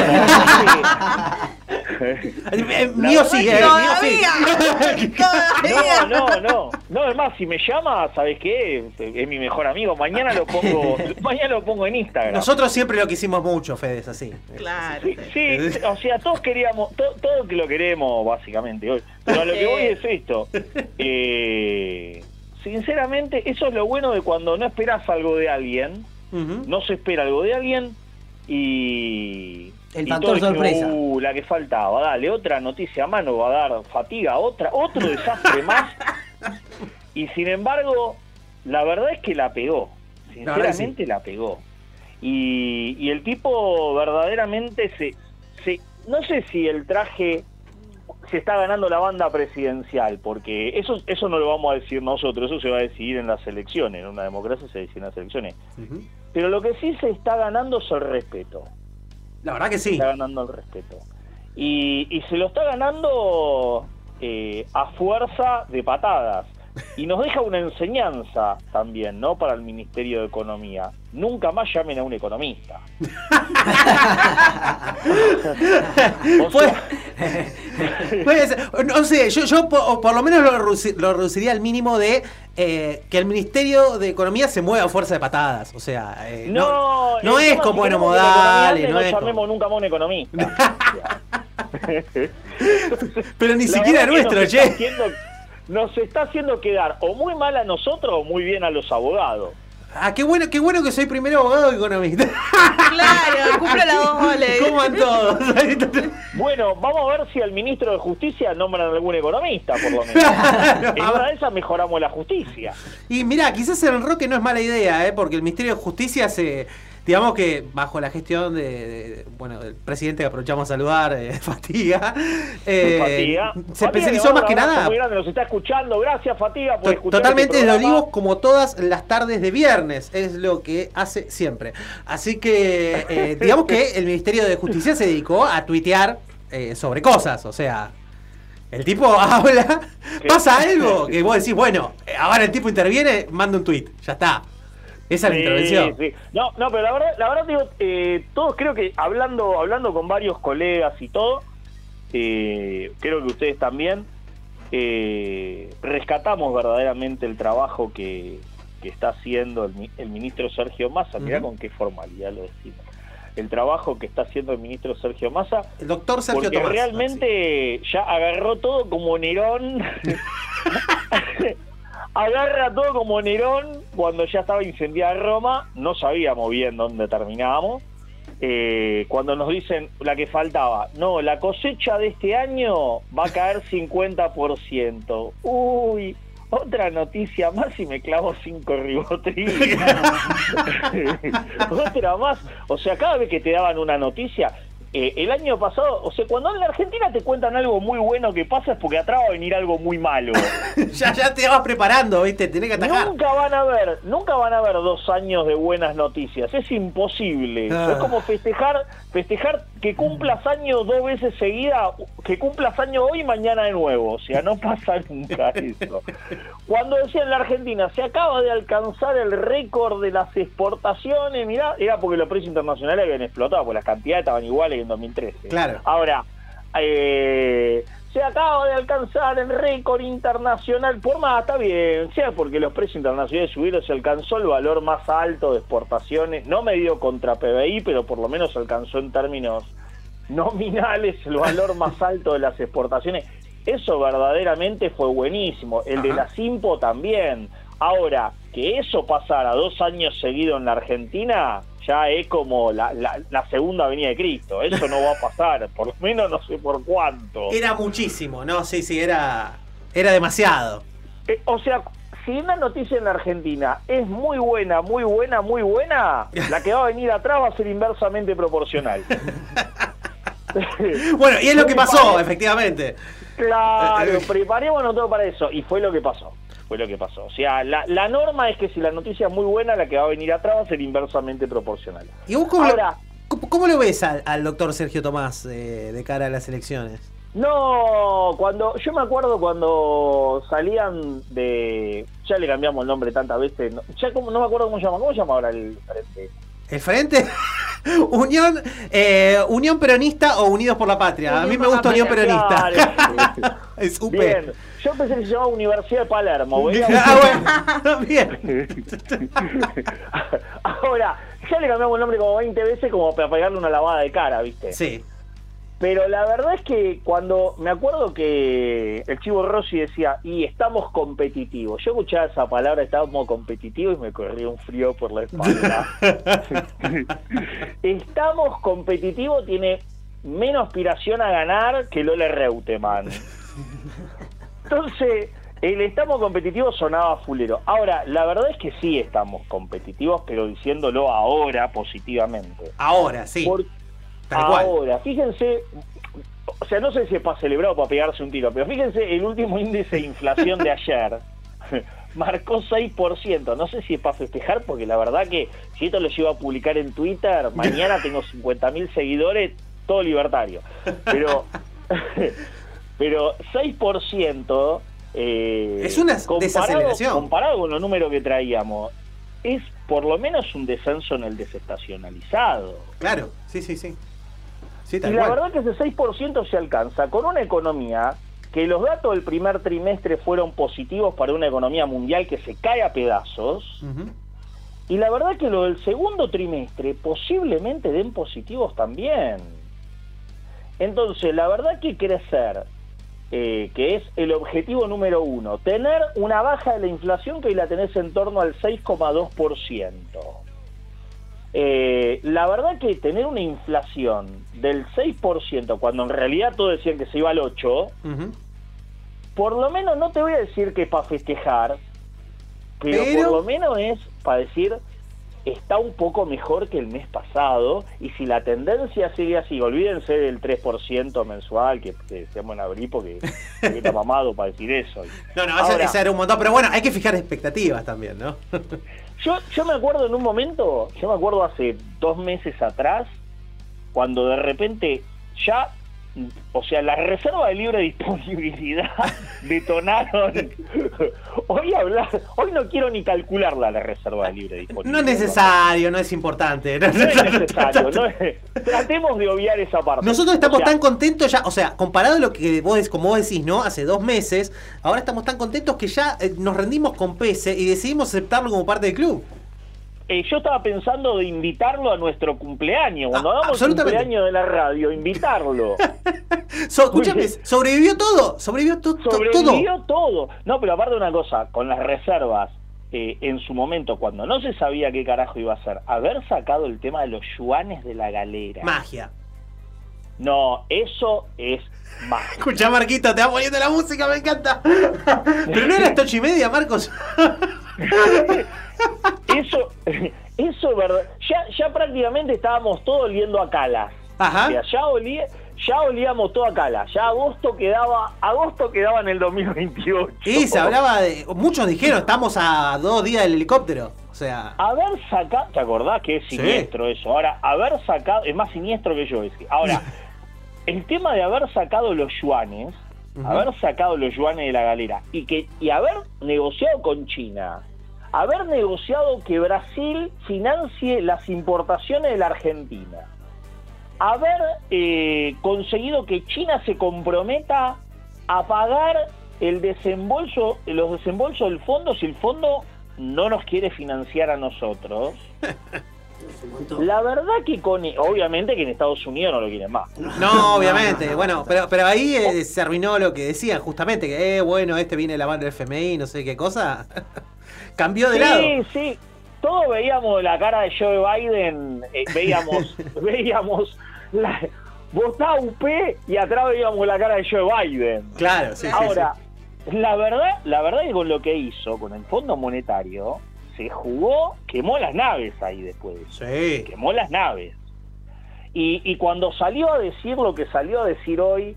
Mío sí, eh, mío sí. No, no, no. No, es más, si me llama, ¿sabes qué? Es mi mejor amigo. Mañana lo pongo, mañana lo pongo en Instagram. Nosotros siempre lo quisimos mucho, Fede, es así. Claro. Sí, sí, o sea, todos queríamos, to- todos que lo queremos, básicamente, hoy. Pero a lo que voy es esto. Eh, sinceramente, eso es lo bueno de cuando no esperas algo de alguien, Ujú. no se espera algo de alguien y... El y factor todos dijimos, sorpresa. Uh, la que faltaba, dale, otra noticia más nos va a dar fatiga, otra, otro desastre más. Y sin embargo, la verdad es que la pegó. Sinceramente la pegó. Y, y el tipo verdaderamente se, se... No sé si el traje se está ganando la banda presidencial, porque eso eso no lo vamos a decir nosotros, eso se va a decidir en las elecciones, en una democracia se decide en las elecciones. Ujú. Pero lo que sí se está ganando es el respeto. La verdad que Se sí. está ganando el respeto. Y, y se lo está ganando eh, a fuerza de patadas. Y nos deja una enseñanza también, ¿no? Para el Ministerio de Economía. Nunca más llamen a un economista. O Puede, sea, puede ser. No sé, yo, yo por, por lo menos lo, reduci- lo reduciría al mínimo de eh, que el Ministerio de Economía se mueva a fuerza de patadas. O sea, eh, no, no, no el es tema, con si buenos queremos que la economía modales. ande, No no es llamemos con- nunca más a un economista. Pero ni La siquiera verdad que nuestro, nos está che. haciendo- nos está haciendo quedar o muy mal a nosotros o muy bien a los abogados. Ah, qué bueno, qué bueno que soy primero abogado que economista. Claro, cumple las dos goles. ¿Cómo van todos? Bueno, vamos a ver si al ministro de Justicia nombran algún economista, por lo menos. En una de esas mejoramos la justicia. Y mirá, quizás el enroque no es mala idea, ¿eh? Porque el Ministerio de Justicia se... Digamos que bajo la gestión de, de- bueno, del presidente que aprovechamos a saludar, eh, Fatiga, eh, Fatiga. se Fatiga, especializó le más mando que un abrazo nada muy grande, nos está escuchando. Gracias, Fatiga, por to- escuchar totalmente este desde programa. Olivos como todas las tardes de viernes, es lo que hace siempre. Así que eh, digamos que el Ministerio de Justicia se dedicó a tuitear eh, sobre cosas, o sea... El tipo habla, pasa algo que vos decís, bueno, eh, ahora el tipo interviene, manda un tuit, ya está. Esa es la Sí, intervención. sí. No, no, pero la verdad, la verdad digo, eh, todos creo que hablando, hablando con varios colegas y todo, eh, creo que ustedes también, eh, rescatamos verdaderamente el trabajo que, que está haciendo el, mi- el ministro Sergio Massa. Mirá Ujú. con qué formalidad lo decimos. El trabajo que está haciendo el ministro Sergio Massa. El doctor Sergio porque Tomás. realmente ya agarró todo como Nerón. Agarra todo como Nerón cuando ya estaba incendiada Roma. No sabíamos bien dónde terminábamos. Eh, cuando nos dicen la que faltaba, no, la cosecha de este año va a caer cincuenta por ciento. Uy, otra noticia más y me clavo cinco ribotril. Otra más. O sea, cada vez que te daban una noticia, eh, el año pasado, o sea, cuando en la Argentina te cuentan algo muy bueno que pasa es porque atrás va a venir algo muy malo. ya, ya te vas preparando, ¿viste? Tenés que atacar. Nunca van a ver, nunca van a ver dos años de buenas noticias, es imposible. Ah. Es como festejar, festejar que cumplas año dos veces seguida, que cumplas año hoy y mañana de nuevo, o sea, no pasa nunca eso. Cuando decían en la Argentina, se acaba de alcanzar el récord de las exportaciones, mirá, era porque los precios internacionales habían explotado, porque las cantidades estaban iguales que en dos mil trece. Claro. Ahora, eh, se acaba de alcanzar el récord internacional, por más, está bien, sea porque los precios internacionales subieron, se alcanzó el valor más alto de exportaciones, no medido contra P B I, pero por lo menos se alcanzó en términos nominales el valor más alto de las exportaciones. Eso verdaderamente fue buenísimo. El de Ajá. la Simpo también. Ahora, que eso pasara dos años seguidos en la Argentina, ya es como la, la, la segunda venida de Cristo. Eso no va a pasar, por lo menos no sé por cuánto. Era muchísimo, ¿no? Sí, sí, era, era demasiado. Eh, o sea, si una noticia en la Argentina es muy buena, muy buena, muy buena, la que va a venir atrás va a ser inversamente proporcional. Bueno, y es lo que pasó, efectivamente. Claro, preparémonos todo para eso. Y fue lo que pasó. Fue lo que pasó. O sea, la, la norma es que si la noticia es muy buena, la que va a venir atrás va a ser inversamente proporcional. ¿Y vos cómo, Ahora, lo, cómo, cómo lo ves al, al doctor Sergio Tomás eh, de cara a las elecciones? no, cuando yo me acuerdo cuando salían de... Ya le cambiamos el nombre tantas veces. No, ya como, no me acuerdo cómo se llama. ¿Cómo se llama ahora el frente? ¿El frente? Unión eh, Unión Peronista o Unidos por la Patria. A mí me gusta Unión Peronista. Claro. Es U P. Bien. Yo pensé que se llamaba Universidad de Palermo. Voy a... Ah, bueno. Bien. Ahora, ya le cambiamos el nombre como veinte veces como para pegarle una lavada de cara, ¿viste? Sí. Pero la verdad es que cuando me acuerdo que el Chivo Rossi decía, y estamos competitivos, yo escuchaba esa palabra, estábamos competitivos, y me corría un frío por la espalda. Estamos competitivos tiene menos aspiración a ganar que Lola Reutemann. Entonces, el estamos competitivos sonaba fulero. Ahora, la verdad es que sí estamos competitivos, pero diciéndolo ahora positivamente. Ahora, sí. Por, ahora, fíjense, o sea, no sé si es para celebrar o para pegarse un tiro, pero fíjense, el último índice de inflación de ayer marcó seis por ciento. No sé si es para festejar, porque la verdad que si esto lo llevo a publicar en Twitter, mañana tengo cincuenta mil seguidores, todo libertario. Pero... Pero seis por ciento eh, es una comparado, desaceleración. Comparado con los números que traíamos, es por lo menos un descenso en el desestacionalizado. Claro, sí, sí, sí. sí tal y la cual. verdad que ese seis por ciento se alcanza con una economía que los datos del primer trimestre fueron positivos para una economía mundial que se cae a pedazos. Uh-huh. Y la verdad que lo del segundo trimestre posiblemente den positivos también. Entonces, la verdad que crecer... Eh, que es el objetivo número uno, tener una baja de la inflación que hoy la tenés en torno al seis coma dos por ciento. Eh, la verdad que tener una inflación del seis por ciento, cuando en realidad todos decían que se iba al ocho por ciento, uh-huh. por lo menos no te voy a decir que es para festejar, pero, pero por lo menos es para decir... está un poco mejor que el mes pasado, y si la tendencia sigue así, olvídense del tres por ciento mensual, que, que seamos en abril, porque está mamado para decir eso. No, no, Ahora, esa era un montón, pero bueno, hay que fijar expectativas también, ¿no? yo, yo me acuerdo en un momento, yo me acuerdo hace dos meses atrás, cuando de repente ya... O sea, las reservas de libre disponibilidad detonaron. Hoy hablar, hoy no quiero ni calcularla la reserva de libre disponibilidad. No es necesario, no es importante. No es necesario. No es, tratemos de obviar esa parte. Nosotros estamos o sea, tan contentos ya, o sea, comparado a lo que vos, como vos decís, ¿no? Hace dos meses, ahora estamos tan contentos que ya eh, nos rendimos con P E S E y decidimos aceptarlo como parte del club. Eh, yo estaba pensando de invitarlo a nuestro cumpleaños. Cuando ah, hagamos el cumpleaños de la radio, invitarlo. so, escúchame, ¿sobrevivió todo? ¿Sobrevivió to Sobrevivió todo? todo. No, pero aparte de una cosa, con las reservas, eh, en su momento, cuando no se sabía qué carajo iba a hacer, haber sacado el tema de los yuanes de la galera. Magia. No, eso es magia. Escuchá, Marquito, te va poniendo la música, me encanta. Pero no era las ocho y media, Marcos. Eso, eso verdad. Ya, ya prácticamente estábamos todos oliendo a calas. Ajá. O sea, ya olía, ya olíamos todo a calas. Ya agosto quedaba, agosto quedaba en el dos mil veintiocho. Y se hablaba de, muchos dijeron, estamos a dos días del helicóptero. O sea, haber sacado, ¿te acordás que es siniestro sí. eso? Ahora, haber sacado, es más siniestro que yo. Ahora, el tema de haber sacado los yuanes, uh-huh. haber sacado los yuanes de la galera y que y haber negociado con China. Haber negociado que Brasil financie las importaciones de la Argentina. Haber eh, conseguido que China se comprometa a pagar el desembolso, los desembolsos del fondo si el fondo no nos quiere financiar a nosotros. La verdad que con... Obviamente que en Estados Unidos no lo quieren más. No, obviamente. Bueno, pero, pero ahí eh, se arruinó lo que decían, justamente, que, eh, bueno, este viene de la mano del F M I, no sé qué cosa. Cambió de sí, lado. Sí, sí. Todos veíamos la cara de Joe Biden, eh, veíamos, veíamos la, votaba U P y atrás veíamos la cara de Joe Biden. Claro, sí, Ahora, sí, sí. la verdad, la verdad que con lo que hizo, con el Fondo Monetario, se jugó, quemó las naves ahí después. Sí. Quemó las naves. Y, y cuando salió a decir lo que salió a decir hoy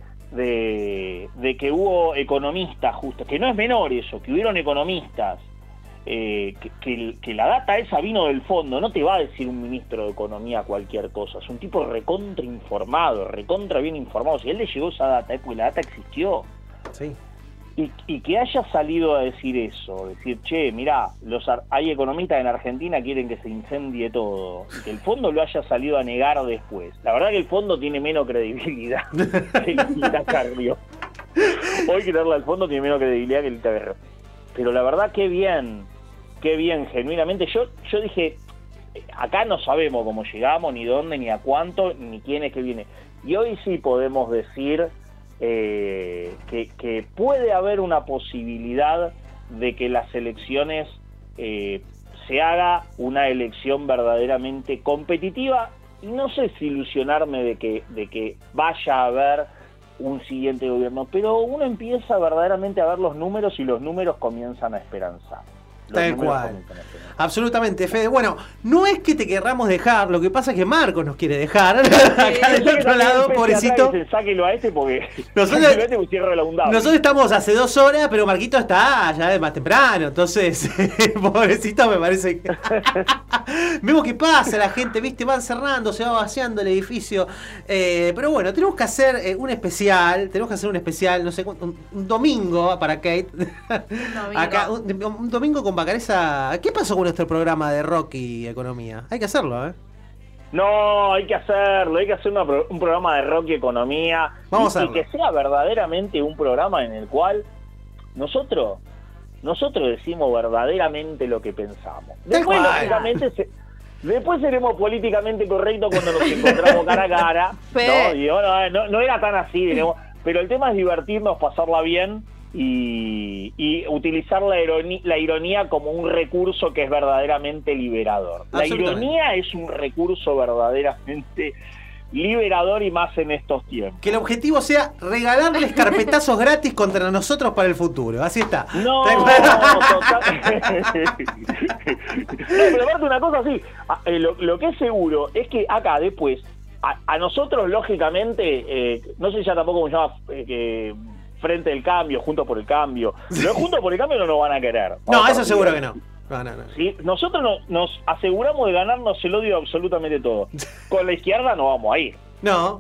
de, de que hubo economistas, justo, que no es menor eso, que hubieron economistas, eh, que, que, que la data esa vino del fondo, no te va a decir un ministro de Economía cualquier cosa, es un tipo recontra informado, recontra bien informado. Si a él le llegó esa data, es porque la data existió. Sí. Y, y que haya salido a decir eso, decir, che, mirá, los ar- hay economistas en Argentina que quieren que se incendie todo, y que el fondo lo haya salido a negar después. La verdad que el fondo tiene menos credibilidad que el Ita Carrió. Hoy creerle al fondo tiene menos credibilidad que el Ita Carrió. Pero la verdad, qué bien, qué bien, genuinamente. Yo, yo dije, acá no sabemos cómo llegamos, ni dónde, ni a cuánto, ni quién es que viene. Y hoy sí podemos decir... Eh, que, que puede haber una posibilidad de que las elecciones eh, se haga una elección verdaderamente competitiva, y no sé si ilusionarme de que, de que vaya a haber un siguiente gobierno, pero uno empieza verdaderamente a ver los números y los números comienzan a esperanzar. Los Tal números cual. comienzan a esperanzar. Absolutamente, Fede. Bueno, no es que te querramos dejar, lo que pasa es que Marcos nos quiere dejar. Acá del otro lado, pobrecito. Sáquelo a este porque Nosotros, sáquelo a este porque cierra la abundable. nosotros estamos hace dos horas, pero Marquito está ya más temprano, entonces, pobrecito, me parece que... Vemos que pasa, la gente, viste, van cerrando, se va vaciando el edificio. Eh, pero bueno, tenemos que hacer eh, un especial, tenemos que hacer un especial, no sé, un, un domingo para Kate. Domingo. Acá, un, un domingo con Bacareza. ¿Qué pasó con nuestro programa de rock y economía? Hay que hacerlo, ¿eh? No, hay que hacerlo, hay que hacer una pro- un programa de rock y economía. Vamos y, a y que sea verdaderamente un programa en el cual nosotros nosotros decimos verdaderamente lo que pensamos. Después, lógicamente, se- después seremos políticamente correctos cuando nos encontramos cara a cara. ¿no? Y, bueno, no, no era tan así, digamos, pero el tema es divertirnos, pasarla bien y, y utilizar la ironía, la ironía como un recurso que es verdaderamente liberador. La Absolutamente. ironía es un recurso verdaderamente liberador, y más en estos tiempos. Que el objetivo sea regalarles carpetazos gratis contra nosotros para el futuro. Así está. No, total. No, pero aparte una cosa así, a- eh, lo, lo que es seguro es que acá después, a, a nosotros lógicamente, eh, no sé ya tampoco cómo se llama, eh, que Frente del Cambio, Juntos por el Cambio, los Juntos por el Cambio no nos van a querer. No, Vamos eso a seguro olvidar. que no. No, no, no. ¿Sí? Nosotros no- nos aseguramos de ganarnos el odio de absolutamente todo. Con la izquierda no vamos a ir. No.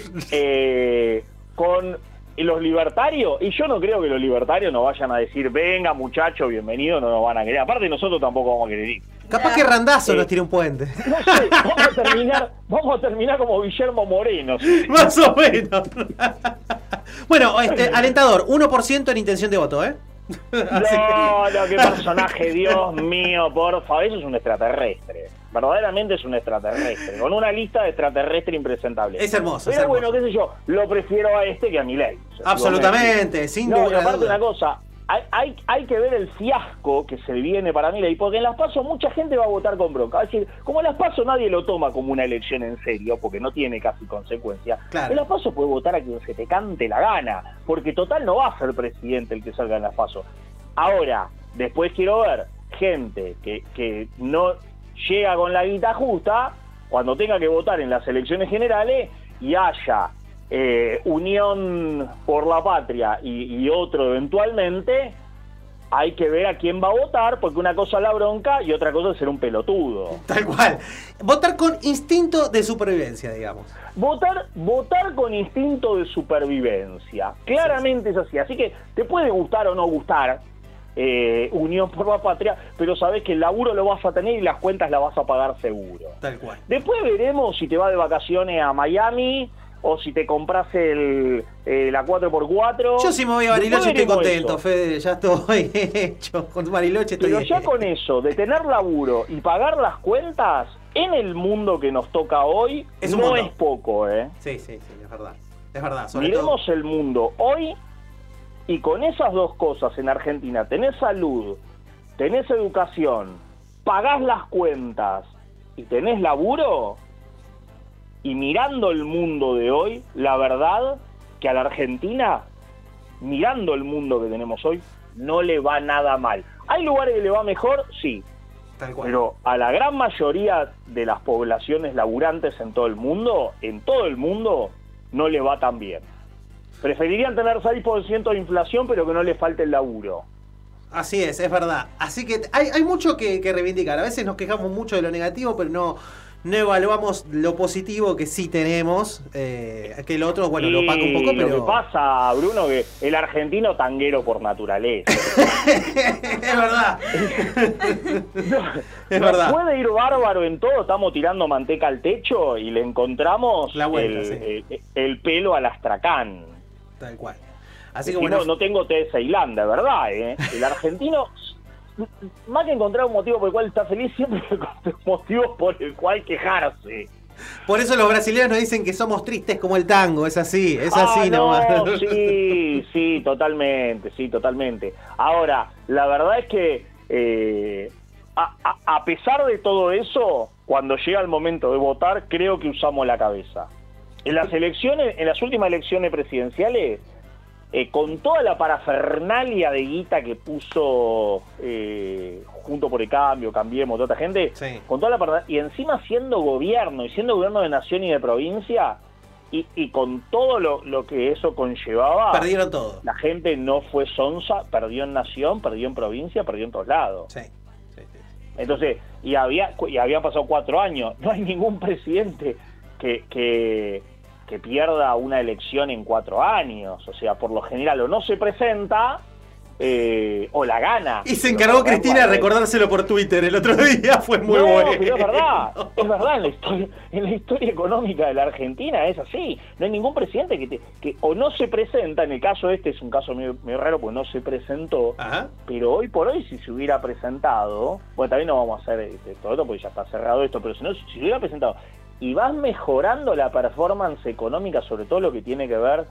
Eh, con los libertarios, y yo no creo que los libertarios nos vayan a decir, venga muchachos, bienvenido, no nos van a querer. Aparte nosotros tampoco vamos a querer ir. Capaz que Randazo Eh, nos tire un puente. No sé, vamos a terminar, vamos a terminar como Guillermo Moreno. Más o menos. Bueno, este, alentador, uno por ciento en intención de voto, ¿eh? Así No, que- no, qué personaje, Dios mío, por favor, eso es un extraterrestre. Verdaderamente es un extraterrestre, con una lista de extraterrestres impresentables. Es hermoso, Pero es bueno, hermoso. qué sé yo, lo prefiero a este que a Milei. Absolutamente, sin No, y ninguna aparte duda. una cosa, hay, hay, hay que ver el fiasco que se viene para Milei, porque en las PASO mucha gente va a votar con bronca. Es decir, como en las PASO nadie lo toma como una elección en serio, porque no tiene casi consecuencia, Claro. en las PASO puedes votar a quien se te cante la gana, porque total no va a ser presidente el que salga en las PASO. Ahora, después quiero ver gente que, que no llega con la guita justa, cuando tenga que votar en las elecciones generales y haya eh, Unión por la Patria y, y otro eventualmente, hay que ver a quién va a votar, porque una cosa es la bronca y otra cosa es ser un pelotudo. Tal cual. Votar con instinto de supervivencia, digamos. Votar, votar con instinto de supervivencia. Claramente es así. Así que te puede gustar o no gustar eh, Unión por la Patria, pero sabes que el laburo lo vas a tener y las cuentas las vas a pagar seguro. Tal cual. Después veremos si te vas de vacaciones a Miami o si te compras el, eh, la cuatro por cuatro. Yo si me voy a Bariloche Después estoy veremos contento, eso. Fede, ya estoy hecho. Con Bariloche estoy Pero ya hecho. con eso, de tener laburo y pagar las cuentas, en el mundo que nos toca hoy, Es un no montón. es poco, ¿eh? Sí, sí, sí, es verdad. Es verdad, sobre Miremos todo. el mundo hoy y con esas dos cosas en Argentina, tenés salud tenés educación, pagás las cuentas y tenés laburo, y mirando el mundo de hoy, la verdad que a la Argentina, mirando el mundo que tenemos hoy, no le va nada mal. ¿Hay lugares que le va mejor? Sí. Tal cual. Pero a la gran mayoría de las poblaciones laburantes en todo el mundo, en todo el mundo, no le va tan bien. Preferirían tener seis por ciento de inflación, pero que no le falte el laburo. Así es, es verdad. Así que hay, hay mucho que, que reivindicar. A veces nos quejamos mucho de lo negativo, pero no, no evaluamos lo positivo que sí tenemos. Eh, que lo otro, bueno, y lo opaca un poco, pero... Lo que pasa, Bruno, que el argentino tanguero por naturaleza. Es verdad. no, es no verdad. Puede ir bárbaro en todo, estamos tirando manteca al techo y le encontramos La vuelta, el, sí. el, el pelo al astracán. Tal cual. Así que Si bueno... no, no tengo té de Ceilán, de verdad, ¿eh? El argentino, más que encontrar un motivo por el cual está feliz, siempre encuentra un motivo por el cual quejarse. Por eso los brasileños nos dicen que somos tristes como el tango, es así, es así ah, no, nomás. Sí, sí, totalmente, sí, totalmente. Ahora, la verdad es que eh, a, a, a pesar de todo eso, cuando llega el momento de votar, creo que usamos la cabeza. En las elecciones, en las últimas elecciones presidenciales, eh, con toda la parafernalia de guita que puso eh, Junto por el Cambio, Cambiemos, toda esta gente, sí. con toda la parda- y encima siendo gobierno, y siendo gobierno de nación y de provincia, y, y con todo lo, lo que eso conllevaba, Perdieron todo. La gente no fue sonsa, perdió en nación, perdió en provincia, perdió en todos lados. Sí. Sí, sí. Entonces, y había y habían pasado cuatro años, no hay ningún presidente que, que, que pierda una elección en cuatro años, o sea, por lo general o no se presenta eh, o la gana. Y se encargó Cristina de recordárselo por Twitter el otro día, fue muy no, bueno. pero es verdad, es verdad, en la, historia, en la historia económica de la Argentina es así, no hay ningún presidente que, te, que o no se presenta, en el caso este es un caso medio, medio raro porque no se presentó, Ajá. pero hoy por hoy si se hubiera presentado, bueno, también no vamos a hacer este, todo esto porque ya está cerrado esto, pero si no, si se hubiera presentado y vas mejorando la performance económica, sobre todo lo que tiene que ver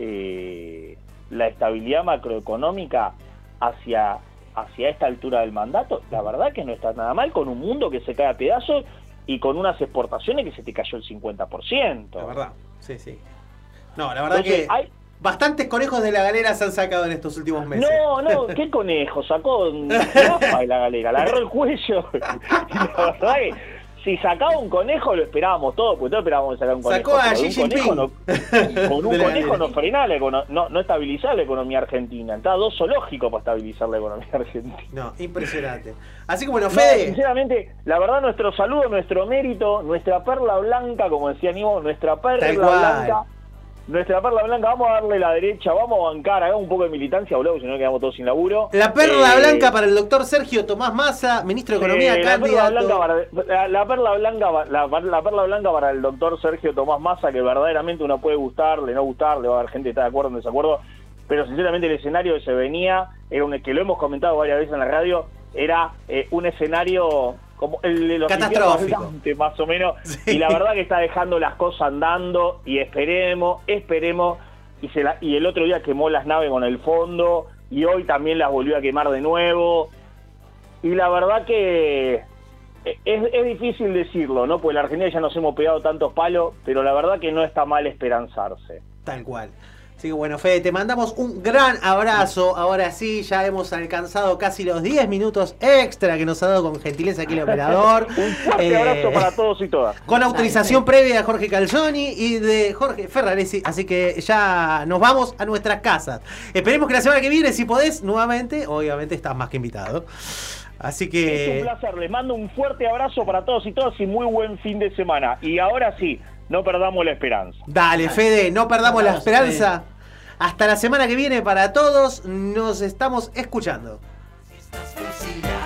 eh, la estabilidad macroeconómica hacia, hacia esta altura del mandato, la verdad que no está nada mal, con un mundo que se cae a pedazos y con unas exportaciones que se te cayó el cincuenta por ciento. La verdad, sí, sí. No, la verdad Entonces, que hay... bastantes conejos de la galera se han sacado en estos últimos meses. No, no, ¿qué conejo? Sacó un jirafa de la galera, le agarró el cuello. Y la verdad que si sacaba un conejo lo esperábamos todo, porque todos esperábamos sacar un conejo. Sacó a pero Xi un Jinping. conejo no, con un De la conejo galera. no frenaba la econo- no, no estabilizaba la economía argentina. Está dos zoológicos para estabilizar la economía argentina. No, impresionante. Así que bueno, No, Fede. sinceramente, la verdad, nuestro saludo, nuestro mérito, nuestra perla blanca, como decía Nimo, nuestra perla Tal cual. blanca, nuestra perla blanca, vamos a darle la derecha, vamos a bancar, hagamos un poco de militancia, boludo, si no quedamos todos sin laburo. La perla Eh, blanca para el doctor Sergio Tomás Massa, ministro de Economía, eh, la, perla candidato. blanca para, la, la perla blanca, la, la perla blanca para el doctor Sergio Tomás Massa, que verdaderamente uno puede gustarle, no gustarle, va a haber gente que está de acuerdo o en desacuerdo, pero sinceramente el escenario que se venía, era un, que lo hemos comentado varias veces en la radio, era eh, un escenario como el de los Catastrófico. inviernos de Dante, más o menos, Sí. y la verdad que está dejando las cosas andando, y esperemos, esperemos, y, se la, y el otro día quemó las naves con el fondo, y hoy también las volvió a quemar de nuevo, y la verdad que es, es difícil decirlo, ¿no? Porque en la Argentina ya nos hemos pegado tantos palos, pero la verdad que no está mal esperanzarse. Tal cual. Así que bueno, Fede, te mandamos un gran abrazo. Ahora sí, ya hemos alcanzado casi los diez minutos extra que nos ha dado con gentileza aquí el operador. Un fuerte Eh, abrazo para todos y todas. Con autorización previa de Jorge Calzoni y de Jorge Ferraresi. Así que ya nos vamos a nuestras casas. Esperemos que la semana que viene, si podés, nuevamente, obviamente estás más que invitado. Así Es que... un placer, les mando un fuerte abrazo para todos y todas y muy buen fin de semana. Y ahora sí, no perdamos la esperanza. Dale, Fede, no perdamos la esperanza. Hasta la semana que viene para todos. Nos estamos escuchando. Felicidad.